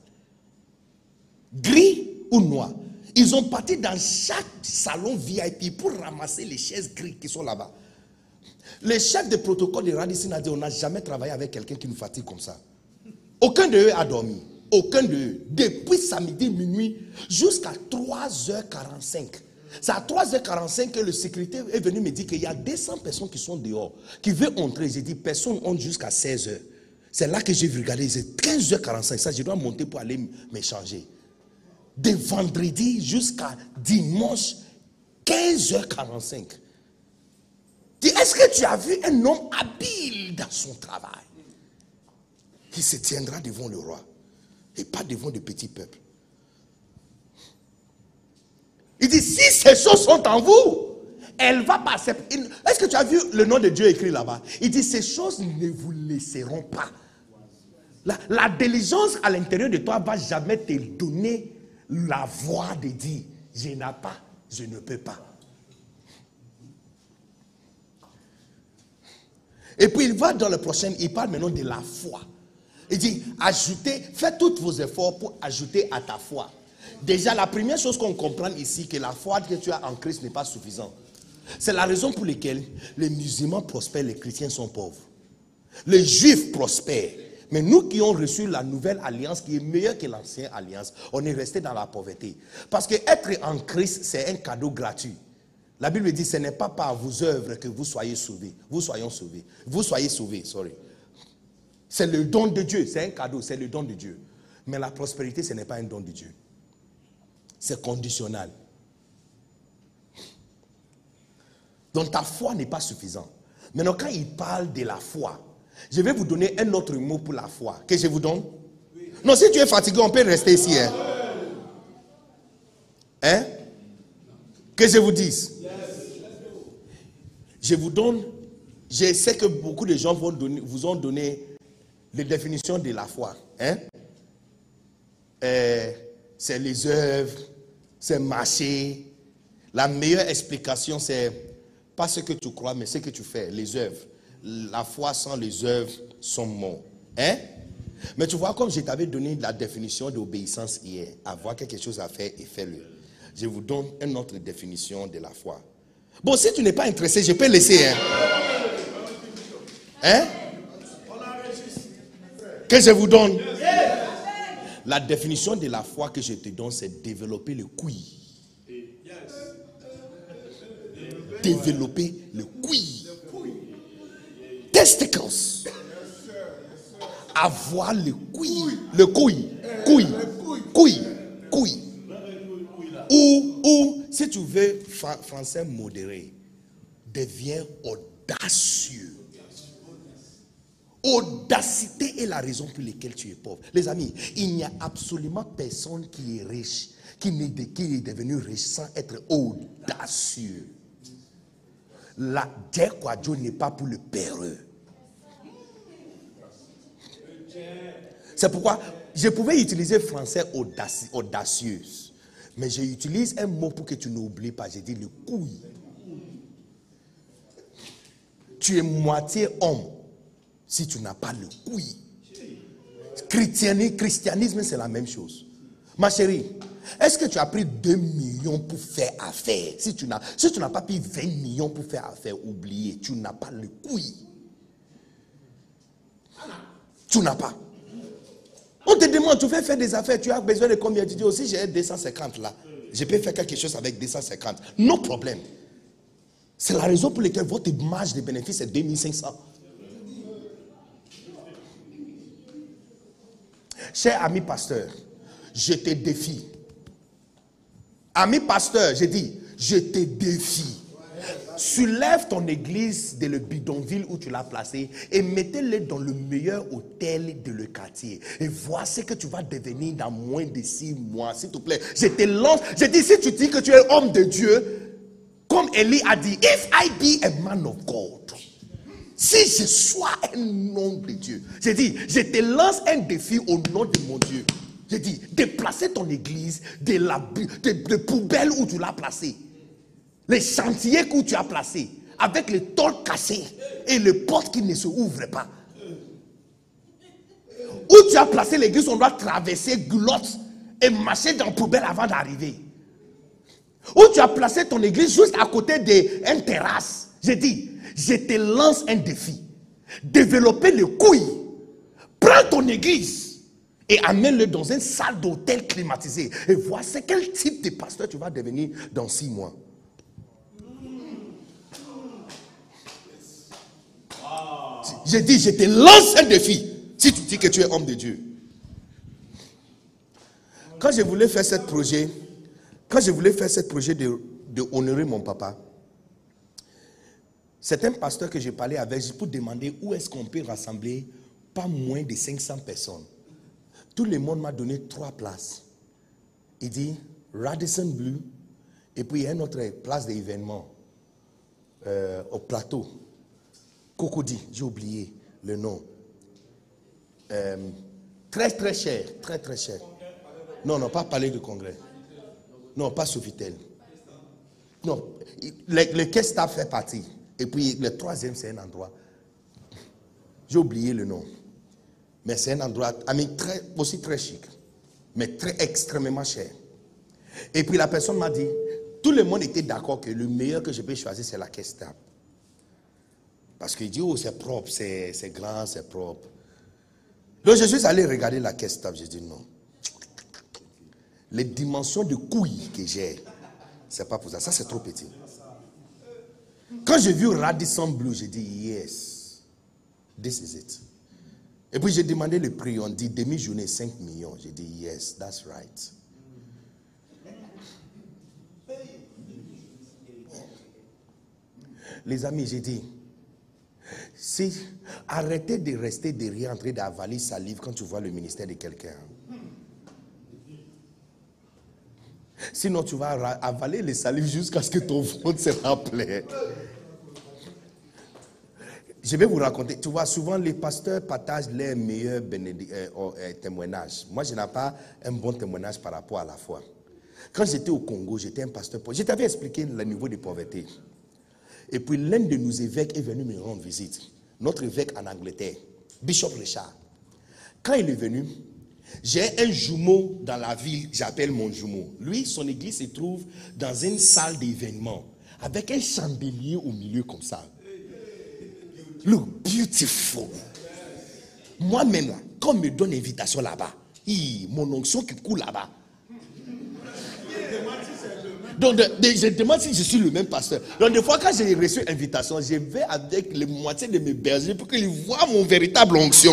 Gris ou noir. Ils ont parti dans chaque salon VIP pour ramasser les chaises grises qui sont là-bas. Le chef de protocole de Radisson a dit, on n'a jamais travaillé avec quelqu'un qui nous fatigue comme ça. Aucun d'eux a dormi. Aucun d'eux. Depuis samedi minuit jusqu'à 3h45. C'est à 3h45 que le secrétaire est venu me dire qu'il y a 200 personnes qui sont dehors, qui veulent entrer. J'ai dit, personne entre jusqu'à 16h. C'est là que j'ai vu regarder, c'est 15h45. Ça, je dois monter pour aller m'échanger. De vendredi jusqu'à dimanche, 15h45. Est-ce que tu as vu un homme habile dans son travail qui se tiendra devant le roi et pas devant de petits peuples? Il dit, si ces choses sont en vous, elle va passer. Est-ce que tu as vu le nom de Dieu écrit là-bas? Il dit, ces choses ne vous laisseront pas. La diligence à l'intérieur de toi ne va jamais te donner la voix de dire, je n'ai pas, je ne peux pas. Et puis il va dans le prochain, il parle maintenant de la foi. Il dit, ajoutez, faites tous vos efforts pour ajouter à ta foi. Déjà, la première chose qu'on comprend ici, que la foi que tu as en Christ n'est pas suffisante. C'est la raison pour laquelle les musulmans prospèrent, les chrétiens sont pauvres. Les juifs prospèrent. Mais nous qui avons reçu la nouvelle alliance, qui est meilleure que l'ancienne alliance, on est resté dans la pauvreté. Parce que être en Christ, c'est un cadeau gratuit. La Bible dit, ce n'est pas par vos œuvres que vous soyez sauvés. Vous soyez sauvés. Vous soyez sauvés, sorry. C'est le don de Dieu. C'est un cadeau, c'est le don de Dieu. Mais la prospérité, ce n'est pas un don de Dieu. C'est conditionnel. Donc ta foi n'est pas suffisante. Maintenant, quand il parle de la foi, je vais vous donner un autre mot pour la foi. Que je vous donne? Oui. Non, si tu es fatigué, on peut rester ici. Hein? Hein? Que je vous dise? Je vous donne, je sais que beaucoup de gens vous ont donné les définitions de la foi. Hein? C'est les œuvres, c'est marcher. La meilleure explication, c'est pas ce que tu crois, mais ce que tu fais, les œuvres. La foi sans les œuvres sont morts. Hein? Mais tu vois, comme je t'avais donné la définition d'obéissance hier, avoir quelque chose à faire et fais-le. Je vous donne une autre définition de la foi. Bon, si tu n'es pas intéressé, je peux laisser. Hein? Hein? Que je vous donne. La définition de la foi que je te donne, c'est développer le couille. Développer le couille. Testicles. Avoir le couille. Le couille. Couille. Couille. Couille. Ou si tu veux français modéré, deviens audacieux. Audacité est la raison pour laquelle tu es pauvre. Les amis, il n'y a absolument personne qui est riche, qui est devenu riche sans être audacieux. La déquadio n'est pas pour le péreux. C'est pourquoi je pouvais utiliser français audacieuse. Mais j'utilise un mot pour que tu n'oublies pas. J'ai dit le couille. Tu es moitié homme si tu n'as pas le couille. Christianisme, c'est la même chose. Ma chérie, est-ce que tu as pris 2 millions pour faire affaire? Si tu n'as pas pris 20 millions pour faire affaire, oubliez, tu n'as pas le couille. Tu n'as pas. On te demande, tu veux faire des affaires, tu as besoin de combien? Tu dis aussi, j'ai 250 là. Je peux faire quelque chose avec 250. No problème. C'est la raison pour laquelle votre marge de bénéfice est 2500. Cher ami pasteur, je te défie. Ami pasteur, je dis, je te défie. Soulève ton église de le bidonville où tu l'as placé et mettez-le dans le meilleur hôtel de le quartier. Et vois ce que tu vas devenir dans moins de 6 mois. S'il te plaît, je te lance. Je dis, si tu dis que tu es homme de Dieu, comme Élie a dit, if I be a man of God, si je sois un homme de Dieu, je dis, je te lance un défi au nom de mon Dieu. Je dis, déplacer ton église de poubelle où tu l'as placée. Les chantiers que tu as placés, avec les tôles cassées et les portes qui ne se ouvrent pas. Où tu as placé l'église, on doit traverser glotte et marcher dans la poubelle avant d'arriver. Où tu as placé ton église juste à côté d'une terrasse. J'ai dit, je te lance un défi. Développer le couille. Prends ton église et amène-le dans une salle d'hôtel climatisée. Et voici quel type de pasteur tu vas devenir dans 6 mois. J'ai dit, je te lance un défi. Si tu dis que tu es homme de Dieu. Quand je voulais faire ce projet, de honorer mon papa, c'est un pasteur que j'ai parlé avec pour demander où est-ce qu'on peut rassembler pas moins de 500 personnes. Tout le monde m'a donné 3 places. Il dit Radisson Blu, et puis il y a une autre place d'événement au plateau. Cocody, j'ai oublié le nom. Très très cher, très très cher. Non, pas parler de congrès. Non, pas Sofitel. Non, le caisse staff fait partie. Et puis le 3e, c'est un endroit. J'ai oublié le nom. Mais c'est un endroit aussi très chic. Mais extrêmement cher. Et puis la personne m'a dit, tout le monde était d'accord que le meilleur que je peux choisir, c'est la caisse staff. Parce qu'il dit, oh, c'est propre, c'est grand, c'est propre. Donc je suis allé regarder la caisse staff. J'ai dit non. Les dimensions de couilles que j'ai, c'est pas pour ça. Ça, c'est trop petit. Quand j'ai vu Radisson Blu, j'ai dit yes, this is it. Et puis j'ai demandé le prix. On dit demi-journée 5 millions. J'ai dit yes, that's right. Les amis, j'ai dit, si arrêtez de rester derrière en train d'avaler salive quand tu vois le ministère de quelqu'un. Sinon, tu vas avaler les salives jusqu'à ce que ton ventre se rappelle. Je vais vous raconter. Tu vois, souvent les pasteurs partagent leurs meilleurs témoignages. Moi, je n'ai pas un bon témoignage par rapport à la foi. Quand j'étais au Congo, j'étais un pasteur. Je t'avais expliqué le niveau de pauvreté. Et puis l'un de nos évêques est venu me rendre visite. Notre évêque en Angleterre, Bishop Richard. Quand il est venu, j'ai un jumeau dans la ville, j'appelle mon jumeau. Lui, son église se trouve dans une salle d'événement avec un chandelier au milieu comme ça. Look beautiful. Moi-même, quand on me donne invitation là-bas, mon onction qui coule là-bas. Donc, je demande si je suis le même pasteur. Donc, des fois, quand j'ai reçu invitation, je vais avec les moitiés de mes bergers pour qu'ils voient mon véritable onction.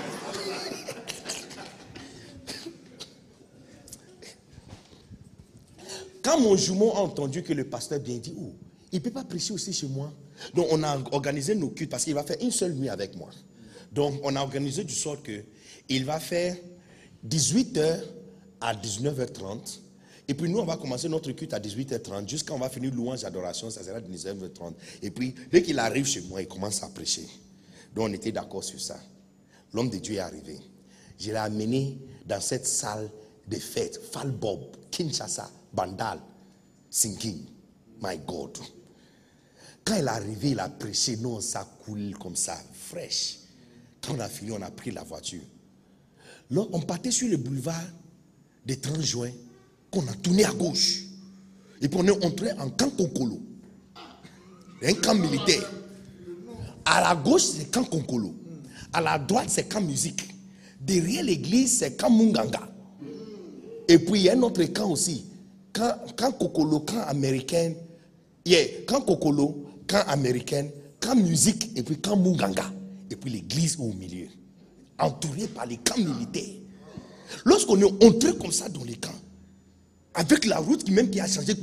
Quand mon jumeau a entendu que le pasteur bien dit, oh, il ne peut pas prêcher aussi chez moi. Donc, on a organisé nos cultes parce qu'il va faire une seule nuit avec moi. Donc, on a organisé du sort qu'il va faire 18h à 19h30. Et puis nous, on va commencer notre culte à 18h30 jusqu'à on va finir louange, adoration, ça sera 19h30. Et puis, dès qu'il arrive chez moi, il commence à prêcher. Donc, on était d'accord sur ça. L'homme de Dieu est arrivé. Je l'ai amené dans cette salle de fête, Falbob, Kinshasa, Bandal, Sinking. My God. Quand il est arrivé, il a prêché, non, ça coule comme ça, fraîche. Quand on a fini, on a pris la voiture. Là, on partait sur le boulevard des 30 juin. Qu'on a tourné à gauche. Et puis on est entré en camp Konkolo. Un camp militaire. À la gauche, c'est camp Konkolo. À la droite, c'est camp musique. Derrière l'église, c'est camp Munganga. Et puis il y a un autre camp aussi. Camp Kokolo, camp américain. Camp Kokolo, camp américain, camp musique, et puis camp Munganga. Et puis l'église au milieu. Entouré par les camps militaires. Lorsqu'on est entré comme ça dans les camps, avec la route qui a changé.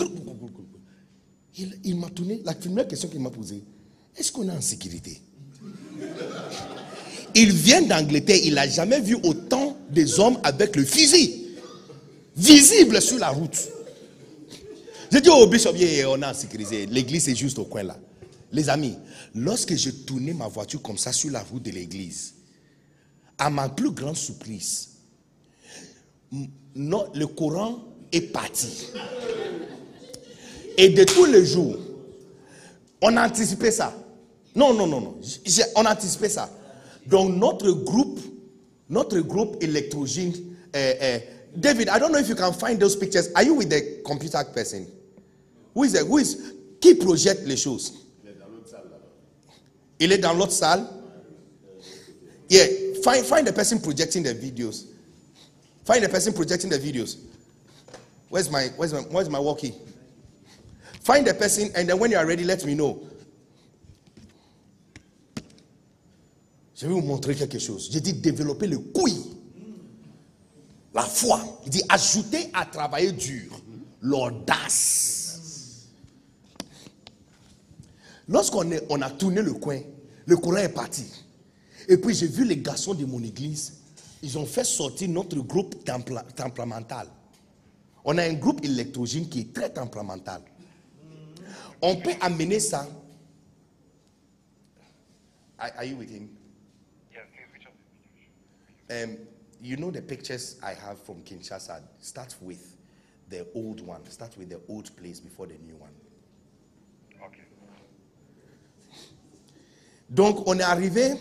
Il m'a tourné. La première question qu'il m'a posée, est-ce qu'on est en sécurité? Il vient d'Angleterre, il n'a jamais vu autant des hommes avec le fusil visible sur la route. J'ai dit au bishop, on est en sécurité. L'église est juste au coin là. Les amis, lorsque je tournais ma voiture comme ça sur la route de l'église, à ma plus grande surprise, le Coran est parti. Et de tous les jours, on a anticipé ça. Non. On a anticipé ça. Donc notre groupe électrogène, David, I don't know if you can find those pictures. Are you with the computer person? Qui projette les choses? Il est dans l'autre salle. Yeah, find the person projecting the videos. Find the person projecting the videos. Where's my walkie? Find the person, and then when you are ready, let me know. Je vais vous montrer quelque chose. J'ai dit développer le couille. La foi. Il dit ajouter à travailler dur l'audace. Lorsqu'on a tourné le coin, le courant est parti. Et puis j'ai vu les garçons de mon église. Ils ont fait sortir notre groupe temperamental. On a un groupe électrogène qui est très temperamental. On peut amener ça. Are you with him? You know the pictures I have from Kinshasa start with the old one. Start with the old place before the new one. Okay. Donc on est arrivé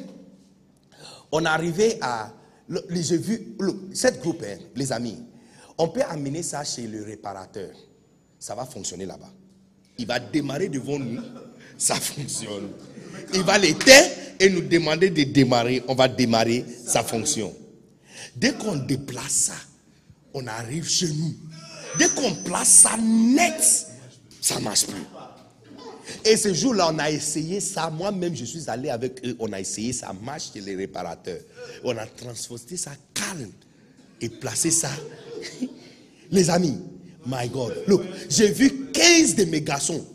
à j'ai vu cette groupe, les amis. On peut amener ça chez le réparateur. Ça va fonctionner là-bas. Il va démarrer devant nous. Ça fonctionne. Il va l'éteindre et nous demander de démarrer. On va démarrer, ça fonctionne. Dès qu'on déplace ça, on arrive chez nous. Dès qu'on place ça net, ça ne marche plus. Et ce jour-là, on a essayé ça. Moi-même, je suis allé avec eux. On a essayé ça. Marche chez les réparateurs. On a transporté ça calme et placé ça. Les amis, my God, look, j'ai vu 15 de mes garçons.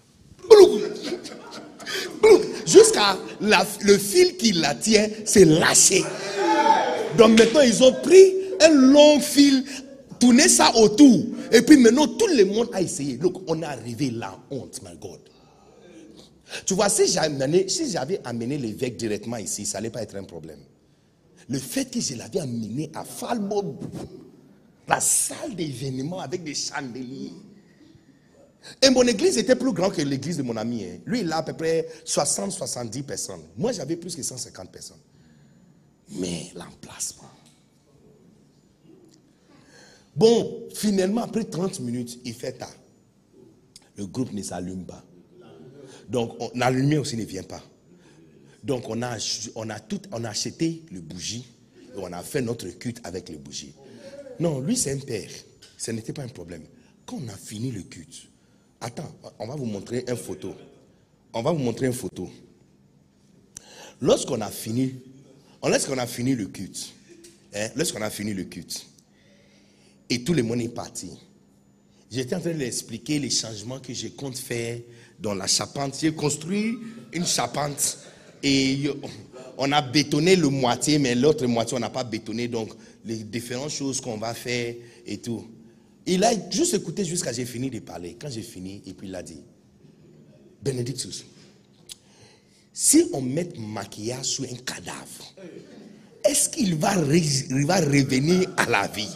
Jusqu'à le fil qui la tient, c'est lâché. Donc maintenant, ils ont pris un long fil, tourné ça autour. Et puis maintenant, tout le monde a essayé. Look, on est arrivé là, honte, my God. Tu vois, si j'avais amené l'évêque directement ici, ça n'allait pas être un problème. Le fait que je l'avais amené à Falbo, la salle d'événement avec des chandeliers. Et mon église était plus grande que l'église de mon ami. Hein. Lui, il a à peu près 60-70 personnes. Moi, j'avais plus que 150 personnes. Mais l'emplacement. Bon, finalement, après 30 minutes, il fait tard. Le groupe ne s'allume pas. Donc, la lumière aussi ne vient pas. Donc, on a acheté le bougie et on a fait notre culte avec les bougies. Non, lui, c'est un père. Ce n'était pas un problème. Quand on a fini le culte, attends, on va vous montrer une photo. On va vous montrer une photo. Lorsqu'on a fini le culte, et tout le monde est parti, j'étais en train de lui expliquer les changements que je compte faire dans la charpente. J'ai construit une charpente et on a bétonné le moitié, mais l'autre moitié, on n'a pas bétonné. Donc, les différentes choses qu'on va faire et tout. Il a juste écouté jusqu'à j'ai fini de parler. Quand j'ai fini, et puis il a dit, Benedictus, si on met maquillage sur un cadavre, est-ce qu'il va revenir à la vie?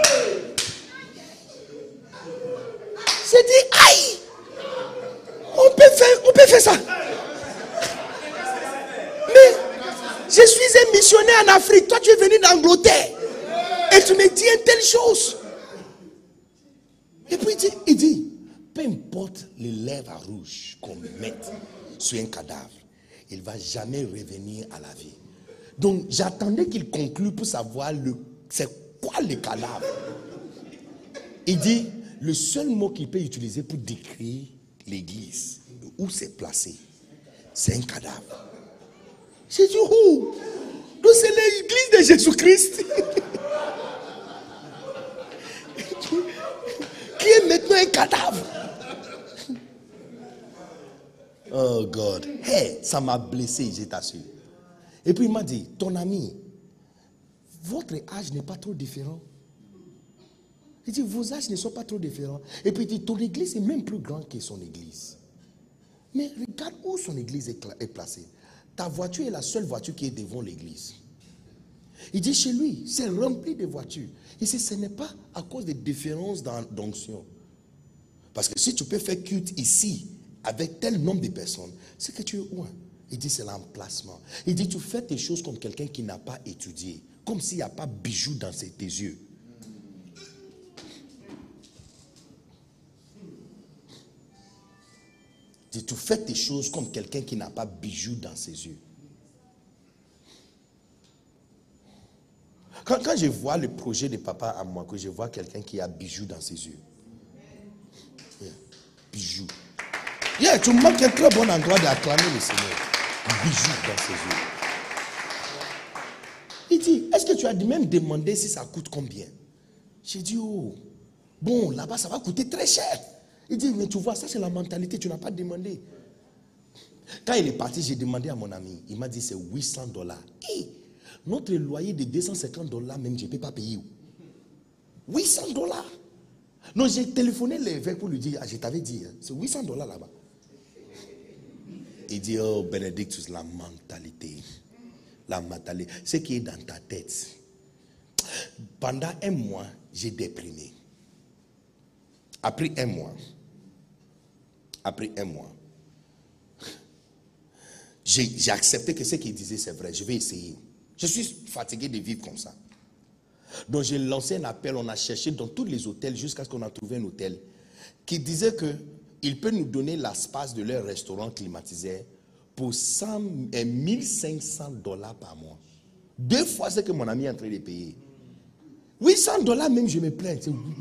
J'ai dit, aïe, on peut faire ça. Mais je suis un missionnaire en Afrique. Toi, tu es venu d'Angleterre. Et tu me dis une telle chose. Et puis il dit, peu importe les lèvres rouges qu'on mette sur un cadavre, il ne va jamais revenir à la vie. Donc, j'attendais qu'il conclue pour savoir c'est quoi le cadavre. Il dit, le seul mot qu'il peut utiliser pour décrire l'église, où c'est placé, c'est un cadavre. J'ai dit, où? Donc, c'est l'église de Jésus-Christ. Qui est maintenant un cadavre. Oh God. Hey, ça m'a blessé, je t'assure. Et puis il m'a dit, ton ami, votre âge n'est pas trop différent. Il dit, vos âges ne sont pas trop différents. Et puis il dit, ton église est même plus grande que son église. Mais regarde où son église est placée. Ta voiture est la seule voiture qui est devant l'église. Il dit, chez lui, c'est rempli de voitures. Il dit, ce n'est pas à cause des différences d'onction. Parce que si tu peux faire culte ici, avec tel nombre de personnes, c'est que tu es où? Il dit, c'est l'emplacement. Il dit, tu fais tes choses comme quelqu'un qui n'a pas étudié. Comme s'il n'y a pas bijoux dans tes yeux. Il dit, tu fais tes choses comme quelqu'un qui n'a pas bijoux dans ses yeux. Quand je vois le projet de papa à moi, que je vois quelqu'un qui a bijoux dans ses yeux. Yeah. Bijoux. Yeah, tu manques un très bon endroit d'acclamer le Seigneur. Bijoux dans ses yeux. Il dit, est-ce que tu as même demandé si ça coûte combien? J'ai dit, oh, bon, là-bas, ça va coûter très cher. Il dit, mais tu vois, ça c'est la mentalité, tu n'as pas demandé. Quand il est parti, j'ai demandé à mon ami, il m'a dit, c'est $800. Et notre loyer de $250, même, je ne peux pas payer. $800. Non, j'ai téléphoné l'évêque pour lui dire, ah, je t'avais dit, hein, c'est $800 là-bas. Il dit, oh, Benedictus, la mentalité. La mentalité. Ce qui est dans ta tête. Pendant un mois, j'ai déprimé. Après un mois, j'ai accepté que ce qu'il disait, c'est vrai. Je vais essayer. Je suis fatigué de vivre comme ça. Donc, j'ai lancé un appel. On a cherché dans tous les hôtels jusqu'à ce qu'on a trouvé un hôtel qui disait qu'il peut nous donner l'espace de leur restaurant climatisé pour $1,500 par mois. 2 fois ce que mon ami est en train de payer. $800 même, je me plains.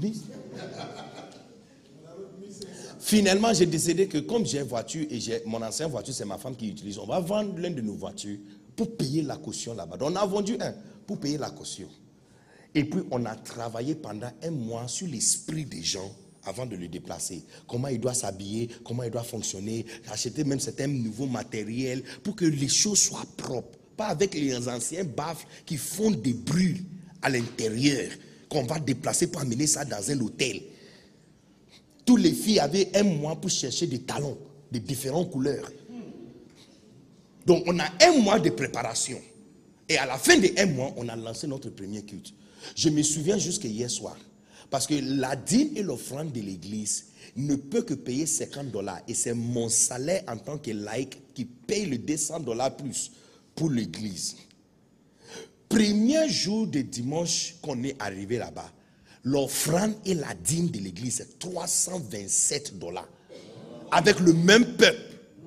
Finalement, j'ai décidé que comme j'ai une voiture et mon ancienne voiture, c'est ma femme qui l'utilise, on va vendre l'une de nos voitures pour payer la caution là-bas. Donc, on a vendu un pour payer la caution. Et puis, on a travaillé pendant un mois sur l'esprit des gens avant de le déplacer. Comment il doit s'habiller, comment il doit fonctionner, acheter même certains nouveaux matériels pour que les choses soient propres. Pas avec les anciens baffles qui font des bruits à l'intérieur, qu'on va déplacer pour amener ça dans un hôtel. Toutes les filles avaient un mois pour chercher des talons de différentes couleurs. Donc, on a un mois de préparation. Et à la fin de un mois, on a lancé notre premier culte. Je me souviens jusqu'à hier soir. Parce que la dîme et l'offrande de l'église ne peut que payer $50. Et c'est mon salaire en tant que laïc qui paye le $200 plus pour l'église. Premier jour de dimanche qu'on est arrivé là-bas, l'offrande et la dîme de l'église, c'est $327. Avec le même peuple.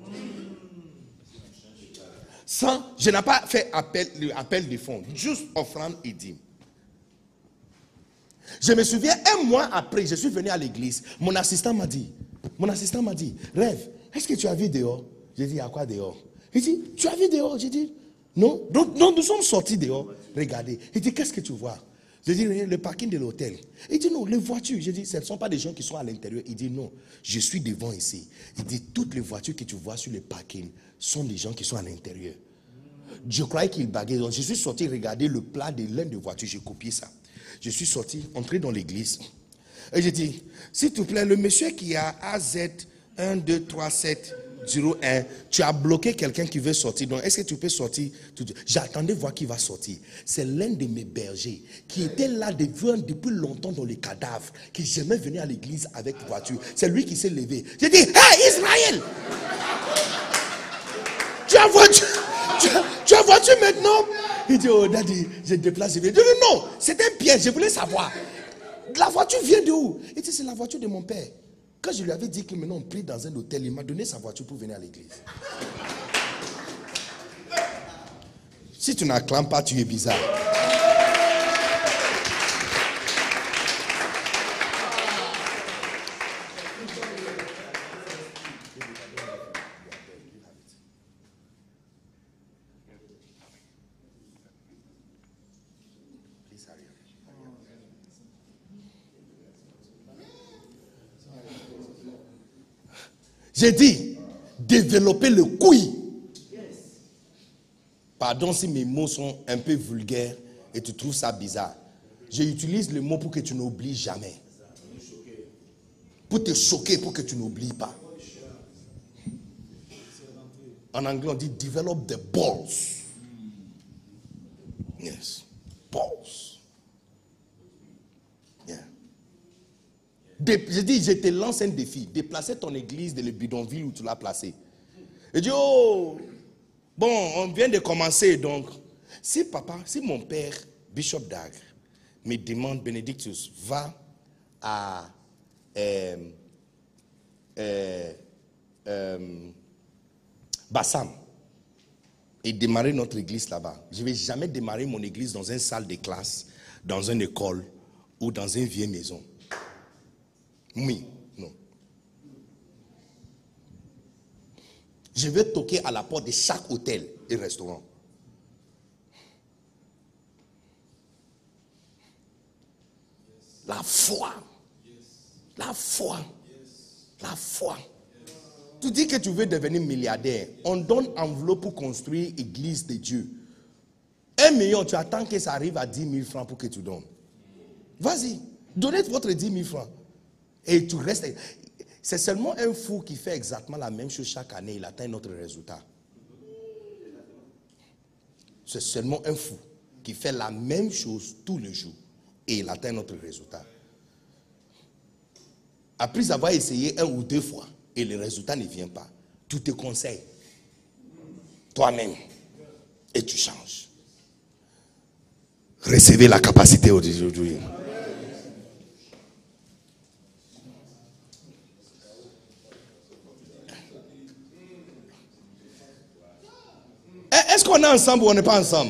Je n'ai pas fait appel de fonds. Juste offrande et dîme. Je me souviens, un mois après, je suis venu à l'église. Mon assistant m'a dit, Rêve, est-ce que tu as vu dehors? J'ai dit, à quoi dehors? Il dit, tu as vu dehors? J'ai dit, non. Donc, nous sommes sortis dehors. Regardez. Il dit, qu'est-ce que tu vois? J'ai dit, le parking de l'hôtel. Il dit, non, les voitures. J'ai dit, ce ne sont pas des gens qui sont à l'intérieur. Il dit, non, je suis devant ici. Il dit, toutes les voitures que tu vois sur le parking sont des gens qui sont à l'intérieur. Je croyais qu'il baguait. Donc, je suis sorti regarder le plat de l'une des voitures. J'ai copié ça. Je suis sorti, entré dans l'église. Et j'ai dit, s'il te plaît, le monsieur qui a AZ 123701, tu as bloqué quelqu'un qui veut sortir. Donc, est-ce que tu peux sortir? J'attendais voir qui va sortir. C'est l'un de mes bergers qui était là depuis longtemps dans les cadavres, qui jamais venait à l'église avec voiture. C'est lui qui s'est levé. J'ai dit, hey Israël! Tu as voiture maintenant? Il dit, oh daddy, je déplace. Je dis, non, c'est un piège, je voulais savoir. La voiture vient de où? Il dit, c'est la voiture de mon père. Quand je lui avais dit que maintenant on prie dans un hôtel, il m'a donné sa voiture pour venir à l'église. Si tu n'acclames pas, tu es bizarre. J'ai dit, développer le couille. Pardon si mes mots sont un peu vulgaires et tu trouves ça bizarre. J'utilise le mot pour que tu n'oublies jamais. Pour te choquer, pour que tu n'oublies pas. En anglais, on dit develop the balls. Yes. Balls. Yeah. Je dis, je te lance un défi. Déplacer ton église de le bidonville où tu l'as placé. Je dis, oh, bon, on vient de commencer, donc. Si mon père, Bishop Dag, me demande, Benedictus, va à Bassam et démarrer notre église là-bas. Je ne vais jamais démarrer mon église dans une salle de classe dans une école ou dans une vieille maison. Oui, non. Je vais toquer à la porte de chaque hôtel et restaurant. La foi. La foi. La foi. Tu dis que tu veux devenir milliardaire. On donne enveloppe pour construire l'église de Dieu. 1 million, tu attends que ça arrive à 10 000 francs pour que tu donnes. Vas-y, donnez votre 10 000 francs. Et tu restes. C'est seulement un fou qui fait exactement la même chose chaque année. Il atteint notre résultat. C'est seulement un fou qui fait la même chose tous les jours. Et il atteint notre résultat. Après avoir essayé 1 ou 2 fois et le résultat ne vient pas, tu te conseilles toi-même et tu changes. Recevez la capacité aujourd'hui. Est-ce qu'on est ensemble ou on n'est pas ensemble?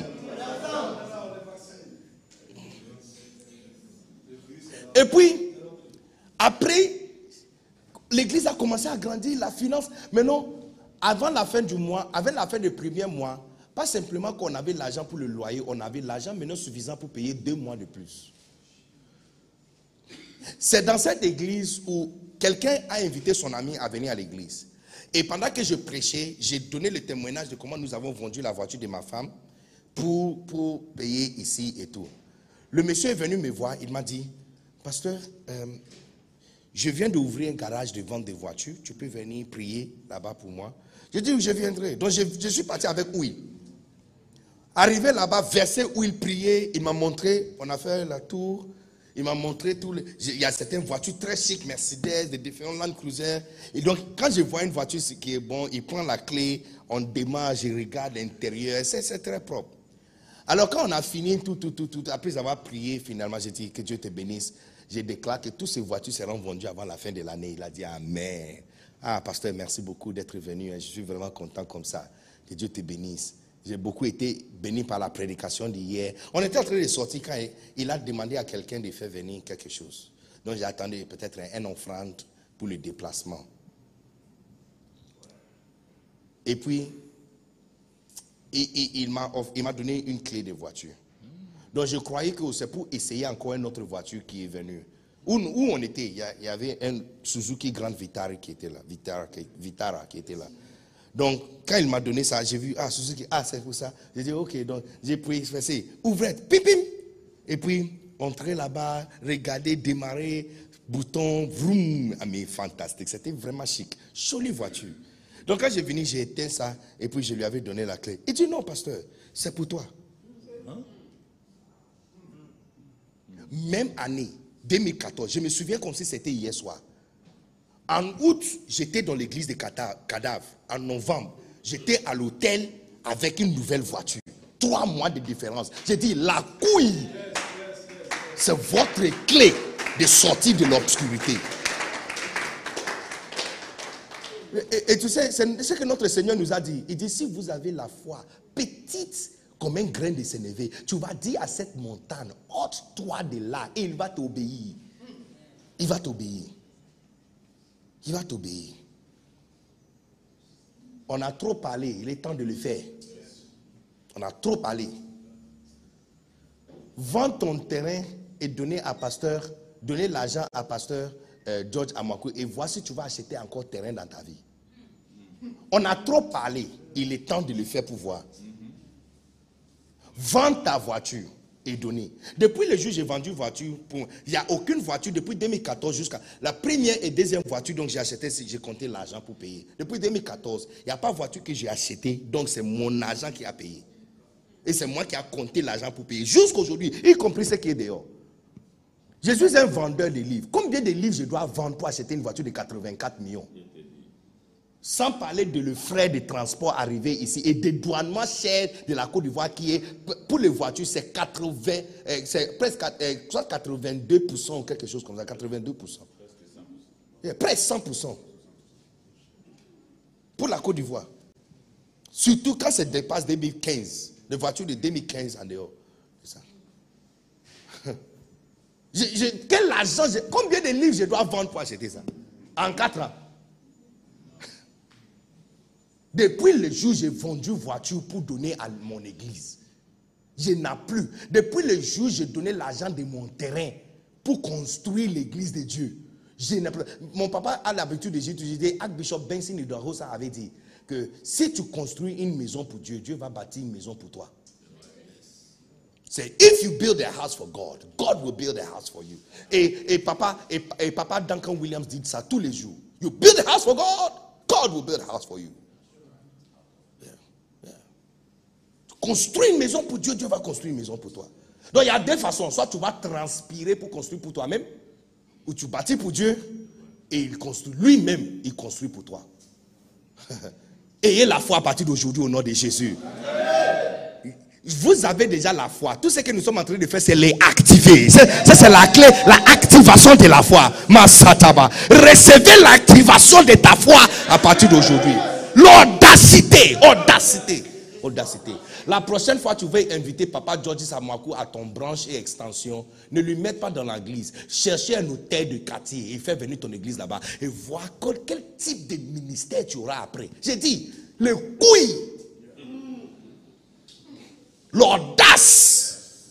Et puis, après, l'église a commencé à grandir, la finance. Maintenant, avant la fin du mois, avant la fin du premier mois, pas simplement qu'on avait l'argent pour le loyer, on avait l'argent maintenant suffisant pour payer 2 mois de plus. C'est dans cette église où quelqu'un a invité son ami à venir à l'église. Et pendant que je prêchais, j'ai donné le témoignage de comment nous avons vendu la voiture de ma femme pour payer ici et tout. Le monsieur est venu me voir, il m'a dit, pasteur, je viens d'ouvrir un garage de vente de voitures, tu peux venir prier là-bas pour moi. J'ai dit, oui, je viendrai. Donc je suis parti avec Will. Arrivé là-bas, versé où il priait, il m'a montré, on a fait la tour, il m'a montré tous les... Il y a certaines voitures très chic, Mercedes, des différents Land Cruiser. Et donc, quand je vois une voiture qui est bon, il prend la clé, on démarre, je regarde l'intérieur, c'est très propre. Alors, quand on a fini tout, après avoir prié, finalement, j'ai dit que Dieu te bénisse. Je déclare que toutes ces voitures seront vendues avant la fin de l'année. Il a dit Amen. Ah, pasteur, merci beaucoup d'être venu. Je suis vraiment content comme ça. Que Dieu te bénisse. J'ai beaucoup été béni par la prédication d'hier. On était en train de sortir quand il a demandé à quelqu'un de faire venir quelque chose. Donc j'ai attendu peut-être un offrande pour le déplacement. Et puis, il m'a donné une clé de voiture. Donc je croyais que c'est pour essayer encore une autre voiture qui est venue. Où on était, il y avait un Suzuki Grand Vitara qui était là. Vitara qui était là. Donc, quand il m'a donné ça, j'ai vu, Suzuki, c'est pour ça. J'ai dit, ok, donc j'ai pris, c'est ouvrette, pim, pim. Et puis, entrer là-bas, regarder, démarrer, bouton, vroom. Ah, mais fantastique, c'était vraiment chic. Jolie voiture. Donc, quand j'ai venu, j'ai éteint ça, et puis je lui avais donné la clé. Il dit, non, pasteur, c'est pour toi. Hein? Même année, 2014, je me souviens comme si c'était hier soir. En août, j'étais dans l'église de Cadavre. En novembre, j'étais à l'hôtel avec une nouvelle voiture. 3 mois de différence. J'ai dit, la couille, c'est votre clé de sortir de l'obscurité. Et tu sais, c'est ce que notre Seigneur nous a dit. Il dit, si vous avez la foi petite comme un grain de sénévé, tu vas dire à cette montagne, ôte-toi de là, et il va t'obéir. Il va t'obéir. Il va t'obéir. On a trop parlé, il est temps de le faire. On a trop parlé. Vends ton terrain et donner l'argent à pasteur George Amakou et vois si tu vas acheter encore terrain dans ta vie. On a trop parlé, il est temps de le faire pour voir. Vends ta voiture et donner. Depuis le jour où j'ai vendu voiture, il n'y a aucune voiture depuis 2014 jusqu'à la première et deuxième voiture, donc j'ai acheté, j'ai compté l'argent pour payer. Depuis 2014, il n'y a pas de voiture que j'ai achetée, donc c'est mon argent qui a payé. Et c'est moi qui a compté l'argent pour payer. Jusqu'aujourd'hui, y compris ce qui est dehors. Je suis un vendeur de livres. Combien de livres je dois vendre pour acheter une voiture de 84 millions? Sans parler de le frais de transport arrivé ici et des douanements chers de la Côte d'Ivoire qui est, pour les voitures, c'est 80, c'est presque soit 82% ou quelque chose comme ça, 82%. Presque 100%. Pour la Côte d'Ivoire. Surtout quand ça dépasse 2015. Les voitures de 2015 en dehors. C'est ça. Quel argent, combien de livres je dois vendre pour acheter ça? En 4 ans. Depuis le jour où j'ai vendu voiture pour donner à mon église, je n'ai plus. Depuis le jour où j'ai donné l'argent de mon terrain pour construire l'église de Dieu, je n'ai plus. Mon papa a l'habitude de dire, Archbishop Benson de Rosa avait dit que si tu construis une maison pour Dieu, Dieu va bâtir une maison pour toi. C'est if you build a house for God, God will build a house for you. Et papa Duncan Williams dit ça tous les jours. You build a house for God, God will build a house for you. Construire une maison pour Dieu, Dieu va construire une maison pour toi. Donc il y a deux façons. Soit tu vas transpirer pour construire pour toi-même, ou tu bâtis pour Dieu et il construit. Lui-même, il construit pour toi. Ayez la foi à partir d'aujourd'hui au nom de Jésus. Vous avez déjà la foi. Tout ce que nous sommes en train de faire, c'est les activer. Ça, c'est la clé, l'activation de la foi. Masataba. Recevez l'activation de ta foi à partir d'aujourd'hui. L'audacité. Audacité. La prochaine fois, tu veux inviter Papa Georgie Samakou à ton branche et extension. Ne lui mette pas dans l'église. Cherchez un hôtel de quartier et fais venir ton église là-bas. Et vois quel type de ministère tu auras après. J'ai dit, le couille. L'audace.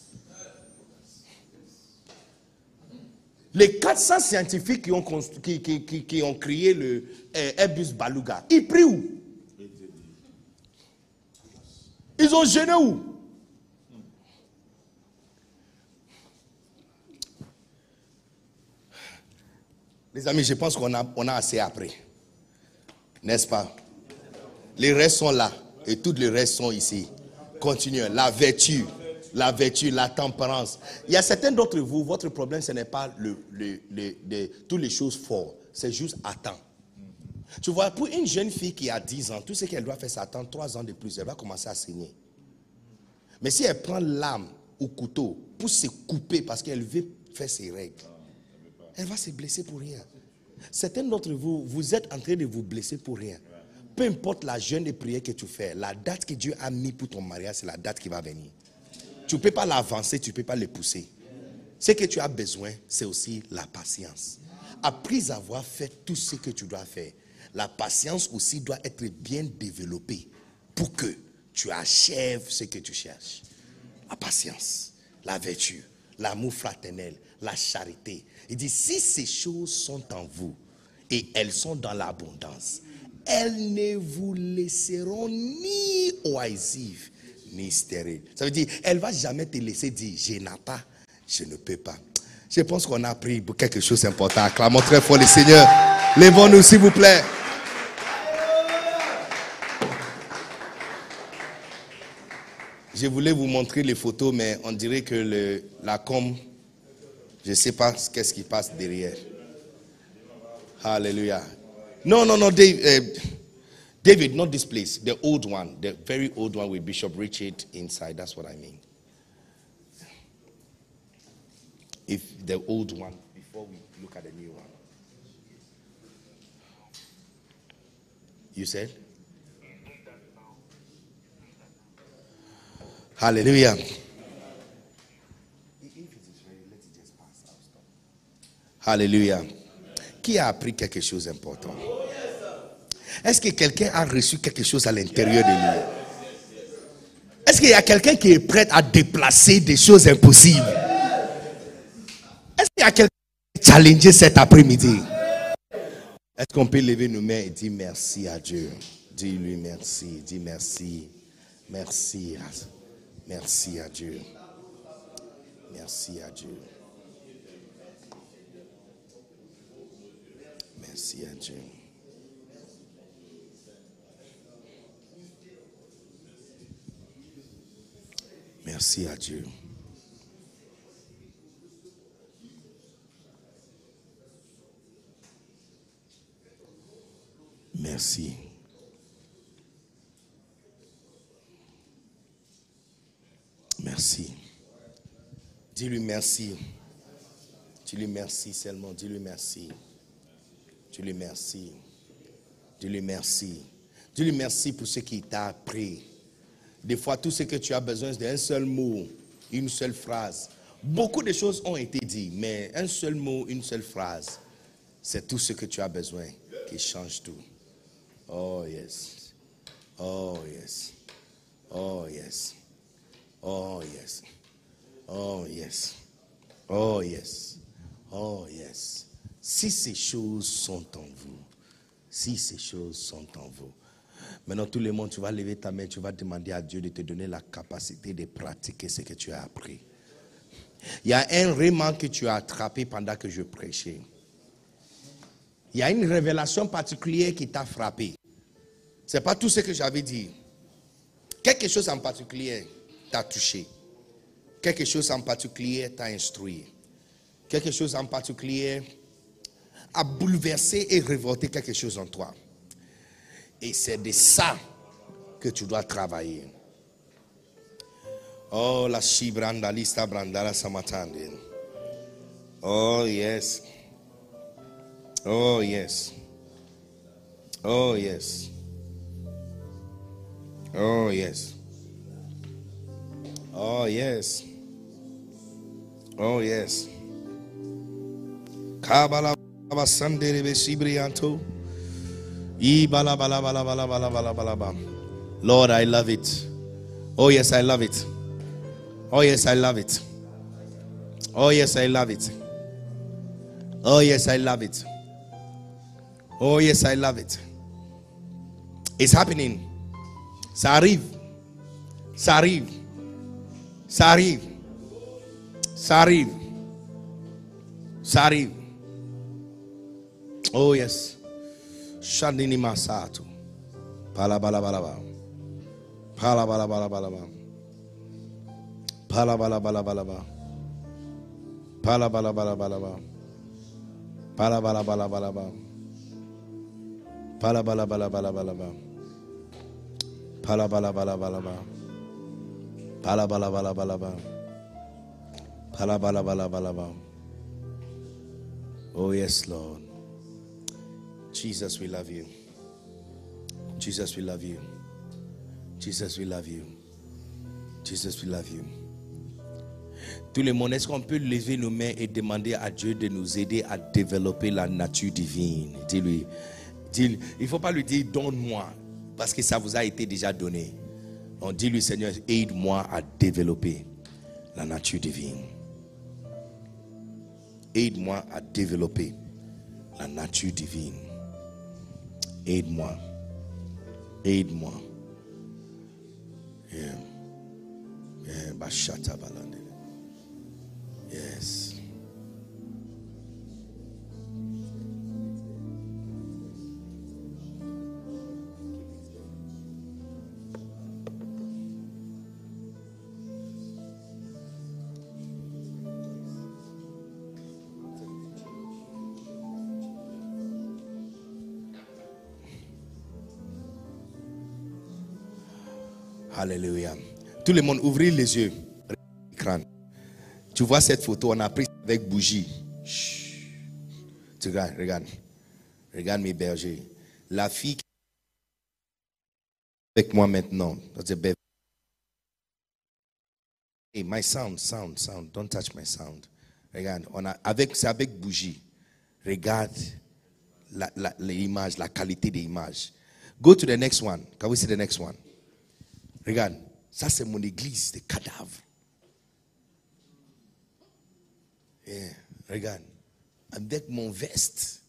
Les 400 scientifiques qui ont créé le Airbus Baluga, ils prient où? Ils ont gêné où? Les amis, je pense qu'on a assez appris. N'est-ce pas? Les restes sont là et tous les restes sont ici. Continuez. La vertu, la tempérance. Il y a certains d'entre vous, votre problème, ce n'est pas toutes les choses fortes. C'est juste attendre. Tu vois, pour une jeune fille qui a 10 ans, tout ce qu'elle doit faire, c'est attendre 3 ans de plus. Elle va commencer à saigner. Mais si elle prend lame ou couteau pour se couper parce qu'elle veut faire ses règles, elle va se blesser pour rien. Certains d'entre vous, vous êtes en train de vous blesser pour rien. Peu importe la jeûne de prière que tu fais, la date que Dieu a mis pour ton mariage, c'est la date qui va venir. Tu ne peux pas l'avancer, tu ne peux pas le pousser. Ce que tu as besoin, c'est aussi la patience. Après avoir fait tout ce que tu dois faire, la patience aussi doit être bien développée pour que tu achèves ce que tu cherches. La patience, la vertu, l'amour fraternel, la charité. Il dit, si ces choses sont en vous et elles sont dans l'abondance, elles ne vous laisseront ni oisives, ni stériles. Ça veut dire, elle ne va jamais te laisser dire, je n'ai pas, je ne peux pas. Je pense qu'on a appris quelque chose d'important. Acclamons très fort le Seigneur. Lèvons-nous, s'il vous plaît. Je voulais vous montrer les photos, mais on dirait que la com, je ne sais pas qu'est-ce qui passe derrière. Hallelujah. No, David, not this place. The old one, the very old one with Bishop Richard inside. That's what I mean. If the old one, before we look at the new one. You said? Hallelujah. Hallelujah. Qui a appris quelque chose d'important? Est-ce que quelqu'un a reçu quelque chose à l'intérieur de lui? Est-ce qu'il y a quelqu'un qui est prêt à déplacer des choses impossibles? Est-ce qu'il y a quelqu'un qui est challengé cet après-midi? Est-ce qu'on peut lever nos mains et dire merci à Dieu? Dis-lui merci, dis merci. Merci à Dieu. Merci à Dieu. Merci à Dieu. Merci à Dieu. Merci. Merci. Dis-lui merci. Dis-lui merci seulement. Dis-lui merci. Dis-lui merci. Dis-lui merci. Dis-lui merci pour ce qu'il t'a appris. Des fois, tout ce que tu as besoin, c'est d'un seul mot, une seule phrase, Beaucoup de choses ont été dites, mais un seul mot, une seule phrase, c'est tout ce que tu as besoin qui change tout. Oh yes. Oh yes. Oh yes. Oh yes. Oh yes. Oh yes. Oh yes. Si ces choses sont en vous, si ces choses sont en vous, maintenant tout le monde, tu vas lever ta main, tu vas demander à Dieu de te donner la capacité de pratiquer ce que tu as appris. Il y a un réman que tu as attrapé pendant que je prêchais. Il y a une révélation particulière qui t'a frappé. Ce n'est pas tout ce que j'avais dit. Quelque chose en particulier t'a touché. Quelque chose en particulier t'a instruit. Quelque chose en particulier a bouleversé et révolté quelque chose en toi. Et c'est de ça que tu dois travailler. Oh, la shibranda lista brandala samatande. Oh, yes. Oh, yes. Oh, yes. Oh, yes. Oh, yes. Oh, yes. Kabala basandere besibrianto. Ibala bala bala bala bala bala bala bala. Lord, I love it. Oh, yes, I love it. Oh, yes, I love it. Oh, yes, I love it. Oh, yes, I love it. Oh, yes, I love it. It's happening. Ça arrive. Ça arrive. Ça arrive. Ça arrive. Ça arrive. Oh, yes. Shandini Masato. Palabalabalaba. Palabalabalaba. Palabalabalaba. Palabalabalaba. Palabalabalaba. Palabalabalaba. Palabalabalaba. Palabalabalaba. Palabalabalaba. Oh, yes, Lord. Jesus, we love you. Jesus, we love you. Jesus, we love you. Jesus, we love you. Tout le monde, est-ce qu'on peut lever nos mains et demander à Dieu de nous aider à développer la nature divine? Dis-lui. Il ne faut pas lui dire donne-moi, parce que ça vous a été déjà donné. On dit-lui, Seigneur, aide-moi à développer la nature divine. Aide-moi à développer la nature divine. Aide-moi. Aide-moi. Yeah. Yeah. Bashata balande. Yes. Alléluia. Tout le monde, ouvrez les yeux. Tu vois cette photo, on a pris avec bougie. Chut. Tu regardes, regarde. Regarde mes bergers. La fille qui est avec moi maintenant. Hey, my sound. Don't touch my sound. Regarde, c'est avec bougie. Regarde l'image, la qualité des images. Go to the next one. Can we see the next one? Regarde, ça c'est mon église de cadavres. Yeah, regarde, avec mon veste.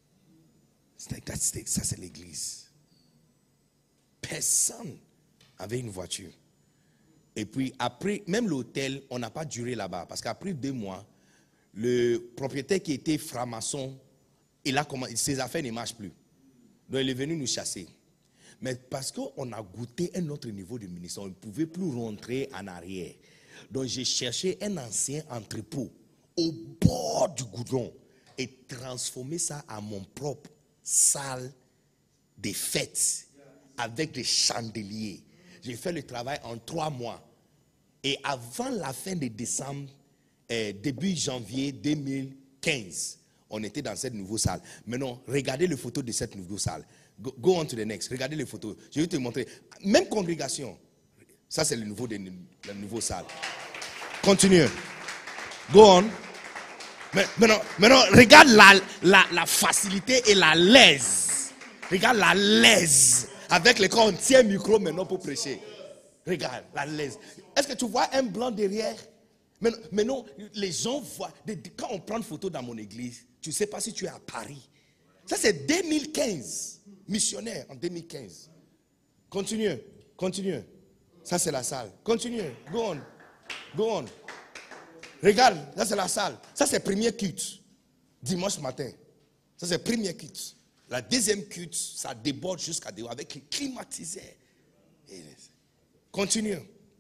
Ça c'est l'église. Personne avait une voiture. Et puis après, même l'hôtel, on n'a pas duré là-bas. Parce qu'après 2 mois, le propriétaire qui était franc-maçon, ses affaires ne marchent plus. Donc il est venu nous chasser. Mais parce qu'on a goûté un autre niveau de ministère, on ne pouvait plus rentrer en arrière. Donc j'ai cherché un ancien entrepôt au bord du goudron et transformé ça en mon propre salle des fêtes avec des chandeliers. J'ai fait le travail en 3 mois. Et avant la fin de décembre, début janvier 2015, on était dans cette nouvelle salle. Maintenant, regardez les photos de cette nouvelle salle. Go on to the next. Regardez les photos. Je vais te montrer. Même congrégation. Ça, c'est la nouvelle salle. Continue. Go on. Maintenant, regarde la facilité et la l'aise. Regarde la l'aise. Avec les on tient le micro maintenant pour prêcher. Regarde la l'aise. Est-ce que tu vois un blanc derrière? Mais non, les gens voient. Quand on prend une photo dans mon église, tu ne sais pas si tu es à Paris. Ça, c'est 2015. Missionnaire en 2015. Continue. Ça, c'est la salle. Continue. Go on. Regarde, ça, c'est la salle. Ça, c'est premier culte. Dimanche matin. Ça, c'est premier culte. La deuxième culte, ça déborde jusqu'à dehors avec les climatiseurs. Continue.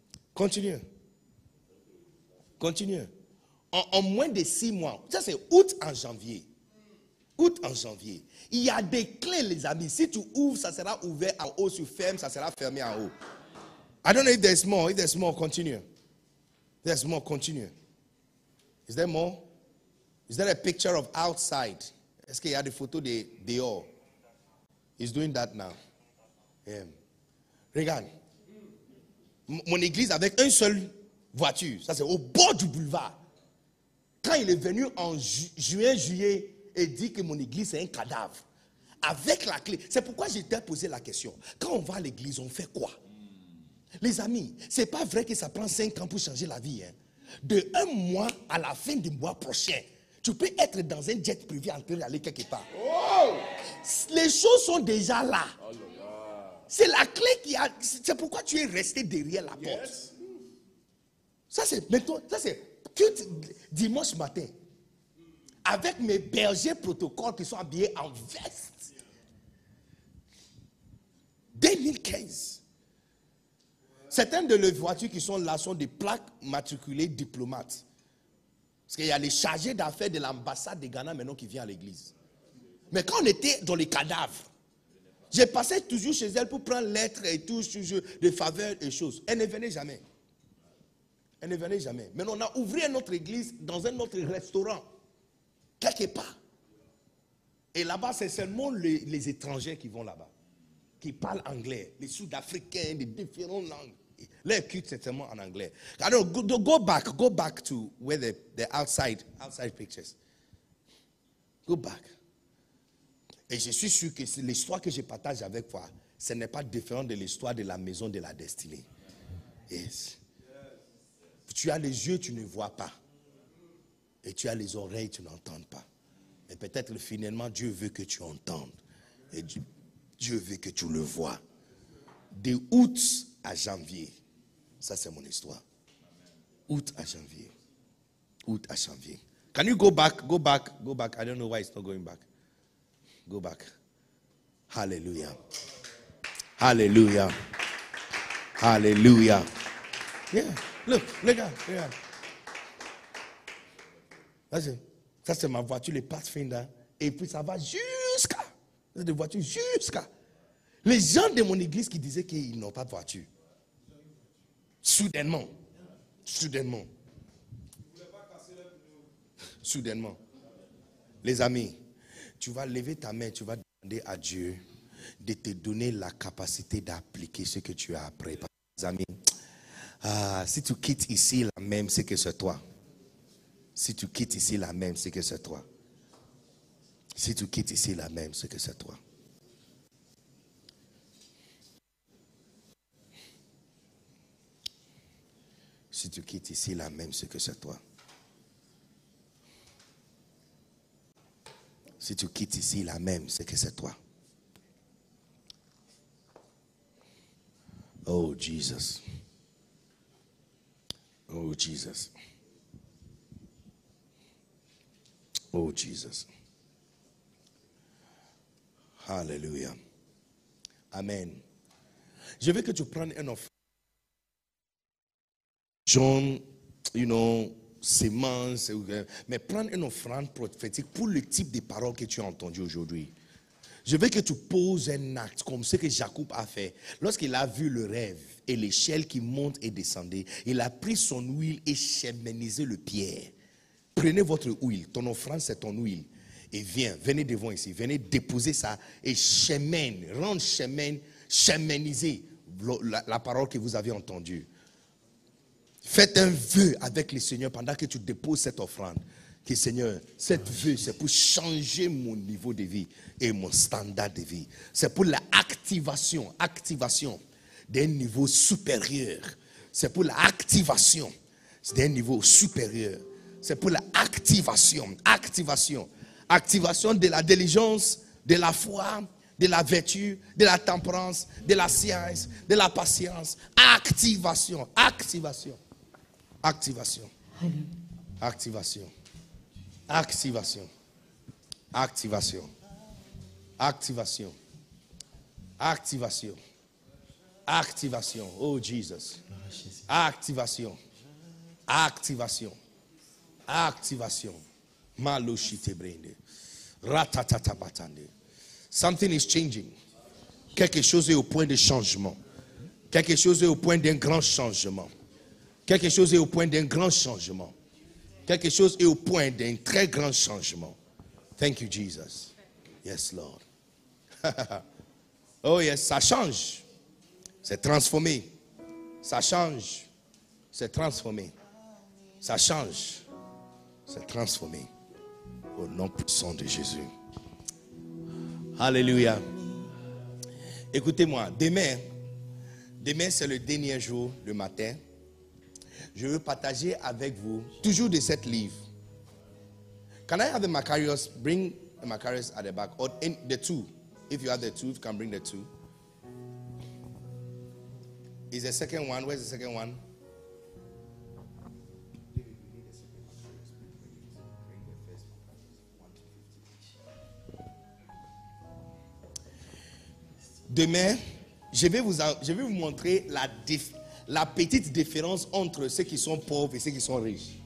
En moins de 6 mois, ça c'est août en janvier. Il y a des clés, les amis. Si tu ouvres, ça sera ouvert en haut. Si tu fermes, ça sera fermé en haut. I don't know if there's more. If there's more, continue. Continue. Is there more? Is there a picture of outside? Est-ce qu'il y a des photos de dehors? He's doing that now. Yeah. Regarde. Mon église avec une seule voiture. Ça c'est au bord du boulevard. Quand il est venu en juillet, et dit que mon église est un cadavre. Avec la clé. C'est pourquoi j'ai posé la question. Quand on va à l'église, on fait quoi? Les amis, c'est pas vrai que ça prend 5 ans pour changer la vie. Hein. De 1 mois à la fin du mois prochain, tu peux être dans un jet privé en train d'aller quelque part. Oh! Les choses sont déjà là. Oh, c'est la clé qui a. C'est pourquoi tu es resté derrière la porte. Yes. Ça c'est dimanche matin. Avec mes bergers protocoles qui sont habillés en veste. 2015. Certaines de les voitures qui sont là sont des plaques matriculées diplomates. Parce qu'il y a les chargés d'affaires de l'ambassade de Ghana maintenant qui viennent à l'église. Mais quand on était dans les cadavres, j'ai passé toujours chez elle pour prendre lettres et tout, toujours des faveurs et choses. Elle ne venait jamais. Maintenant, on a ouvert notre église dans un autre restaurant. Quelque part. Et là-bas, c'est seulement les étrangers qui vont là-bas. Qui parlent anglais. Les Sud-Africains, de différentes langues. Leur culte, c'est seulement en anglais. Alors, go back to where the outside pictures. Go back. Et je suis sûr que l'histoire que je partage avec toi, ce n'est pas différent de l'histoire de la maison de la destinée. Yes. Tu as les yeux, tu ne vois pas. Et tu as les oreilles, tu n'entends pas. Mais peut-être finalement, Dieu veut que tu entendes. Et Dieu veut que tu le vois. De août à janvier. Ça, c'est mon histoire. Août à janvier. Can you go back? I don't know why it's not going back. Go back. Hallelujah. Yeah. Look, regarde. Ça c'est ma voiture, les Pathfinder. Et puis ça va jusqu'à. C'est des voitures jusqu'à. Les gens de mon église qui disaient qu'ils n'ont pas de voiture. Soudainement. Les amis, tu vas lever ta main, tu vas demander à Dieu de te donner la capacité d'appliquer ce que tu as appris. Les amis, si tu quittes ici la même, c'est que c'est toi. Si tu quittes ici la même, c'est que c'est toi. Si tu quittes ici la même, c'est que c'est toi. Si tu quittes ici la même, c'est que c'est toi. Si tu quittes ici la même, c'est que c'est toi. Oh Jesus. Oh Jesus. Oh Jesus. Hallelujah. Amen. Je veux que tu prennes un offrande. John, sémence, mais prendre une offrande prophétique pour le type de paroles que tu as entendues aujourd'hui. Je veux que tu poses un acte comme ce que Jacob a fait. Lorsqu'il a vu le rêve et l'échelle qui monte et descendait, il a pris son huile et chemisé le pierre. Prenez votre huile, ton offrande c'est ton huile. Et venez devant ici, venez déposer ça et chemisez la parole que vous avez entendue. Faites un vœu avec le Seigneur pendant que tu déposes cette offrande. Que Seigneur, cette vœu, c'est pour changer mon niveau de vie et mon standard de vie. C'est pour l'activation d'un niveau supérieur. C'est pour l'activation d'un niveau supérieur. C'est pour l'activation de la diligence, de la foi, de la vertu, de la tempérance, de la science, de la patience. Activation. Oh Jesus. Activation. Maloshite brende. Ratatata batande. Something is changing. Quelque chose est au point de changement. Quelque chose est au point d'un grand changement. Quelque chose est au point d'un grand changement. Quelque chose est au point d'un très grand changement. Thank you, Jesus. Yes, Lord. Oh yes, ça change. C'est transformé. Ça change. C'est transformé. Ça change. C'est transformé. Au nom puissant de Jésus. Alléluia. Écoutez-moi, demain c'est le dernier jour, le matin. Je veux partager avec vous, toujours de cette livre. Can I have the Macarius? Bring the Macarius at the back. Or in the two. If you have the two, you can bring the two. Is the second one? Where's the second one? Demain, je vais vous montrer la petite différence entre ceux qui sont pauvres et ceux qui sont riches.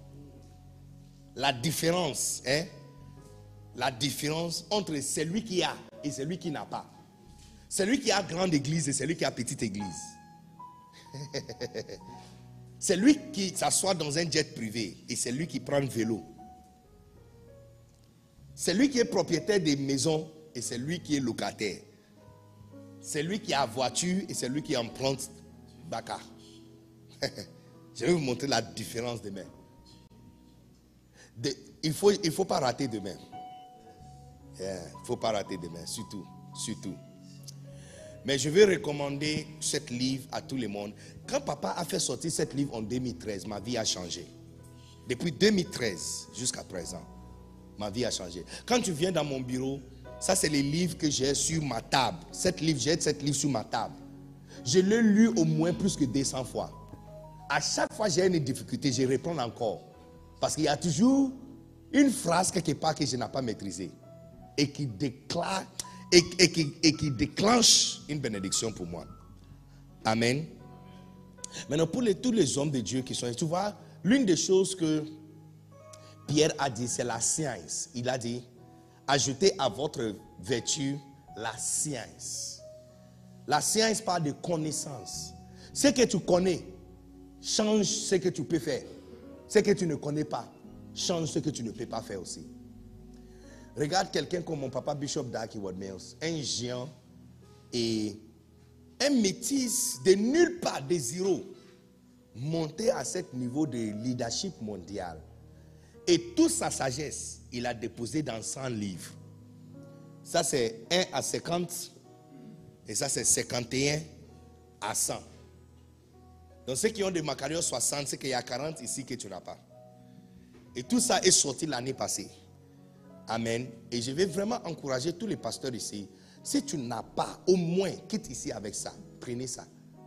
La différence, la différence entre celui qui a et celui qui n'a pas. Celui qui a grande église et celui qui a petite église. Celui qui s'assoit dans un jet privé et celui qui prend le vélo. Celui qui est propriétaire des maisons et celui qui est locataire. Celui qui a voiture et celui qui emprunte Baka. Je vais vous montrer la différence demain. Il faut pas rater demain. Il ne faut pas rater demain, surtout. Mais je vais recommander cette livre à tout le monde. Quand papa a fait sortir cette livre en 2013, ma vie a changé. Depuis 2013 jusqu'à présent, ma vie a changé. Quand tu viens dans mon bureau, ça c'est les livres que j'ai sur ma table. J'ai cette livre sur ma table. Je l'ai lu au moins plus que 200 fois. À chaque fois j'ai une difficulté, je reprends encore. Parce qu'il y a toujours une phrase quelque part que je n'ai pas maîtrisée. Et qui déclare, et qui déclenche une bénédiction pour moi. Amen. Maintenant, pour tous les hommes de Dieu qui sont, tu vois, l'une des choses que Pierre a dit, c'est la science. Il a dit, ajoutez à votre vertu la science. La science parle de connaissance. Ce que tu connais, change ce que tu peux faire. Ce que tu ne connais pas, change ce que tu ne peux pas faire aussi. Regarde quelqu'un comme mon papa Bishop Dag Heward-Mills, un géant et un métis de nulle part, de zéro, monté à ce niveau de leadership mondial. Et toute sa sagesse, il a déposé dans 100 livres. Ça c'est 1 à 50 et ça c'est 51 à 100. Donc ceux qui ont des Macarios 60, c'est qu'il y a 40 ici que tu n'as pas. Et tout ça est sorti l'année passée. Amen. Et je vais vraiment encourager tous les pasteurs ici. Si tu n'as pas, au moins, quitte ici avec ça. Prenez ça.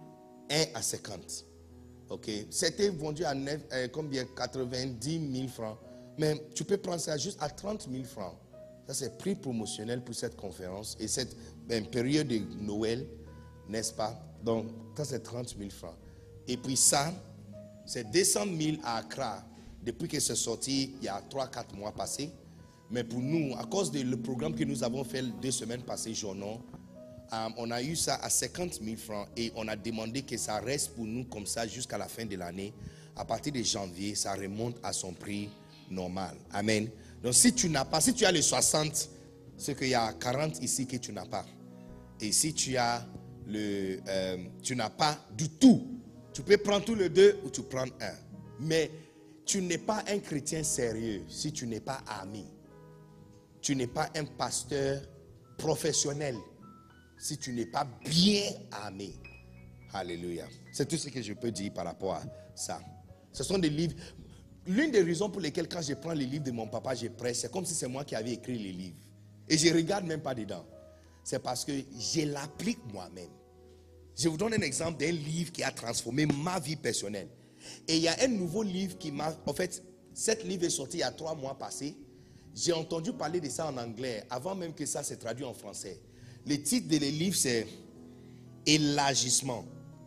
1 à 50. Ok. C'était vendu à combien? 90 000 francs. Mais tu peux prendre ça juste à 30 000 francs. Ça, c'est prix promotionnel pour cette conférence. Et cette période de Noël, n'est-ce pas? Donc, ça, c'est 30 000 francs. Et puis ça, c'est 200 000 à Accra. Depuis que c'est sorti, il y a 3-4 mois passés. Mais pour nous, à cause du programme que nous avons fait 2 semaines passées, journaux, on a eu ça à 50 000 francs et on a demandé que ça reste pour nous comme ça jusqu'à la fin de l'année. À partir de janvier, ça remonte à son prix normal. Amen. Donc si tu n'as pas, si tu as les 60, c'est qu'il y a 40 ici que tu n'as pas. Et si tu as tu n'as pas du tout, Tu peux prendre tous les deux ou tu prends un. Mais tu n'es pas un chrétien sérieux si tu n'es pas ami. Tu n'es pas un pasteur professionnel si tu n'es pas bien armé. Alléluia. C'est tout ce que je peux dire par rapport à ça. Ce sont des livres. L'une des raisons pour lesquelles quand je prends les livres de mon papa, je prêche, c'est comme si c'est moi qui avais écrit les livres. Et je ne regarde même pas dedans. C'est parce que je l'applique moi-même. Je vous donne un exemple d'un livre qui a transformé ma vie personnelle. Et il y a un nouveau livre qui m'a... En fait, cet livre est sorti il y a 3 mois passés. J'ai entendu parler de ça en anglais, avant même que ça se traduise en français. Le titre de le livre, c'est Élargissement.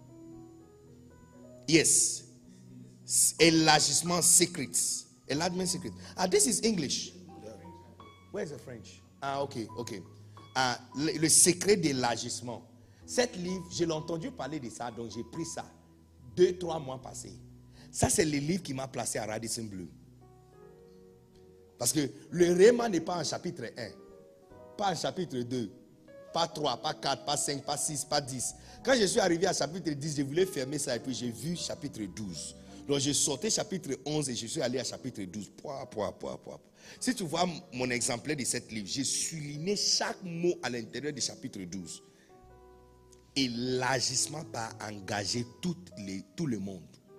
Yes. Élargissement Secrets. Enlargement Secrets. Ah, this is English. Where's the French? Ah, ok. Ah, le secret d'élargissement. Cet livre, je l'ai entendu parler de ça, donc j'ai pris ça 2-3 mois passés. Ça, c'est le livre qui m'a placé à Radisson Blu. Parce que le Réma n'est pas en chapitre 1, pas en chapitre 2, pas 3, pas 4, pas 5, pas 6, pas 10. Quand je suis arrivé à chapitre 10, je voulais fermer ça et puis j'ai vu chapitre 12. Donc j'ai sorti chapitre 11 et je suis allé à chapitre 12. Si tu vois mon exemplaire de cet livre, j'ai souligné chaque mot à l'intérieur du chapitre 12. Et l'agissement va engager tout le monde.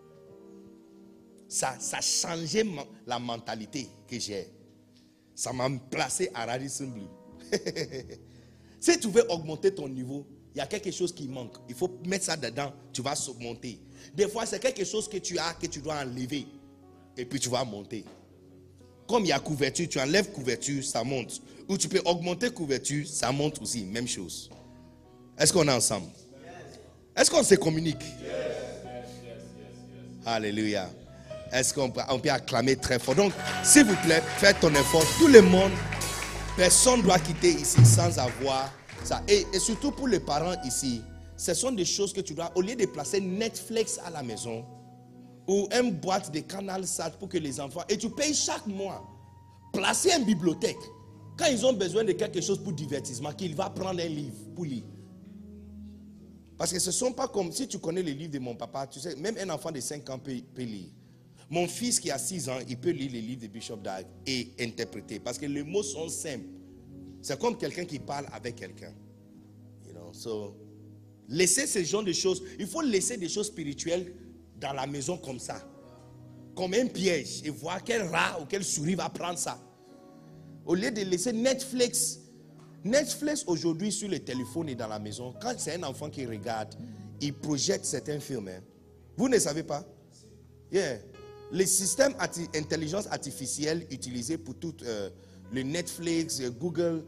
Ça a changé la mentalité que j'ai. Ça m'a placé à Radisson Blu. Si tu veux augmenter ton niveau, il y a quelque chose qui manque. Il faut mettre ça dedans, tu vas monter. Des fois, c'est quelque chose que tu as, que tu dois enlever. Et puis tu vas monter. Comme il y a couverture, tu enlèves couverture, ça monte. Ou tu peux augmenter couverture, ça monte aussi. Même chose. Est-ce qu'on est ensemble? Est-ce qu'on se communique? Alléluia. Est-ce qu'on peut acclamer très fort? Donc, s'il vous plaît, faites ton effort. Tout le monde, personne ne doit quitter ici sans avoir ça. Et surtout pour les parents ici, ce sont des choses que tu dois, au lieu de placer Netflix à la maison, ou une boîte de Canal Sat pour que les enfants, et tu payes chaque mois, placer une bibliothèque. Quand ils ont besoin de quelque chose pour divertissement, qu'il va prendre un livre pour lire. Parce que ce ne sont pas comme, si tu connais les livres de mon papa, tu sais, même un enfant de 5 ans peut lire. Mon fils qui a 6 ans, il peut lire les livres de Bishop Dag et interpréter. Parce que les mots sont simples. C'est comme quelqu'un qui parle avec quelqu'un. You know, so, laissez ce genre de choses. Il faut laisser des choses spirituelles dans la maison comme ça. Comme un piège. Et voir quel rat ou quelle souris va prendre ça. Au lieu de laisser Netflix. Netflix aujourd'hui sur le téléphone et dans la maison. Quand c'est un enfant qui regarde, il projette certains films. Hein. Vous ne savez pas? Yeah. Les systèmes d'intelligence artificielle utilisés pour tout le Netflix, Google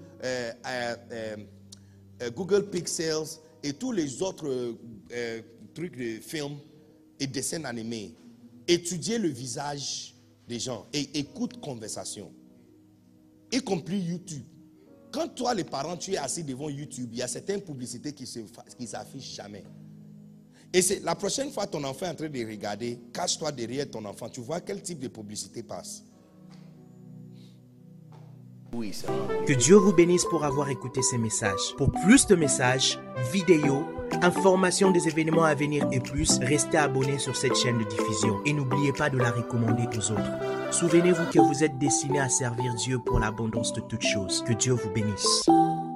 Pixels et tous les autres trucs de films et dessins animés, étudier le visage des gens et écoute conversation, y compris YouTube. Quand toi, les parents, tu es assis devant YouTube, il y a certaines publicités qui s'affichent jamais. Et c'est la prochaine fois ton enfant est en train de regarder, cache-toi derrière ton enfant, tu vois quel type de publicité passe. Oui, ça va. Que Dieu vous bénisse pour avoir écouté ces messages. Pour plus de messages, vidéos, informations des événements à venir et plus, restez abonnés sur cette chaîne de diffusion et n'oubliez pas de la recommander aux autres. Souvenez-vous que vous êtes destinés à servir Dieu pour l'abondance de toutes choses. Que Dieu vous bénisse.